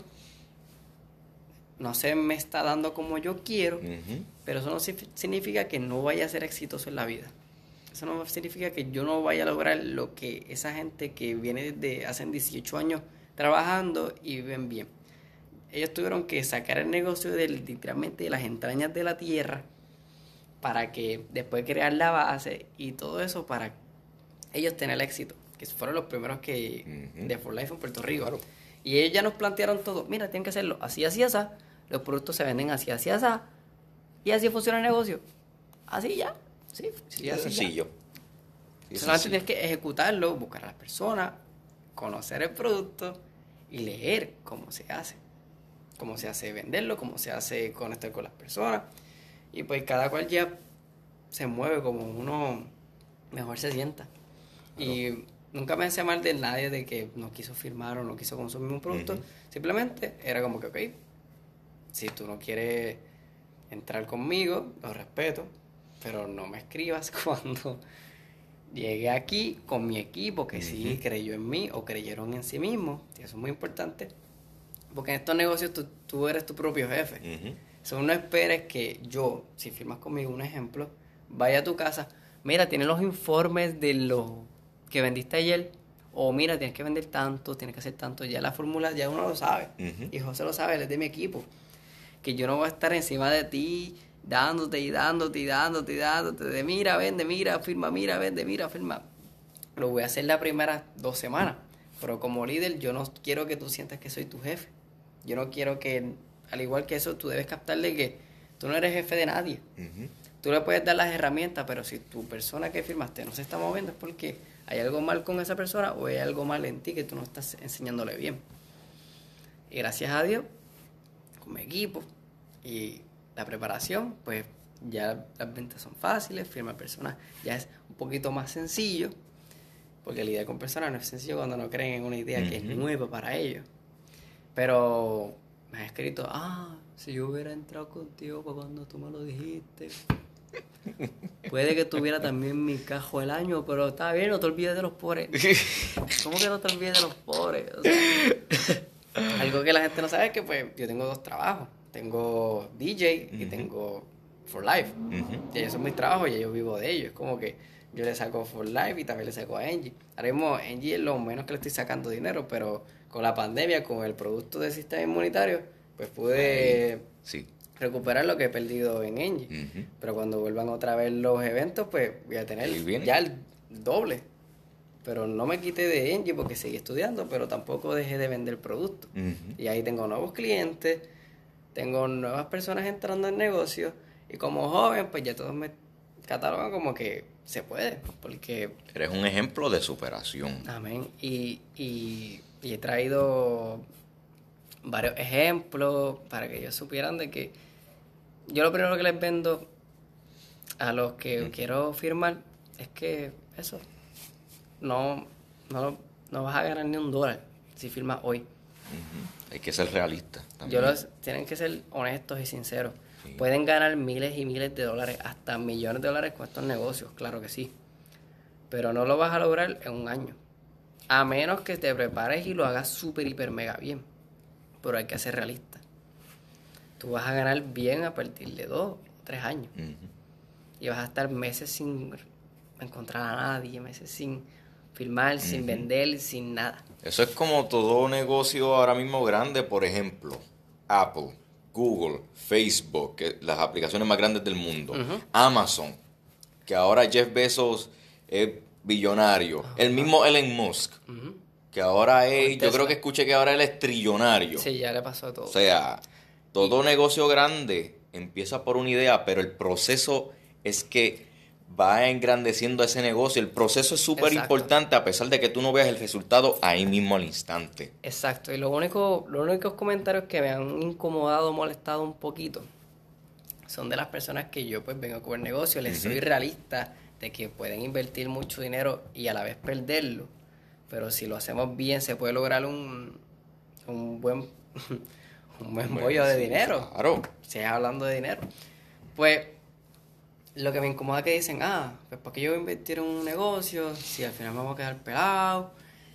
Speaker 2: no se me está dando como yo quiero,
Speaker 1: Ujú.
Speaker 2: pero eso no si- significa que no vaya a ser exitoso en la vida. Eso no significa que yo no vaya a lograr lo que esa gente que viene desde hace dieciocho años trabajando y viven bien. Ellos tuvieron que sacar el negocio de, literalmente de las entrañas de la tierra para que después crear la base y todo eso para ellos tener éxito, que fueron los primeros que
Speaker 1: Ujú.
Speaker 2: de For Life en Puerto Rico.
Speaker 1: Claro.
Speaker 2: Y ellos ya nos plantearon todo, mira, tienen que hacerlo así, así, así, los productos se venden así, así, así, y así funciona el negocio. Así ya, sí, sí,
Speaker 1: Sí,
Speaker 2: así ya.
Speaker 1: sencillo. Sí,
Speaker 2: Solamente
Speaker 1: sencillo.
Speaker 2: tienes que ejecutarlo, buscar a las personas, conocer el producto y leer cómo se hace. Cómo se hace venderlo, cómo se hace conectar con las personas. Y pues cada cual ya se mueve como uno mejor se sienta. Y nunca pensé mal de nadie de que no quiso firmar o no quiso consumir un producto.
Speaker 1: Ujú.
Speaker 2: Simplemente era como que, ok, si tú no quieres entrar conmigo, lo respeto, pero no me escribas cuando llegué aquí con mi equipo que sí
Speaker 1: Ujú.
Speaker 2: creyó en mí o creyeron en sí mismos. Y eso es muy importante. Porque en estos negocios tú, tú eres tu propio jefe.
Speaker 1: Ujú.
Speaker 2: So, no esperes que yo, si firmas conmigo un ejemplo, vaya a tu casa, mira, tienes los informes de lo que vendiste ayer, o mira, tienes que vender tanto, tienes que hacer tanto, ya la fórmula ya uno lo sabe,
Speaker 1: Ujú.
Speaker 2: y José lo sabe, él es de mi equipo, que yo no voy a estar encima de ti, dándote y dándote y dándote y dándote, de mira, vende, mira, firma, mira, vende, mira, firma. Lo voy a hacer las primeras dos semanas, pero como líder yo no quiero que tú sientas que soy tu jefe. Yo no quiero que, al igual que eso, tú debes captarle que tú no eres jefe de nadie.
Speaker 1: Ujú.
Speaker 2: Tú le puedes dar las herramientas, pero si tu persona que firmaste no se está moviendo es porque hay algo mal con esa persona o hay algo mal en ti que tú no estás enseñándole bien. Y gracias a Dios, con mi equipo y la preparación, pues ya las ventas son fáciles, firmar personas ya es un poquito más sencillo, porque lidiar con personas no es sencillo cuando no creen en una idea que es
Speaker 1: Ujú.
Speaker 2: nueva para ellos. Pero me has escrito, ah, si yo hubiera entrado contigo para cuando tú me lo dijiste. Puede que tuviera también mi cajo el año, pero está bien, no te olvides de los pobres. ¿Cómo que no te olvides de los pobres? O sea, algo que la gente no sabe es que pues yo tengo dos trabajos. Tengo D J y
Speaker 1: Ujú.
Speaker 2: tengo For Life.
Speaker 1: Ujú.
Speaker 2: Y esos son mis trabajos y yo vivo de ellos. Es como que yo le saco For Life y también le saco a Engie. Ahora mismo Engie es lo menos que le estoy sacando dinero, pero con la pandemia, con el producto del sistema inmunitario, pues pude
Speaker 1: Ahí, sí.
Speaker 2: recuperar lo que he perdido en Engie.
Speaker 1: Uh-huh.
Speaker 2: Pero cuando vuelvan otra vez los eventos, pues voy a tener ya el doble. Pero no me quité de Engie porque seguí estudiando, pero tampoco dejé de vender productos. Uh-huh. Y ahí tengo nuevos clientes, tengo nuevas personas entrando en negocio, y como joven, pues ya todos me catalogan como que se puede, porque...
Speaker 1: Eres un ejemplo de superación.
Speaker 2: Amén. Y, y, y he traído varios ejemplos para que ellos supieran de que yo lo primero que les vendo a los que mm. quiero firmar es que eso, no, no, no vas a ganar ni un dólar si firmas hoy.
Speaker 1: Uh-huh. Hay que ser realista también.
Speaker 2: Yo los, tienen que ser honestos y sinceros. Sí. Pueden ganar miles y miles de dólares, hasta millones de dólares con estos negocios, claro que sí. Pero no lo vas a lograr en un año. A menos que te prepares y lo hagas súper, hiper, mega bien. Pero hay que ser realista. Tú vas a ganar bien a partir de dos o tres años. Uh-huh. Y vas a estar meses sin encontrar a nadie, meses sin firmar, uh-huh. sin vender, sin nada.
Speaker 1: Eso es como todo negocio ahora mismo grande, por ejemplo, Apple, Google, Facebook, que las aplicaciones más grandes del mundo, uh-huh. Amazon, que ahora Jeff Bezos es billonario, uh-huh. el mismo Elon Musk, uh-huh. que ahora es, yo creo que escuché que ahora él es trillonario.
Speaker 2: Sí, ya le pasó todo.
Speaker 1: O sea, todo y... negocio grande empieza por una idea, pero el proceso es que va engrandeciendo ese negocio. El proceso es súper importante a pesar de que tú no veas el resultado ahí mismo al instante.
Speaker 2: Exacto. Y lo único, los únicos comentarios que me han incomodado, molestado un poquito, son de las personas que yo pues vengo con el negocio, les uh-huh. soy realista de que pueden invertir mucho dinero y a la vez perderlo. Pero si lo hacemos bien, se puede lograr un, un buen un buen bueno, bollo de sí, dinero.
Speaker 1: Claro.
Speaker 2: Si es hablando de dinero. Pues lo que me incomoda es que dicen, ah, pues ¿para qué yo voy a invertir en un negocio si al final me voy a quedar pelado?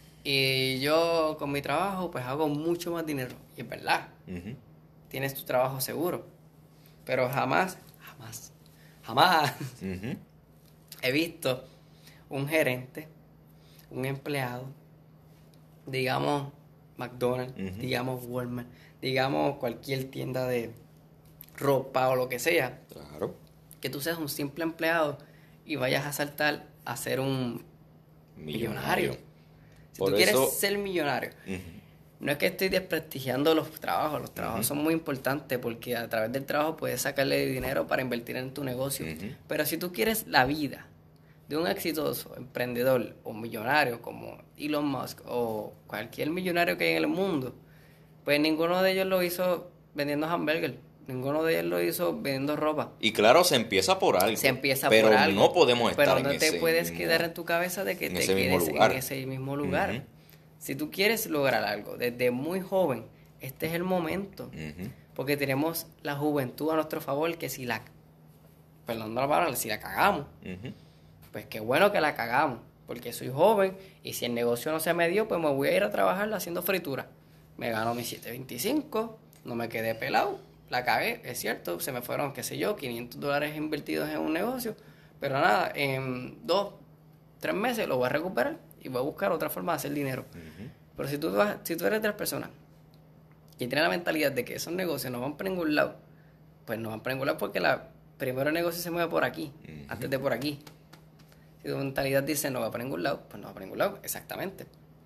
Speaker 2: Y yo con mi trabajo pues hago mucho más dinero. Y es verdad. Uh-huh. Tienes tu trabajo seguro. Pero jamás, jamás, jamás uh-huh. he visto un gerente, un empleado, digamos McDonald's, uh-huh. digamos Walmart, digamos cualquier tienda de ropa o lo que sea.
Speaker 1: Claro.
Speaker 2: Que tú seas un simple empleado y vayas a saltar a ser un millonario. millonario. Si Por tú eso... quieres ser millonario, uh-huh. no es que estoy desprestigiando los trabajos, los trabajos uh-huh. son muy importantes porque a través del trabajo puedes sacarle dinero para invertir en tu negocio. Uh-huh. Pero si tú quieres la vida de un exitoso emprendedor o millonario como Elon Musk o cualquier millonario que hay en el mundo, pues ninguno de ellos lo hizo vendiendo hamburguesas. Ninguno de ellos lo hizo vendiendo ropa.
Speaker 1: Y claro, se empieza por algo.
Speaker 2: Se empieza
Speaker 1: pero
Speaker 2: por algo.
Speaker 1: Pero no podemos estar
Speaker 2: pero
Speaker 1: en
Speaker 2: no
Speaker 1: ese
Speaker 2: te puedes
Speaker 1: mismo,
Speaker 2: quedar en tu cabeza de que te
Speaker 1: ese
Speaker 2: quedes en ese mismo lugar. Uh-huh. Si tú quieres lograr algo desde muy joven, este es el momento. Uh-huh. Porque tenemos la juventud a nuestro favor, que si la... Perdón la palabra, si la cagamos, uh-huh. pues qué bueno que la cagamos. Porque soy joven y si el negocio no se me dio, pues me voy a ir a trabajar haciendo fritura. Me gano mis siete veinticinco, no me quedé pelado. La cagué, es cierto, se me fueron, qué sé yo, quinientos dólares invertidos en un negocio, pero nada, en dos, tres meses lo voy a recuperar y voy a buscar otra forma de hacer dinero. Uh-huh. Pero si tú, vas, si tú eres de las personas que tienen la mentalidad de que esos negocios no van para ningún lado, pues no van para ningún lado porque la, primero el negocio se mueve por aquí, uh-huh. antes de por aquí. Si tu mentalidad dice no va para ningún lado, pues no va para ningún lado, exactamente.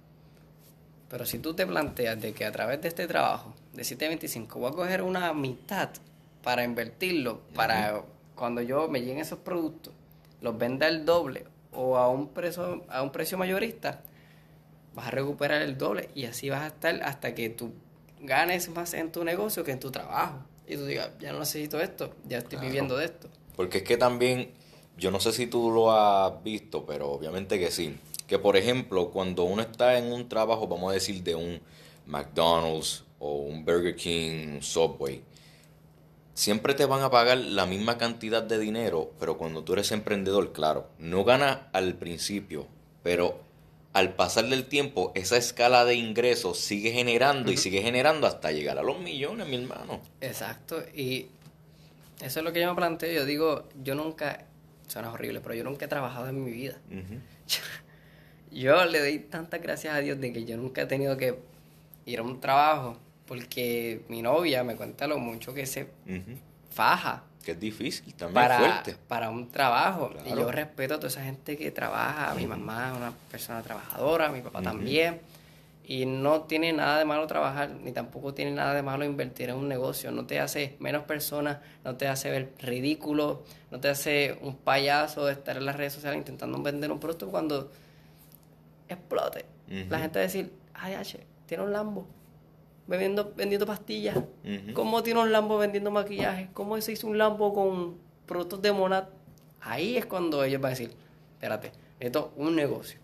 Speaker 2: Pero si tú te planteas de que a través de este trabajo de siete veinticinco voy a coger una mitad para invertirlo, uh-huh. para cuando yo me lleguen esos productos, los venda el doble o a un precio, a un precio mayorista, vas a recuperar el doble y así vas a estar hasta que tú ganes más en tu negocio que en tu trabajo. Y tú digas, ya no necesito esto, ya estoy claro. viviendo de esto.
Speaker 1: Porque es que también, yo no sé si tú lo has visto, pero obviamente que sí. Que por ejemplo, cuando uno está en un trabajo, vamos a decir, de un McDonald's o un Burger King, un Subway, siempre te van a pagar la misma cantidad de dinero, pero cuando tú eres emprendedor, claro, no ganas al principio, pero al pasar del tiempo, esa escala de ingresos sigue generando uh-huh. y sigue generando hasta llegar a los millones, mi hermano.
Speaker 2: Exacto, y eso es lo que yo me planteo. Yo digo, yo nunca, suena horrible, pero yo nunca he trabajado en mi vida. Uh-huh. Yo le doy tantas gracias a Dios de que yo nunca he tenido que ir a un trabajo porque mi novia me cuenta lo mucho que se uh-huh. faja.
Speaker 1: Que es difícil, también
Speaker 2: para,
Speaker 1: fuerte.
Speaker 2: Para un trabajo.
Speaker 1: Claro.
Speaker 2: Y yo respeto a toda esa gente que trabaja. Uh-huh. Mi mamá es una persona trabajadora, mi papá uh-huh. también. Y no tiene nada de malo trabajar, ni tampoco tiene nada de malo invertir en un negocio. No te hace menos persona, no te hace ver ridículo, no te hace un payaso de estar en las redes sociales intentando vender un producto cuando explote. Uh-huh. La gente va a decir, ay, H, tiene un Lambo vendiendo, vendiendo pastillas. Uh-huh. ¿Cómo tiene un Lambo vendiendo maquillaje? ¿Cómo se hizo un Lambo con productos de Monat? Ahí es cuando ellos van a decir, espérate, esto es un negocio.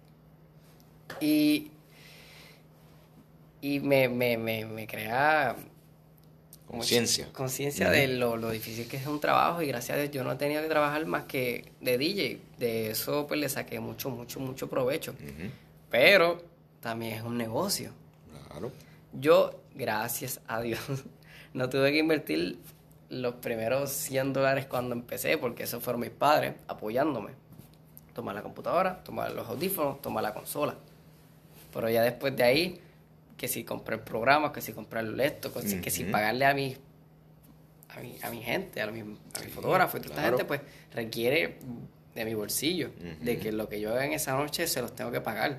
Speaker 2: Y... Y me, me, me, me crea
Speaker 1: conciencia
Speaker 2: conciencia uh-huh. de lo, lo difícil que es un trabajo, y gracias a Dios yo no he tenido que trabajar más que de D J. De eso pues le saqué mucho, mucho, mucho provecho. Uh-huh. Pero también es un negocio.
Speaker 1: Claro.
Speaker 2: Yo, gracias a Dios, no tuve que invertir los primeros cien dólares cuando empecé, porque esos fueron mis padres apoyándome. Tomar la computadora, tomar los audífonos, tomar la consola. Pero ya después de ahí, que si comprar programas, que si comprar esto, que, uh-huh. que si pagarle a mi, a mi, a mi gente, a mi, a mi sí, fotógrafo y toda claro. esta gente, pues requiere de mi bolsillo, uh-huh. de que lo que yo haga en esa noche se los tengo que pagar.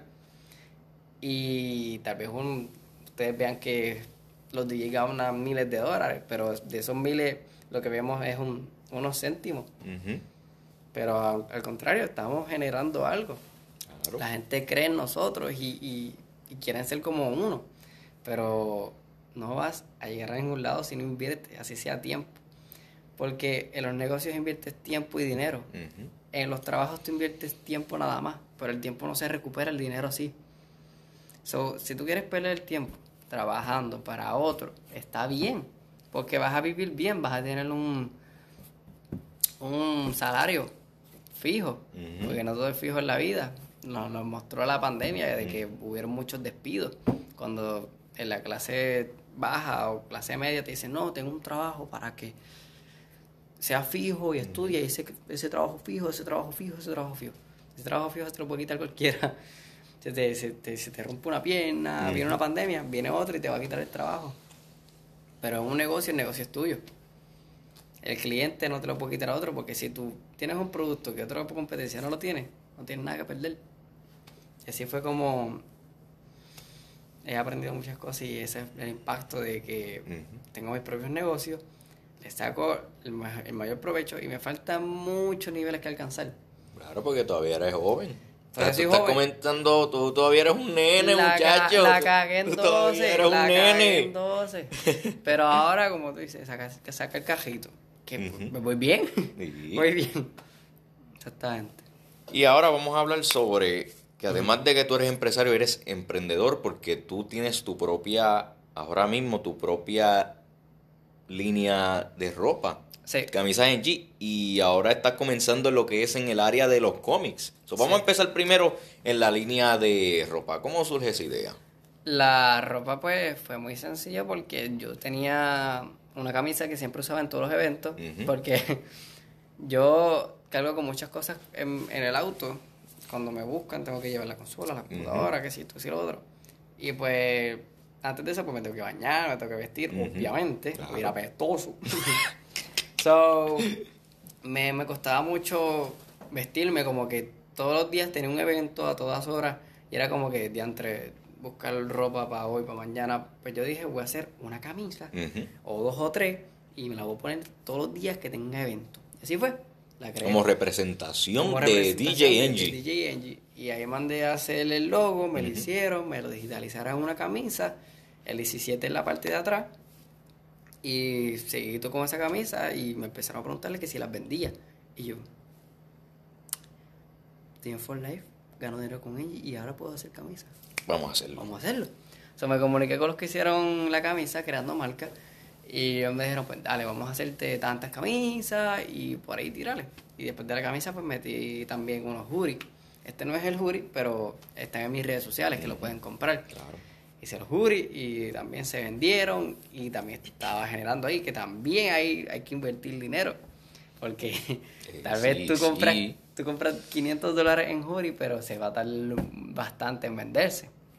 Speaker 2: Y tal vez un, ustedes vean que los D Js ganan miles de dólares, pero de esos miles lo que vemos es un, unos céntimos. Uh-huh. Pero al, al contrario, estamos generando algo. Claro. La gente cree en nosotros y... y y quieren ser como uno, pero no vas a llegar a ningún lado si no inviertes, así sea tiempo, porque en los negocios inviertes tiempo y dinero. Uh-huh. En los trabajos tú inviertes tiempo nada más, pero el tiempo no se recupera, el dinero sí. So, si tú quieres perder el tiempo trabajando para otro, está bien, porque vas a vivir bien, vas a tener un, un salario fijo, uh-huh. porque no todo es fijo en la vida. Nos, nos mostró la pandemia de que hubieron muchos despidos. Cuando en la clase baja o clase media te dicen, no, tengo un trabajo para que sea fijo y estudia, y ese, ese trabajo fijo, ese trabajo fijo, ese trabajo fijo. Ese trabajo fijo se te lo puede quitar cualquiera. Se te, se te, se te rompe una pierna, uh-huh. viene una pandemia, viene otro y te va a quitar el trabajo. Pero en un negocio, el negocio es tuyo. El cliente no te lo puede quitar a otro, porque si tú tienes un producto que otro competencia no lo tiene, no tienes nada que perder. Y así fue como he aprendido muchas cosas, y ese es el impacto de que uh-huh. tengo mis propios negocios, le saco el, el mayor provecho, y me faltan muchos niveles que alcanzar.
Speaker 1: Claro, porque todavía eres joven.
Speaker 2: Todavía
Speaker 1: tú
Speaker 2: soy
Speaker 1: estás
Speaker 2: joven.
Speaker 1: comentando, tú todavía eres un nene,
Speaker 2: la
Speaker 1: muchacho.
Speaker 2: Ca- la cagué en
Speaker 1: tú doce,
Speaker 2: eres un la
Speaker 1: nene.
Speaker 2: cagué en doce. Pero ahora, como tú dices, saca, saca el cajito. Que uh-huh. me voy bien. Sí. Voy bien. Exactamente.
Speaker 1: Y ahora vamos a hablar sobre que además de que tú eres empresario, eres emprendedor, porque tú tienes tu propia, ahora mismo, tu propia línea de ropa.
Speaker 2: Sí.
Speaker 1: Camisas en G, y ahora estás comenzando en lo que es en el área de los cómics. So, vamos sí. a empezar primero en la línea de ropa. ¿Cómo surge esa idea?
Speaker 2: La ropa pues fue muy sencilla, porque yo tenía una camisa que siempre usaba en todos los eventos, uh-huh. porque yo cargo con muchas cosas en, en el auto. Cuando me buscan tengo que llevar la consola, la computadora, uh-huh. que si esto, que si lo otro. Y pues antes de eso pues me tengo que bañar, me tengo que vestir, uh-huh. obviamente, claro. Voy a ir apestoso. So, me, me costaba mucho vestirme, como que todos los días tenía un evento a todas horas, y era como que diantre, buscar ropa para hoy, para mañana. Pues yo dije, voy a hacer una camisa, uh-huh. o dos o tres, y me la voy a poner todos los días que tenga evento. Y así fue. La creé.
Speaker 1: Como representación,
Speaker 2: como
Speaker 1: de
Speaker 2: representación
Speaker 1: D J Engie.
Speaker 2: De D J Engie. Y ahí mandé a hacer el logo, me uh-huh. lo hicieron, me lo digitalizaron en una camisa, el diecisiete en la parte de atrás. Y seguí con esa camisa, y me empezaron a preguntarle que si las vendía. Y yo, Team for Life, gano dinero con ella y ahora puedo hacer camisas.
Speaker 1: Vamos a hacerlo.
Speaker 2: Vamos a hacerlo. O sea, me comuniqué con los que hicieron la camisa, creando marca. Y ellos me dijeron, pues dale, vamos a hacerte tantas camisas y por ahí tirarle. Y después de la camisa, pues metí también unos hoodies. Este no es el hoodie, pero están en mis redes sociales, que lo pueden comprar.
Speaker 1: Claro.
Speaker 2: Hice los hoodies y también se vendieron, y también estaba generando ahí, que también hay, hay que invertir dinero. Porque eh, tal vez sí, tú compras sí. tú compras quinientos dólares en hoodie, pero se va a tardar bastante en venderse.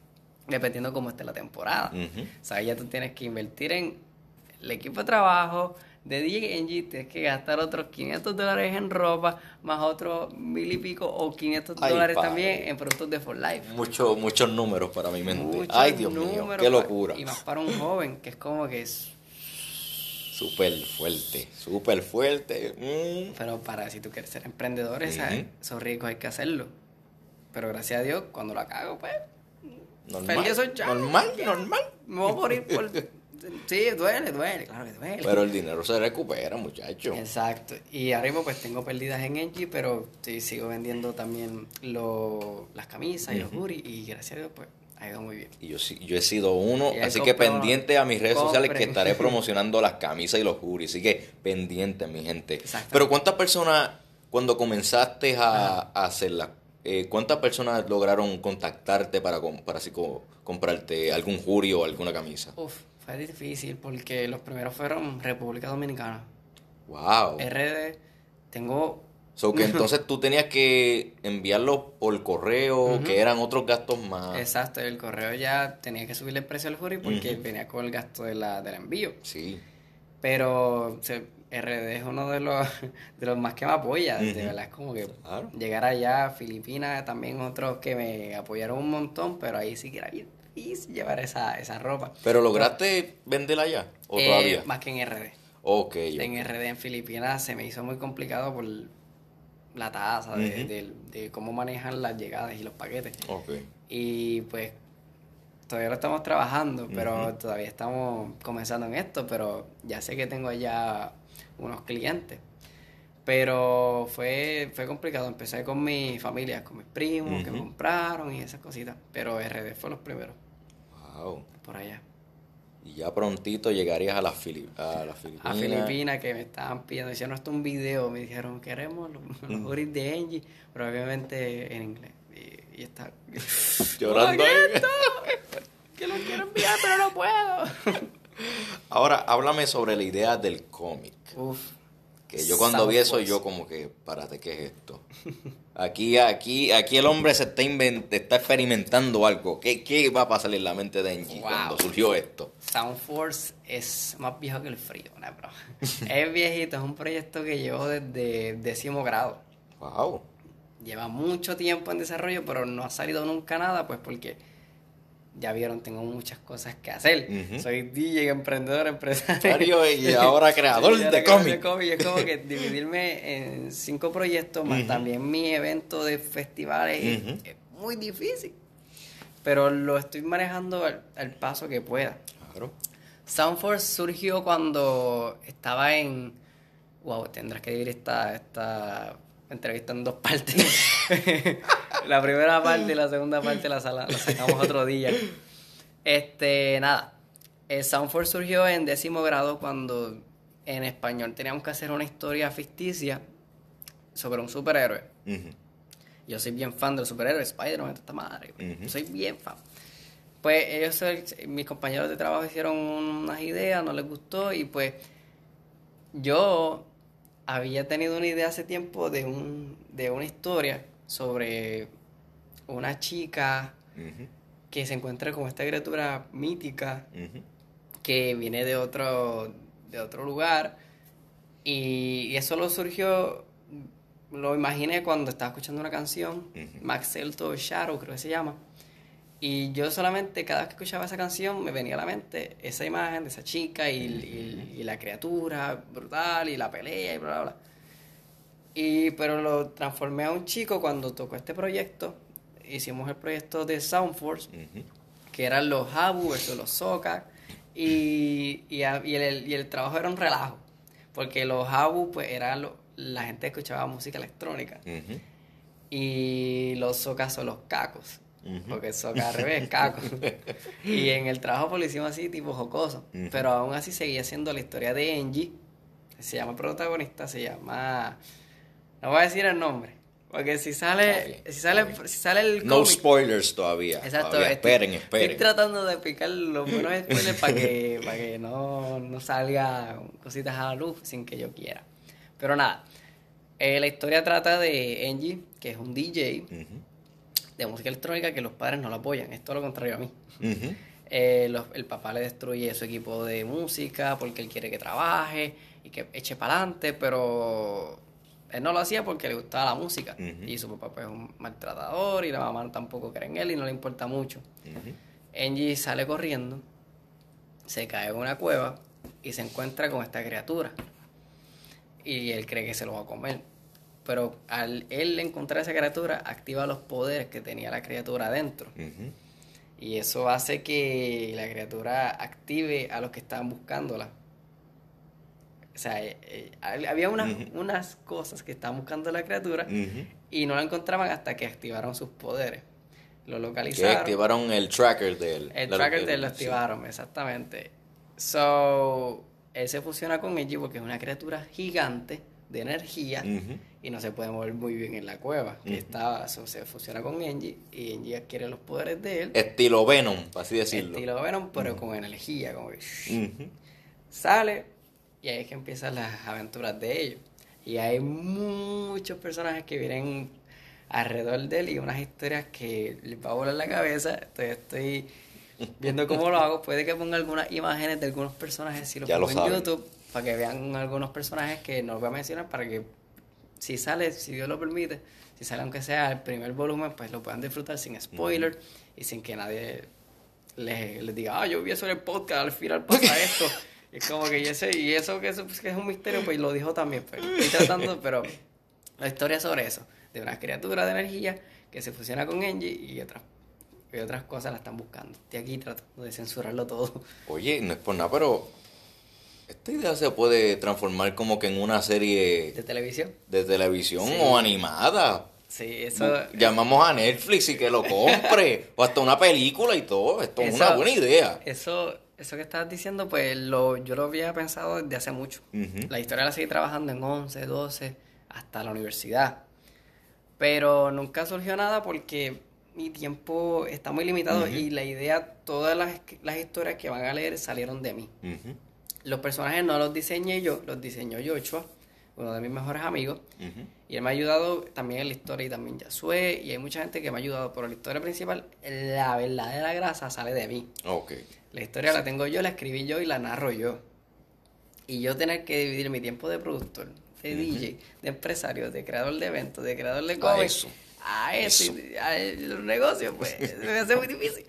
Speaker 2: dependiendo cómo esté la temporada.
Speaker 1: Ujú.
Speaker 2: O sea, ya tú tienes que invertir en el equipo de trabajo de D J Engie, tienes que gastar otros quinientos dólares en ropa, más otros mil y pico o quinientos
Speaker 1: Ay,
Speaker 2: dólares
Speaker 1: padre.
Speaker 2: también en productos de For Life.
Speaker 1: Mucho, muchos números para mi mente.
Speaker 2: Muchos
Speaker 1: Ay, Dios mío,
Speaker 2: números
Speaker 1: qué
Speaker 2: pa-
Speaker 1: locura.
Speaker 2: y más para un joven, que es como que es...
Speaker 1: Súper fuerte, súper fuerte. Mm.
Speaker 2: Pero para si tú quieres ser emprendedor, esa-
Speaker 1: Ujú.
Speaker 2: esos riesgos hay que hacerlo. Pero gracias a Dios, cuando la cago, pues...
Speaker 1: Normal,
Speaker 2: feliz soy yo.
Speaker 1: normal, normal.
Speaker 2: Me voy a morir por... Sí, duele, duele, claro que duele.
Speaker 1: Pero el dinero se recupera, muchacho.
Speaker 2: Exacto. Y ahora mismo pues tengo pérdidas en Engie, pero sí, sigo vendiendo también lo, las camisas y los
Speaker 1: Ujú.
Speaker 2: hoodies y gracias a Dios pues ha ido muy bien.
Speaker 1: Y yo, sí- yo he sido uno,
Speaker 2: Y ahí
Speaker 1: así que
Speaker 2: compramos-
Speaker 1: pendiente a mis redes sociales que
Speaker 2: compren.
Speaker 1: estaré promocionando las camisas y los hoodies. Así que pendiente, mi gente.
Speaker 2: Exacto.
Speaker 1: Pero ¿cuántas personas, cuando comenzaste a, a hacerla, eh, cuántas personas lograron contactarte para, com- para así como comprarte algún hoodie o alguna camisa?
Speaker 2: Uf, fue difícil porque los primeros fueron República Dominicana.
Speaker 1: Wow.
Speaker 2: R D, tengo...
Speaker 1: So que entonces tú tenías que enviarlo por correo,
Speaker 2: Ujú.
Speaker 1: que eran otros gastos más.
Speaker 2: Exacto, el correo ya tenía que subirle el precio al hoodie porque
Speaker 1: Ujú.
Speaker 2: venía con el gasto de la, del envío.
Speaker 1: Sí.
Speaker 2: Pero se- R D es uno de los, de los más que me apoya. De
Speaker 1: Ujú.
Speaker 2: verdad, es como que
Speaker 1: Claro.
Speaker 2: llegar allá, Filipinas, también otros que me apoyaron un montón, pero ahí sí que era bien difícil llevar esa, esa ropa.
Speaker 1: ¿Pero lograste venderla allá? ¿O
Speaker 2: Eh,
Speaker 1: todavía?
Speaker 2: Más que en R D.
Speaker 1: Ok.
Speaker 2: En
Speaker 1: ok.
Speaker 2: R D en Filipinas se me hizo muy complicado por la tasa de,
Speaker 1: Ujú.
Speaker 2: de- de cómo manejan las llegadas y los paquetes.
Speaker 1: Ok.
Speaker 2: Y pues todavía lo estamos trabajando, pero
Speaker 1: Ujú.
Speaker 2: todavía estamos comenzando en esto, pero ya sé que tengo ya unos clientes. Pero fue, fue complicado, empecé con mi familia, con mis primos que me
Speaker 1: Ujú.
Speaker 2: compraron y esas cositas, pero R D fue los primeros,
Speaker 1: Wow.
Speaker 2: por allá.
Speaker 1: Y ya prontito llegarías a las, Fili- a las
Speaker 2: A
Speaker 1: Filipinas.
Speaker 2: Filipinas que me estaban pidiendo, hicieron hasta un video, me dijeron, queremos los, los
Speaker 1: Mm.
Speaker 2: hoodies de Engie, pero obviamente en inglés. Y, y está...
Speaker 1: Llorando
Speaker 2: ¿Qué
Speaker 1: ahí.
Speaker 2: es esto? Que lo quiero enviar, pero no puedo.
Speaker 1: Ahora, háblame sobre la idea del cómic.
Speaker 2: Uf.
Speaker 1: Que yo cuando vi eso,
Speaker 2: Soundforce.
Speaker 1: yo como que, párate, ¿qué es esto? Aquí, aquí, aquí el hombre se está, invent- está experimentando algo. ¿Qué, ¿Qué va a pasar en la mente de Angie
Speaker 2: Wow.
Speaker 1: cuando surgió esto?
Speaker 2: Soundforce es más viejo que el frío, ¿no, bro? Es viejito, es un proyecto que llevo desde décimo grado.
Speaker 1: Wow.
Speaker 2: Lleva mucho tiempo en desarrollo, pero no ha salido nunca nada, pues porque ya vieron, tengo muchas cosas que hacer.
Speaker 1: Ujú.
Speaker 2: Soy D J, emprendedor, empresario.
Speaker 1: Mario, y ahora creador
Speaker 2: Y ahora
Speaker 1: de
Speaker 2: creador
Speaker 1: cómic.
Speaker 2: Es como que dividirme en cinco proyectos, más
Speaker 1: Ujú.
Speaker 2: también mi evento de festivales, es-
Speaker 1: Ujú.
Speaker 2: es muy difícil. Pero lo estoy manejando al, al paso que pueda.
Speaker 1: Claro.
Speaker 2: Soundforce surgió cuando estaba en... Wow, tendrás que dividir esta, esta entrevista en dos partes. La primera parte y la segunda parte la, sala- la sacamos otro día. Este, nada. El Soundforce surgió en décimo grado cuando en español teníamos que hacer una historia ficticia sobre un superhéroe.
Speaker 1: Ujú.
Speaker 2: Yo soy bien fan de los superhéroes, Spider-Man, esta madre.
Speaker 1: Ujú.
Speaker 2: Soy bien fan. Pues ellos, eh, mis compañeros de trabajo hicieron unas ideas, no les gustó y pues yo había tenido una idea hace tiempo de un de una historia sobre una chica
Speaker 1: Ujú.
Speaker 2: que se encuentra con esta criatura mítica
Speaker 1: Ujú.
Speaker 2: que viene de otro de otro lugar y, y eso lo surgió, lo imaginé cuando estaba escuchando una canción,
Speaker 1: Ujú.
Speaker 2: Max Celto Shadow creo que se llama, y yo solamente cada vez que escuchaba esa canción me venía a la mente esa imagen de esa chica y, y- y la criatura brutal y la pelea y bla bla bla. Y pero lo transformé a un chico cuando tocó este proyecto, hicimos el proyecto de Soundforce,
Speaker 1: Ujú.
Speaker 2: que eran los Habu versus los Soca, y, y, a- y el, y el trabajo era un relajo, porque los Habu pues eran lo- la gente que escuchaba música electrónica,
Speaker 1: Ujú.
Speaker 2: y los Soca son los cacos,
Speaker 1: Ujú.
Speaker 2: porque Soca al revés, cacos. Y en el trabajo pues lo hicimos así, tipo jocoso,
Speaker 1: Ujú.
Speaker 2: pero aún así seguía siendo la historia de Engie, se llama el protagonista, se llama... No voy a decir el nombre, porque si
Speaker 1: Está
Speaker 2: sale,
Speaker 1: bien,
Speaker 2: si
Speaker 1: está
Speaker 2: sale,
Speaker 1: bien.
Speaker 2: si sale el
Speaker 1: No
Speaker 2: cómic...
Speaker 1: spoilers todavía.
Speaker 2: Exacto,
Speaker 1: todavía.
Speaker 2: estoy-
Speaker 1: Esperen, esperen.
Speaker 2: Estoy tratando de explicar los buenos spoilers para que, para que no, no salga cositas a la luz sin que yo quiera. Pero nada, eh, la historia trata de Angie, que es un D J,
Speaker 1: Ujú.
Speaker 2: de música electrónica que los padres no lo apoyan, es todo lo contrario a mí.
Speaker 1: Uh-huh.
Speaker 2: Eh, los, el papá le destruye su equipo de música porque él quiere que trabaje y que eche para adelante, pero él no lo hacía porque le gustaba la música. Uh-huh. Y su papá pues, es un maltratador y la mamá tampoco cree en él y no le importa mucho. Uh-huh. Angie sale corriendo, se cae en una cueva y se encuentra con esta criatura. Y él cree que se lo va a comer. Pero al él encontrar esa criatura, activa los poderes que tenía la criatura adentro. Uh-huh. Y eso hace que la criatura active a los que estaban buscándola. O sea, eh, eh, había unas, uh-huh. unas cosas que estaban buscando la criatura uh-huh. y no la encontraban hasta que activaron sus poderes. Lo localizaron.
Speaker 1: Que activaron el tracker de él.
Speaker 2: El tracker de él lo activaron, sí. Exactamente. So, él se fusiona con Angie porque es una criatura gigante de energía uh-huh. y no se puede mover muy bien en la cueva. Uh-huh. Que estaba, so, se fusiona con Angie y Angie adquiere los poderes de él.
Speaker 1: Estilo Venom, así decirlo.
Speaker 2: Estilo Venom, pero uh-huh. con energía. Como que, uh-huh. Sale y ahí es que empiezan las aventuras de ellos. Y hay muchos personajes que vienen alrededor de él y unas historias que les va a volar la cabeza. Entonces estoy viendo cómo lo hago. Puede que ponga algunas imágenes de algunos personajes si lo
Speaker 1: ya
Speaker 2: pongo
Speaker 1: lo
Speaker 2: en YouTube para que vean algunos personajes que no los voy a mencionar, para que si sale, si Dios lo permite, si sale aunque sea el primer volumen, pues lo puedan disfrutar sin spoiler uh-huh. y sin que nadie les, les diga, ah, yo vi eso en el podcast, al final pasa esto. Y es como que y, ese, y eso que, eso pues, que es un misterio, pues lo dijo también. Pues, estoy tratando, pero la historia es sobre eso, de una criatura de energía que se fusiona con Angie y otras, y otras cosas la están buscando. Estoy aquí tratando de censurarlo todo.
Speaker 1: Oye, no es por nada, pero esta idea se puede transformar como que en una serie
Speaker 2: de televisión,
Speaker 1: de televisión sí. o animada.
Speaker 2: Sí, eso.
Speaker 1: Llamamos a Netflix y que lo compre o hasta una película y todo. Esto es una buena idea.
Speaker 2: Eso, eso que estás diciendo, pues lo, yo lo había pensado desde hace mucho. Uh-huh. La historia la seguí trabajando en once, doce, hasta la universidad. Pero nunca surgió nada porque mi tiempo está muy limitado uh-huh. y la idea, todas las, las historias que van a leer salieron de mí. Uh-huh. Los personajes no los diseñé yo, los diseñó Joshua, uno de mis mejores amigos. Uh-huh. Y él me ha ayudado también en la historia y también Yasue. Y hay mucha gente que me ha ayudado, pero la historia principal, la verdadera grasa sale de mí.
Speaker 1: Okay.
Speaker 2: La historia sí. la tengo yo, la escribí yo y la narro yo. Y yo tener que dividir mi tiempo de productor, de uh-huh. D J, de empresario, de creador de eventos, de creador de cómics. A eso. A eso. eso. A los negocios, pues, me hace muy difícil.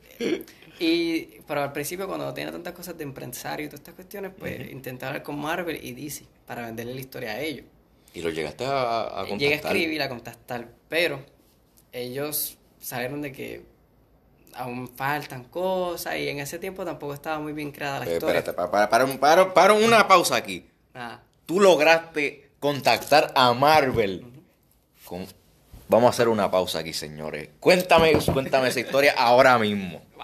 Speaker 2: Y, pero al principio, cuando no tenía tantas cosas de empresario y todas estas cuestiones, pues uh-huh. intenté hablar con Marvel y D C para venderle la historia a ellos.
Speaker 1: ¿Y lo llegaste a, a contactar?
Speaker 2: Llegué a escribir, a contactar, pero ellos salieron de que aún faltan cosas y en ese tiempo tampoco estaba muy bien creada la
Speaker 1: pero,
Speaker 2: historia.
Speaker 1: Espérate, para, para, para, para, para una pausa aquí. Ah. Tú lograste contactar a Marvel. Uh-huh. Con... Vamos a hacer una pausa aquí, señores. Cuéntame, cuéntame esa historia ahora mismo.
Speaker 2: Wow.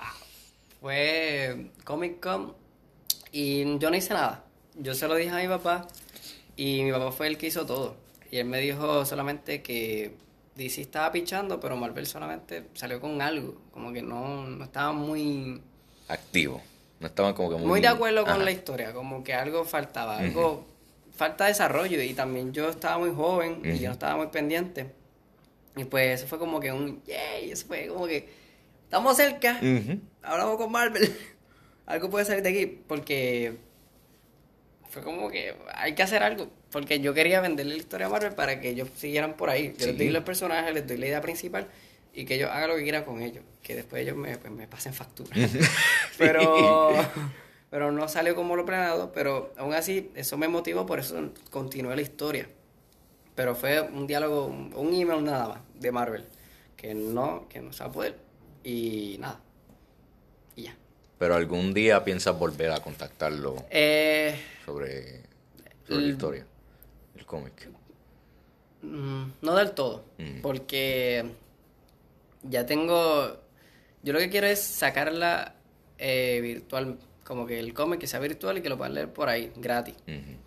Speaker 2: Fue Comic Con y yo no hice nada. Yo se lo dije a mi papá y mi papá fue el que hizo todo. Y él me dijo solamente que D C estaba pichando, pero Marvel solamente salió con algo. Como que no, no estaba muy...
Speaker 1: activo. No estaban como que muy...
Speaker 2: Muy de acuerdo con Ajá. la historia. Como que algo faltaba. Algo... Uh-huh. Falta de desarrollo. Y también yo estaba muy joven uh-huh. y yo no estaba muy pendiente. Y pues eso fue como que un... ¡Yay! Eso fue como que... Estamos cerca. Uh-huh. Hablamos con Marvel. Algo puede salir de aquí. Porque... fue como que hay que hacer algo. Porque yo quería venderle la historia a Marvel para que ellos siguieran por ahí. Yo sí. les doy los personajes, les doy la idea principal y que ellos hagan lo que quieran con ellos. Que después ellos me, pues, me pasen factura. pero, pero no salió como lo planeado. Pero aún así, eso me motivó, por eso continué la historia. Pero fue un diálogo, un email nada más de Marvel. Que no, que no se va a poder. Y nada. Y ya.
Speaker 1: Pero algún día piensas volver a contactarlo
Speaker 2: eh,
Speaker 1: sobre, sobre el, la historia, el cómic.
Speaker 2: No del todo, mm. porque ya tengo... Yo lo que quiero es sacarla eh, virtual, como que el cómic que sea virtual y que lo puedan leer por ahí, gratis. Uh-huh.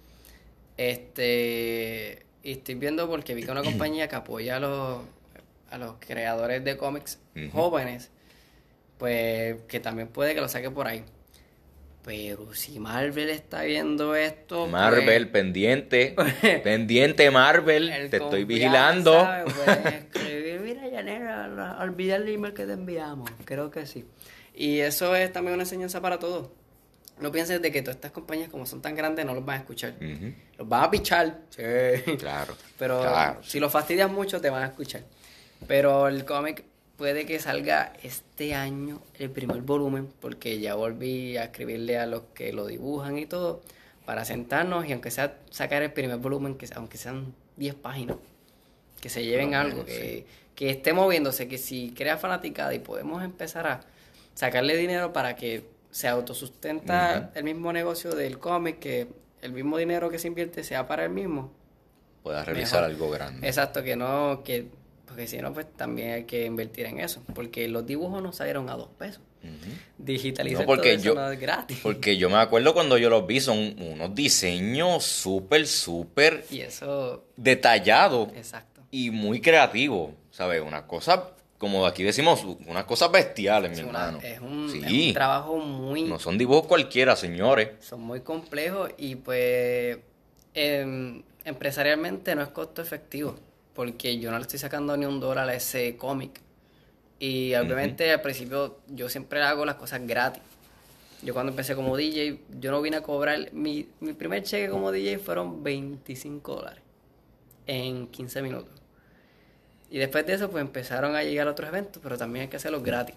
Speaker 2: Este... Y estoy viendo porque vi que una compañía que apoya a los, a los creadores de cómics uh-huh. jóvenes, pues que también puede que lo saque por ahí. Pero si Marvel está viendo esto...
Speaker 1: Marvel, pues, pendiente. pendiente, Marvel. Te estoy vigilando.
Speaker 2: Pueden escribir, mira, ya nena, la- olvida el email que te enviamos. Creo que sí. Y eso es también una enseñanza para todos. No pienses de que todas estas compañías, como son tan grandes, no los van a escuchar.
Speaker 1: Ujú.
Speaker 2: Los van a pichar, sí.
Speaker 1: Claro.
Speaker 2: Pero
Speaker 1: claro,
Speaker 2: si
Speaker 1: sí.
Speaker 2: los fastidias mucho, te van a escuchar. Pero el cómic puede que salga este año el primer volumen, porque ya volví a escribirle a los que lo dibujan y todo, para sentarnos y aunque sea sacar el primer volumen, que aunque sean diez páginas, que se lleven
Speaker 1: Por lo
Speaker 2: algo,
Speaker 1: menos,
Speaker 2: que, que esté moviéndose, que si crea fanaticada y podemos empezar a sacarle dinero para que se autosustenta
Speaker 1: Ujú.
Speaker 2: el mismo negocio del cómic, que el mismo dinero que se invierte sea para el mismo.
Speaker 1: Puedas realizar
Speaker 2: Mejor.
Speaker 1: algo grande.
Speaker 2: Exacto, que no, que, porque si no, pues también hay que invertir en eso, porque los dibujos no salieron a dos pesos.
Speaker 1: Ujú.
Speaker 2: Digitalizar
Speaker 1: No, porque
Speaker 2: todo eso
Speaker 1: yo,
Speaker 2: no es gratis.
Speaker 1: porque yo me acuerdo cuando yo los vi, son unos diseños súper, súper
Speaker 2: Y eso,
Speaker 1: detallados
Speaker 2: exacto.
Speaker 1: y muy creativos, ¿sabes? Una cosa, como aquí decimos, unas cosas bestiales, mi
Speaker 2: Es, una-
Speaker 1: hermano.
Speaker 2: es un, es un
Speaker 1: Sí,
Speaker 2: trabajo muy,
Speaker 1: no son dibujos cualquiera, señores.
Speaker 2: son muy complejos y pues em, empresarialmente no es costo efectivo, porque yo no le estoy sacando ni un dólar a ese cómic. Y obviamente al principio yo siempre hago las cosas gratis. Yo cuando empecé como D J, yo no vine a cobrar, mi, mi primer cheque como D J fueron veinticinco dólares en quince minutos. Y después de eso pues empezaron a llegar otros eventos, pero también hay que hacerlos gratis.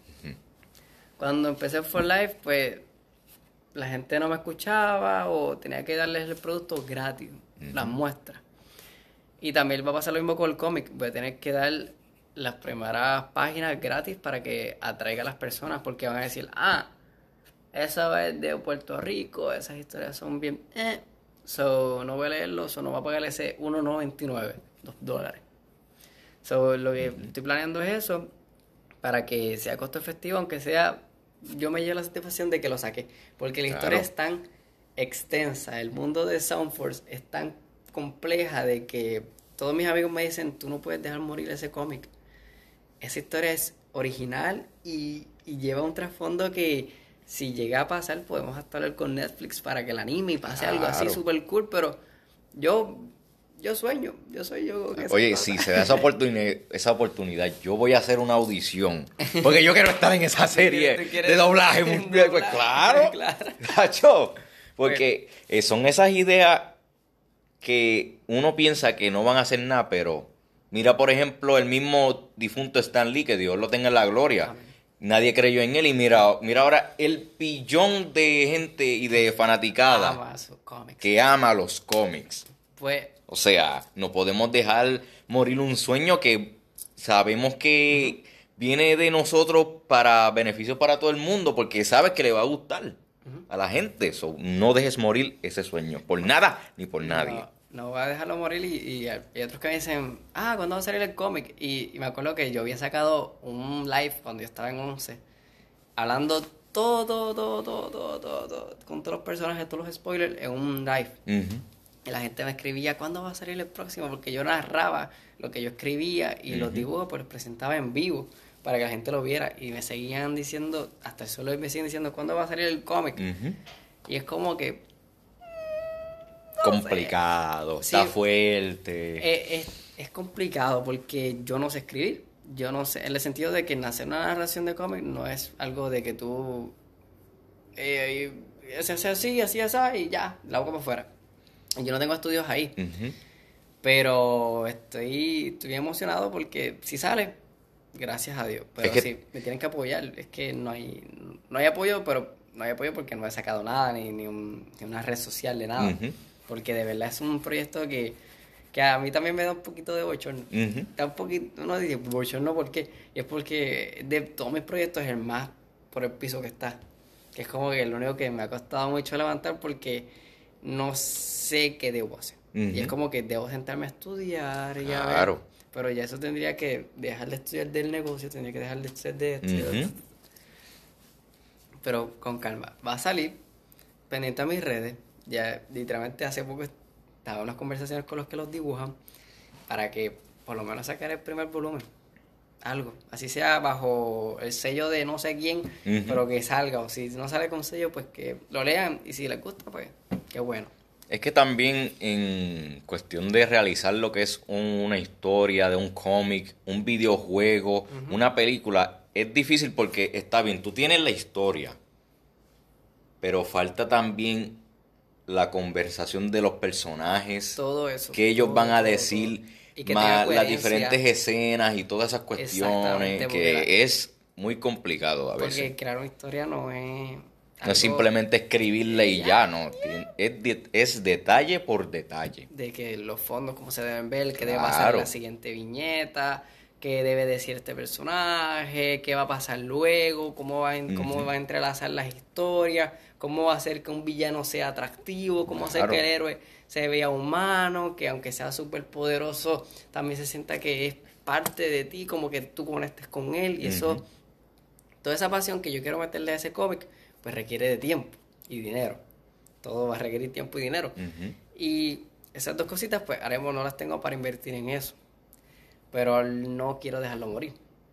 Speaker 2: Cuando empecé For Life, pues la gente no me escuchaba o tenía que darles el producto gratis, las muestras. Y también va a pasar lo mismo con el cómic. Voy a tener que dar las primeras páginas gratis para que atraiga a las personas, porque van a decir, ah, eso es de Puerto Rico, esas historias son bien... Eh. So, no voy a leerlo, so no voy a pagar ese uno noventa y nueve, dos dólares. So, lo que estoy planeando es eso, para que sea costo efectivo, aunque sea, yo me llevo la satisfacción de que lo saqué, porque la
Speaker 1: Claro.
Speaker 2: historia es tan extensa, el mundo de Soundforce es tan compleja de que todos mis amigos me dicen, tú no puedes dejar morir ese cómic. Esa historia es original y, y lleva un trasfondo que si llega a pasar podemos hasta hablar con Netflix para que la anime y pase algo así
Speaker 1: Claro.
Speaker 2: super cool, pero yo yo sueño, yo soy yo con esas
Speaker 1: Oye,
Speaker 2: cosas.
Speaker 1: si se da esa oportunidad, esa oportunidad, yo voy a hacer una audición. Porque yo quiero estar en esa serie
Speaker 2: ¿Tú quieres-
Speaker 1: de doblaje.
Speaker 2: doblaje?
Speaker 1: Pues claro.
Speaker 2: Claro.
Speaker 1: Tacho. Porque eh, son esas ideas que uno piensa que no van a hacer nada, pero mira, por ejemplo, el mismo difunto Stan Lee, que Dios lo tenga en la gloria.
Speaker 2: Amén.
Speaker 1: Nadie creyó en él y mira, mira ahora el pillón de gente y de fanaticada
Speaker 2: Ama sus cómics.
Speaker 1: que ama los cómics.
Speaker 2: Pues
Speaker 1: O sea, no podemos dejar morir un sueño que sabemos que viene de nosotros para beneficio para todo el mundo, porque sabes que le va a gustar a la gente. So, no dejes morir ese sueño, por nada ni por nadie.
Speaker 2: No, no voy a dejarlo morir y, y hay otros que me dicen, ah, ¿cuándo va a salir el cómic? Y, y me acuerdo que yo había sacado un live cuando yo estaba en once, hablando todo, todo, todo, todo, todo, todo, todo, con todos los personajes, todos los spoilers, en un live.
Speaker 1: Ujú.
Speaker 2: Y la gente me escribía, ¿cuándo va a salir el próximo? Porque yo narraba lo que yo escribía y los
Speaker 1: Ujú.
Speaker 2: dibujos pues los presentaba en vivo para que la gente lo viera. Y me seguían diciendo, hasta el suelo me siguen diciendo, ¿cuándo va a salir el cómic?
Speaker 1: Ujú.
Speaker 2: Y es como que
Speaker 1: Complicado,
Speaker 2: Sí.
Speaker 1: está fuerte.
Speaker 2: eh, es, es complicado porque yo no sé escribir. Yo no sé, en el sentido de que hacer una narración de cómic no es algo de que tú eh, se hace así, así, así y ya, la boca para afuera. Yo no tengo estudios ahí,
Speaker 1: Ujú.
Speaker 2: pero estoy, estoy emocionado porque si sale, gracias a Dios. Pero
Speaker 1: Es que-
Speaker 2: sí, me tienen que apoyar. Es que no hay, no hay apoyo, pero no hay apoyo porque no he sacado nada, ni, ni, un- ni una red social de nada.
Speaker 1: Ujú.
Speaker 2: Porque de verdad es un proyecto que, que a mí también me da un poquito de bochorno.
Speaker 1: Ujú.
Speaker 2: Da un poquito, uno dice, bochorno, ¿por qué? Y es porque de todos mis proyectos es el más por el piso que está. Que es como que lo único que me ha costado mucho levantar porque no sé qué debo hacer.
Speaker 1: Ujú.
Speaker 2: Y es como que debo sentarme a estudiar y a ver.
Speaker 1: Claro.
Speaker 2: Pero ya eso tendría que dejar de estudiar del negocio, tendría que dejar de estudiar de esto. y de
Speaker 1: Ujú.
Speaker 2: esto. Pero con calma. Va a salir pendiente a mis redes. Ya literalmente hace poco estaba en unas conversaciones con los que los dibujan para que por lo menos sacar el primer volumen. Algo. Así sea bajo el sello de no sé quién,
Speaker 1: Ujú.
Speaker 2: pero que salga. O si no sale con sello, pues que lo lean. Y si les gusta, pues qué bueno.
Speaker 1: Es que también en cuestión de realizar lo que es un- una historia de un cómic, un videojuego,
Speaker 2: Ujú.
Speaker 1: una película, es difícil porque está bien, tú tienes la historia, pero falta también la conversación de los personajes,
Speaker 2: Todo eso,
Speaker 1: que ellos
Speaker 2: todo,
Speaker 1: van a
Speaker 2: todo, todo.
Speaker 1: decir,
Speaker 2: Y que tenga
Speaker 1: más las
Speaker 2: coherencia.
Speaker 1: diferentes escenas y todas esas
Speaker 2: Exactamente,
Speaker 1: cuestiones,
Speaker 2: porque, la-
Speaker 1: que es muy complicado a veces.
Speaker 2: porque crear una historia no es
Speaker 1: No es
Speaker 2: algo
Speaker 1: simplemente escribirla y
Speaker 2: y
Speaker 1: ya, no. Tien- Es, de- es detalle por detalle.
Speaker 2: de que los fondos, cómo se deben ver, qué debe pasar en
Speaker 1: Claro.
Speaker 2: la siguiente viñeta, qué debe decir este personaje, qué va a pasar luego, cómo va, en- cómo
Speaker 1: Ujú.
Speaker 2: va a entrelazar las historias, cómo va a hacer que un villano sea atractivo, cómo hacer
Speaker 1: Claro.
Speaker 2: que el héroe se vea humano, que aunque sea súper poderoso, también se sienta que es parte de ti, como que tú conectes con él, y eso,
Speaker 1: Ujú.
Speaker 2: toda esa pasión que yo quiero meterle a ese cómic, pues requiere de tiempo y dinero. Todo va a requerir tiempo y dinero.
Speaker 1: Ujú.
Speaker 2: Y esas dos cositas, pues haremos, no las tengo para invertir en eso. Pero no quiero dejarlo morir.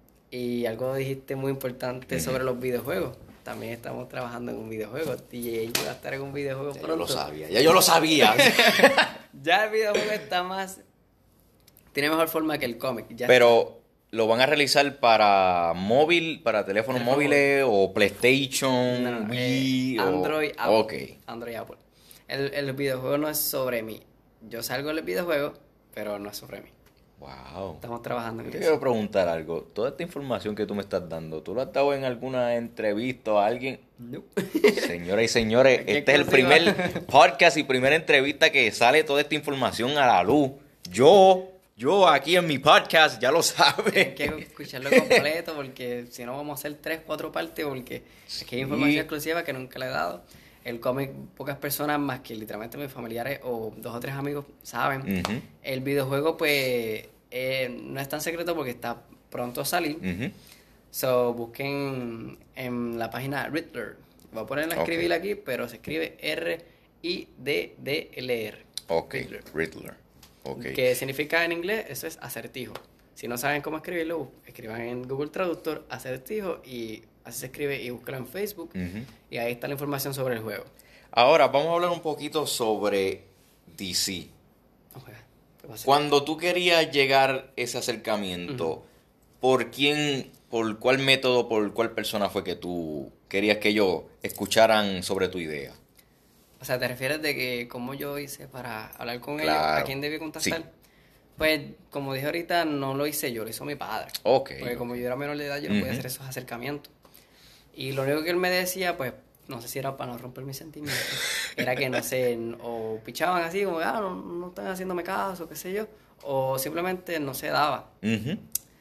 Speaker 2: Y algo dijiste muy importante
Speaker 1: Ujú.
Speaker 2: sobre los videojuegos. También estamos trabajando en un videojuego. D J va a estar en un videojuego
Speaker 1: Ya yo
Speaker 2: pronto.
Speaker 1: lo sabía, ya yo lo sabía.
Speaker 2: Ya el videojuego está más... Tiene mejor forma que el cómic. Ya
Speaker 1: Pero lo van a realizar para móvil, para teléfonos
Speaker 2: Teléfono
Speaker 1: móviles o PlayStation,
Speaker 2: No, no, no,
Speaker 1: Wii
Speaker 2: eh,
Speaker 1: o...
Speaker 2: Android, Apple.
Speaker 1: Ok.
Speaker 2: Android, Apple. El, el videojuego no es sobre mí. Yo salgo en el videojuego, pero no es sobre mí.
Speaker 1: Wow.
Speaker 2: Estamos trabajando
Speaker 1: Yo
Speaker 2: en
Speaker 1: te
Speaker 2: eso.
Speaker 1: quiero preguntar algo. Toda esta información que tú me estás dando, ¿tú lo has dado en alguna entrevista a alguien?
Speaker 2: No.
Speaker 1: Señoras y señores,
Speaker 2: Qué
Speaker 1: este es el
Speaker 2: exclusiva.
Speaker 1: primer podcast y primera entrevista que sale toda esta información a la luz. Yo, yo aquí en mi podcast, ya lo
Speaker 2: Hay
Speaker 1: sabes.
Speaker 2: que escucharlo completo porque si no vamos a hacer tres, cuatro partes porque aquí hay información
Speaker 1: Sí.
Speaker 2: exclusiva que nunca le he dado. El cómic, pocas personas más que literalmente mis familiares o dos o tres amigos saben.
Speaker 1: Ujú,
Speaker 2: El videojuego pues eh, no es tan secreto porque está pronto a salir.
Speaker 1: ujú.
Speaker 2: So busquen en la página Riddler. Voy a ponerla a
Speaker 1: Ok.
Speaker 2: escribir aquí, pero se escribe R I D D L R.
Speaker 1: Ok,
Speaker 2: Riddler.
Speaker 1: Riddler. Ok.
Speaker 2: Que significa en inglés, eso es acertijo. Si no saben cómo escribirlo, escriban en Google Traductor acertijo y así se escribe y búsquelo en Facebook
Speaker 1: Ujú.
Speaker 2: y ahí está la información sobre el juego.
Speaker 1: Ahora, vamos a hablar un poquito sobre D C.
Speaker 2: Oh my God, ¿qué pasa?
Speaker 1: Cuando tú querías llegar ese acercamiento, ¿por quién, por cuál método, por cuál persona fue que tú querías que ellos escucharan sobre tu idea?
Speaker 2: O sea, ¿te refieres de que cómo yo hice para hablar con ellos?
Speaker 1: Claro.
Speaker 2: ¿A quién debí contactar?
Speaker 1: Sí.
Speaker 2: Pues, como dije ahorita, no lo hice yo, lo hizo mi padre.
Speaker 1: Ok.
Speaker 2: Porque como
Speaker 1: ok.
Speaker 2: yo era menor de edad, yo no podía
Speaker 1: Ujú.
Speaker 2: hacer esos acercamientos. Y lo único que él me decía, pues, no sé si era para no romper mis sentimientos, era que no sé, o pichaban así, como, ah, no, no están haciéndome caso, qué sé yo, o simplemente no se daba.
Speaker 1: Ujú.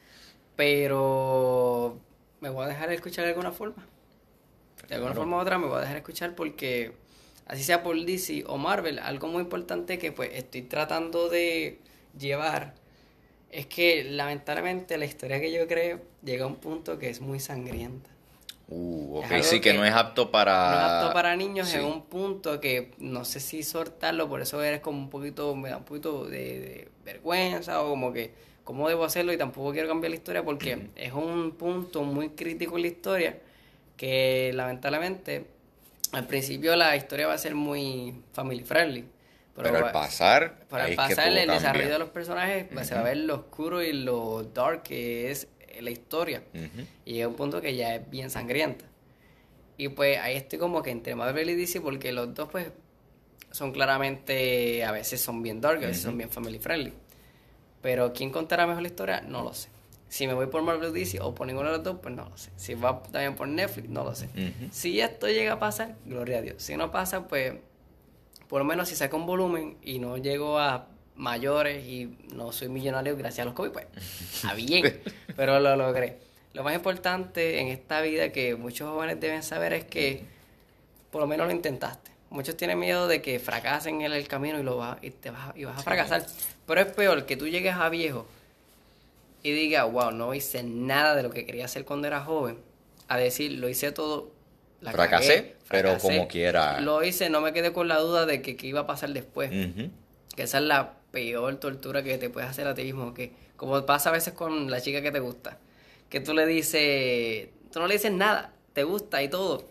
Speaker 2: Pero me voy a dejar escuchar de alguna forma. De alguna
Speaker 1: Claro.
Speaker 2: forma u otra me voy a dejar escuchar porque, así sea por D C o Marvel, algo muy importante que pues estoy tratando de llevar es que lamentablemente la historia que yo creo llega a un punto que es muy sangrienta.
Speaker 1: Uh,
Speaker 2: Es
Speaker 1: ok,
Speaker 2: algo
Speaker 1: sí, que
Speaker 2: que
Speaker 1: no es apto para...
Speaker 2: No es apto para niños
Speaker 1: Sí.
Speaker 2: en un punto que no sé si soltarlo, por eso eres como un poquito, me da un poquito de, de vergüenza o como que cómo debo hacerlo y tampoco quiero cambiar la historia porque
Speaker 1: Ujú.
Speaker 2: es un punto muy crítico en la historia que lamentablemente al principio la historia va a ser muy family friendly, pero,
Speaker 1: Pero al
Speaker 2: va-
Speaker 1: pasar,
Speaker 2: pero
Speaker 1: ahí
Speaker 2: al
Speaker 1: es que
Speaker 2: pasar
Speaker 1: todo
Speaker 2: el desarrollo
Speaker 1: cambia.
Speaker 2: de los personajes pues, se va a ver lo oscuro y lo dark que es la historia
Speaker 1: Ujú.
Speaker 2: y llega un punto que ya es bien sangrienta. Y pues ahí estoy como que entre Marvel y D C porque los dos pues son claramente, a veces son bien dark, a veces
Speaker 1: Ujú.
Speaker 2: son bien family friendly. Pero quién contará mejor la historia, no lo sé. Si me voy por Marvel o D C o por ninguno de los dos, pues no lo sé. Si va también por Netflix, no lo sé.
Speaker 1: Ujú.
Speaker 2: Si esto llega a pasar, gloria a Dios. Si no pasa, pues por lo menos si saco un volumen y no llego a mayores y no soy millonario gracias a los cómics, pues está bien, pero lo logré. Lo más importante en esta vida que muchos jóvenes deben saber es que por lo menos lo intentaste. Muchos tienen miedo de que fracasen en el camino y, lo vas, y, te vas, y vas a fracasar. Pero es peor que tú llegues a viejo y digas, wow, no hice nada de lo que quería hacer cuando era joven, a decir, lo hice todo, la
Speaker 1: Fracasé,
Speaker 2: cagué,
Speaker 1: pero
Speaker 2: fracasé,
Speaker 1: como quiera.
Speaker 2: Lo hice, no me quedé con la duda de que qué iba a pasar después.
Speaker 1: Ujú.
Speaker 2: Que esa es la peor tortura que te puedes hacer a ti mismo. Que como pasa a veces con la chica que te gusta. Que tú le dices, tú no le dices nada, te gusta y todo.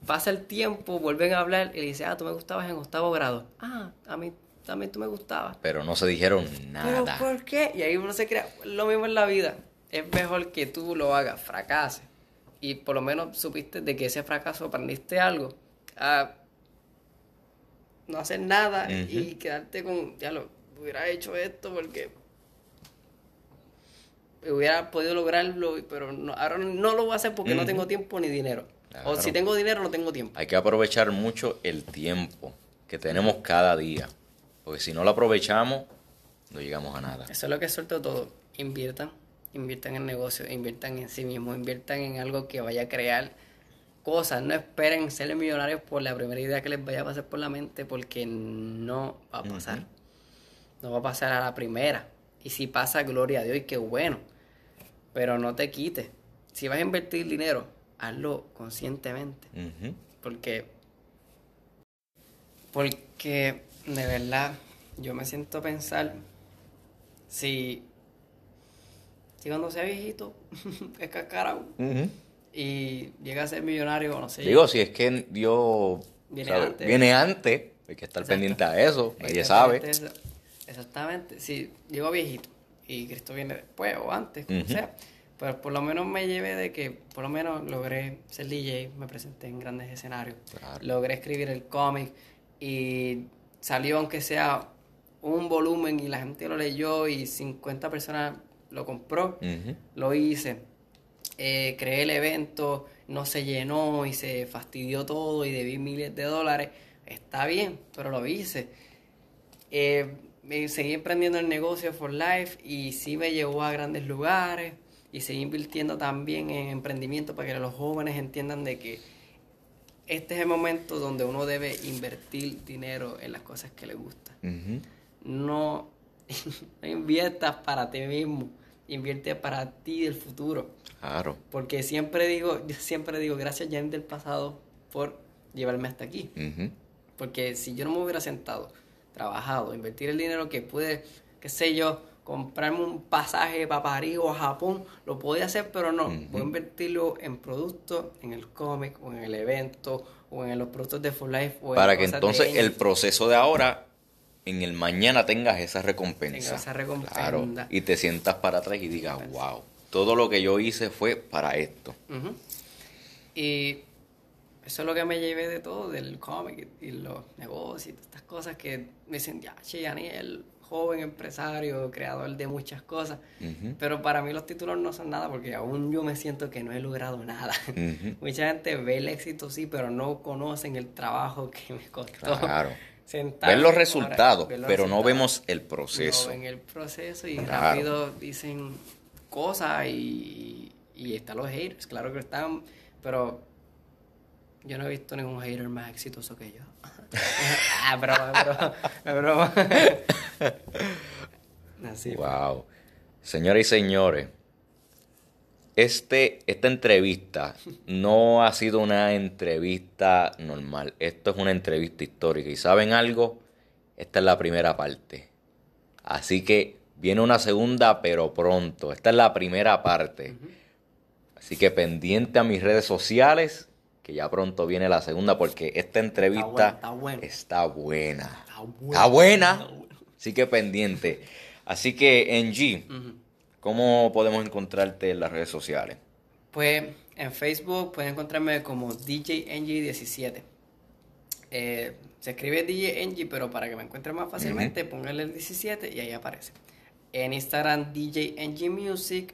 Speaker 2: pasa el tiempo, vuelven a hablar y le dice, ah, tú me gustabas en octavo grado. Ah, a mí también tú me gustabas.
Speaker 1: Pero no se dijeron
Speaker 2: ¿Pero
Speaker 1: nada.
Speaker 2: por qué? Y ahí uno se crea, lo mismo en la vida. Es mejor que tú lo hagas, fracases. Y por lo menos supiste de que ese fracaso aprendiste algo. A no hacer nada
Speaker 1: Ujú.
Speaker 2: y quedarte con, ya lo, hubiera hecho esto porque hubiera podido lograrlo, pero no, ahora no lo voy a hacer porque no
Speaker 1: Ujú.
Speaker 2: tengo tiempo ni dinero. O
Speaker 1: Claro.
Speaker 2: si tengo dinero, no tengo tiempo.
Speaker 1: Hay que aprovechar mucho el tiempo que tenemos cada día. Porque si no lo aprovechamos, no llegamos a nada.
Speaker 2: Eso es lo que suelto todo. Inviertan, inviertan en negocios, inviertan en sí mismos, inviertan en algo que vaya a crear cosas. No esperen ser millonarios por la primera idea que les vaya a pasar por la mente, porque no va a pasar.
Speaker 1: Ujú.
Speaker 2: No va a pasar a la primera. Y si pasa, gloria a Dios y qué bueno. Pero no te quites. Si vas a invertir dinero, hazlo conscientemente.
Speaker 1: Ujú.
Speaker 2: Porque, porque de verdad, yo me siento a pensar si, si cuando sea viejito, es cascarao,
Speaker 1: Ujú.
Speaker 2: y llega a ser millonario, no sé.
Speaker 1: Digo, si es que Dios
Speaker 2: Viene
Speaker 1: ¿sabe?
Speaker 2: antes.
Speaker 1: viene antes, hay que estar
Speaker 2: Exacto.
Speaker 1: pendiente a eso, nadie
Speaker 2: Exactamente
Speaker 1: sabe.
Speaker 2: eso. Exactamente. Si llego viejito y Cristo viene después o antes, como
Speaker 1: Ujú.
Speaker 2: sea, pero por lo menos me llevé de que por lo menos logré ser D J, me presenté en grandes escenarios,
Speaker 1: Claro.
Speaker 2: logré escribir el cómic y salió aunque sea un volumen y la gente lo leyó y cincuenta personas lo compró,
Speaker 1: Ujú.
Speaker 2: lo hice. Eh, creé el evento, no se llenó y se fastidió todo y debí miles de dólares. Está bien, pero lo hice. Eh, me seguí emprendiendo el negocio for life y sí me llevó a grandes lugares y seguí invirtiendo también en emprendimiento para que los jóvenes entiendan de que este es el momento donde uno debe invertir dinero en las cosas que le gustan.
Speaker 1: Ujú.
Speaker 2: No, no inviertas para ti mismo, invierte para ti del futuro.
Speaker 1: Claro.
Speaker 2: Porque siempre digo, yo siempre digo, gracias James del pasado por llevarme hasta aquí.
Speaker 1: Ujú.
Speaker 2: Porque si yo no me hubiera sentado, trabajado, invertir el dinero que pude, qué sé yo, comprarme un pasaje para París o a Japón, lo podía hacer, pero no.
Speaker 1: Ujú.
Speaker 2: Voy a invertirlo en productos, en el cómic, o en el evento, o en los productos de For Life, o en
Speaker 1: Para que
Speaker 2: cosas de
Speaker 1: entonces el
Speaker 2: Angel.
Speaker 1: proceso de ahora, en el mañana tengas esa recompensa.
Speaker 2: Tenga esa recompensa.
Speaker 1: Claro. Y te sientas para atrás y digas, wow, todo lo que yo hice fue para esto.
Speaker 2: Ujú. Y eso es lo que me llevé de todo, del cómic y los negocios y todas estas cosas que me dicen, ya, che, Daniel, joven empresario, creador de muchas cosas.
Speaker 1: Ujú.
Speaker 2: Pero para mí los títulos no son nada porque aún yo me siento que no he logrado nada.
Speaker 1: Ujú.
Speaker 2: Mucha gente ve el éxito, sí, pero no conocen el trabajo que me costó.
Speaker 1: Claro.
Speaker 2: sentarme
Speaker 1: Ver los
Speaker 2: ahora,
Speaker 1: resultados,
Speaker 2: ver los
Speaker 1: pero no
Speaker 2: resultados.
Speaker 1: vemos el proceso.
Speaker 2: No ven el proceso y
Speaker 1: Claro.
Speaker 2: rápido dicen cosas y, y están los haters, claro que están, pero yo no he visto ningún hater más exitoso que yo. ah, broma, broma, broma. Así.
Speaker 1: Wow. Señoras y señores, este, esta entrevista no ha sido una entrevista normal. Esto es una entrevista histórica. ¿Y saben algo? Esta es la primera parte. Así que viene una segunda, pero pronto. Esta es la primera parte.
Speaker 2: Ujú.
Speaker 1: Así que pendiente a mis redes sociales, que ya pronto viene la segunda, porque esta entrevista
Speaker 2: Está bueno,
Speaker 1: está buena.
Speaker 2: está bueno.
Speaker 1: Está buena.
Speaker 2: Está bueno.
Speaker 1: Así que pendiente. Así que, Ng,
Speaker 2: Ujú.
Speaker 1: ¿cómo podemos encontrarte en las redes sociales?
Speaker 2: Pues en Facebook pueden encontrarme como D J N G diecisiete. Eh, se escribe D J N G, pero para que me encuentren más fácilmente,
Speaker 1: Ujú.
Speaker 2: pónganle el diecisiete y ahí aparece. En Instagram D J N G Music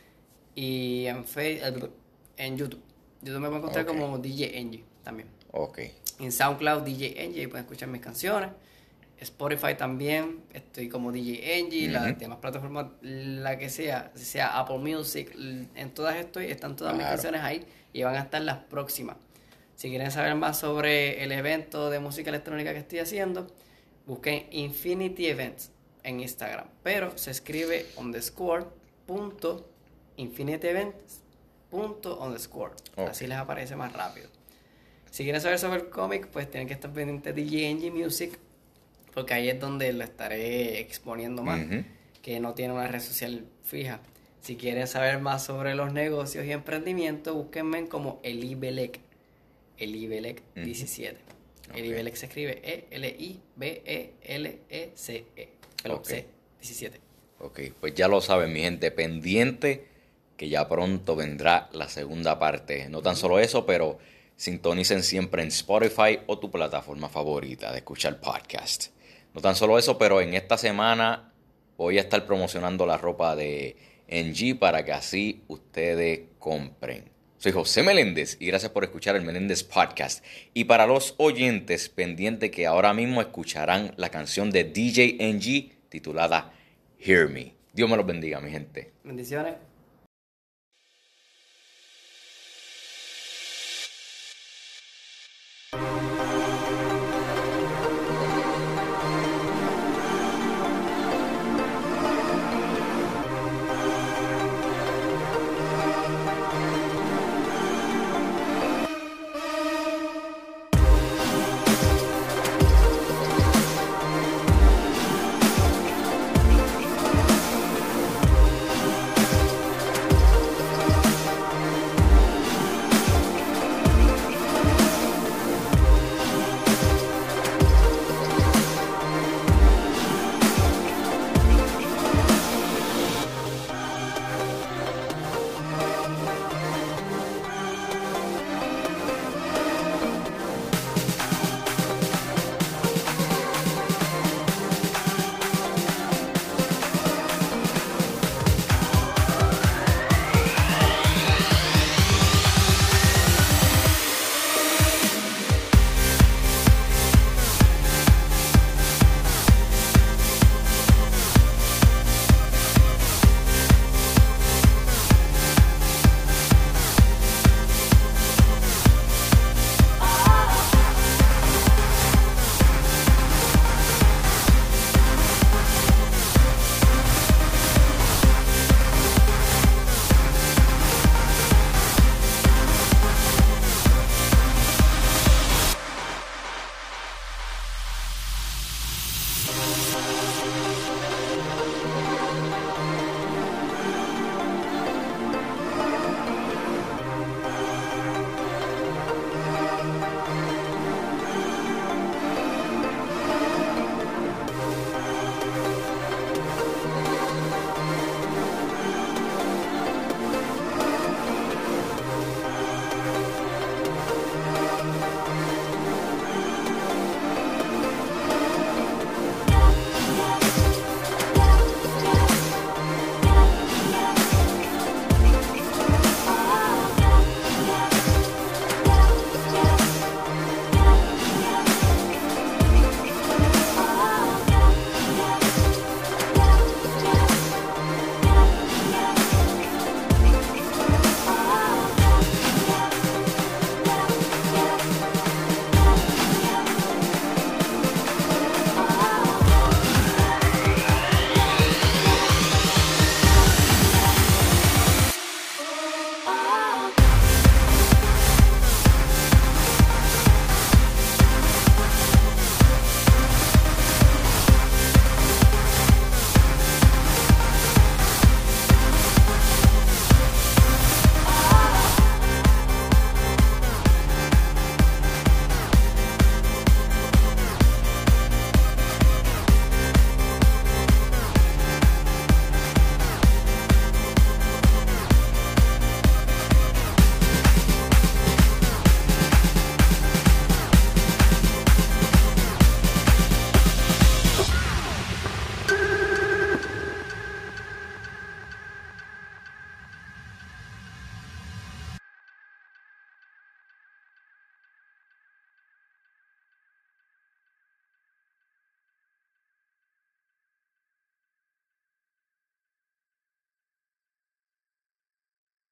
Speaker 2: y en, Facebook, en YouTube. YouTube me pueden encontrar
Speaker 1: Ok.
Speaker 2: como D J N G también.
Speaker 1: Ok.
Speaker 2: En SoundCloud D J N G, ahí pueden escuchar mis canciones. Spotify también, estoy como D J N G,
Speaker 1: Ujú.
Speaker 2: las demás plataformas, la que sea, si sea Apple Music, en todas estoy, están todas mis
Speaker 1: Claro.
Speaker 2: canciones ahí y van a estar las próximas. Si quieren saber más sobre el evento de música electrónica que estoy haciendo, busquen Infinity Events en Instagram, pero se escribe underscore punto Infinity Events punto underscore,
Speaker 1: Ok.
Speaker 2: así les aparece más rápido. Si quieren saber sobre el cómic, pues tienen que estar pendientes de D J N G Music, porque ahí es donde lo estaré exponiendo más,
Speaker 1: Ujú.
Speaker 2: que no tiene una red social fija. Si quieren saber más sobre los negocios y emprendimientos, búsquenme como Eli Belec Elibelec diecisiete.
Speaker 1: Ok.
Speaker 2: Elibelec se escribe E L I B E L E C E. Perdón,
Speaker 1: Ok.
Speaker 2: C, diecisiete.
Speaker 1: Ok, pues ya lo saben, mi gente, pendiente que ya pronto vendrá la segunda parte. No tan solo eso, pero sintonicen siempre en Spotify o tu plataforma favorita de escuchar podcast. No tan solo eso, pero en esta semana voy a estar promocionando la ropa de N G para que así ustedes compren. Soy José Meléndez y gracias por escuchar el Meléndez Podcast. Y para los oyentes, pendiente que ahora mismo escucharán la canción de D J N G titulada Hear Me. Dios me los bendiga, mi gente.
Speaker 2: Bendiciones.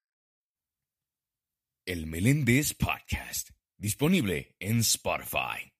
Speaker 1: El Meléndez Podcast, disponible en Spotify.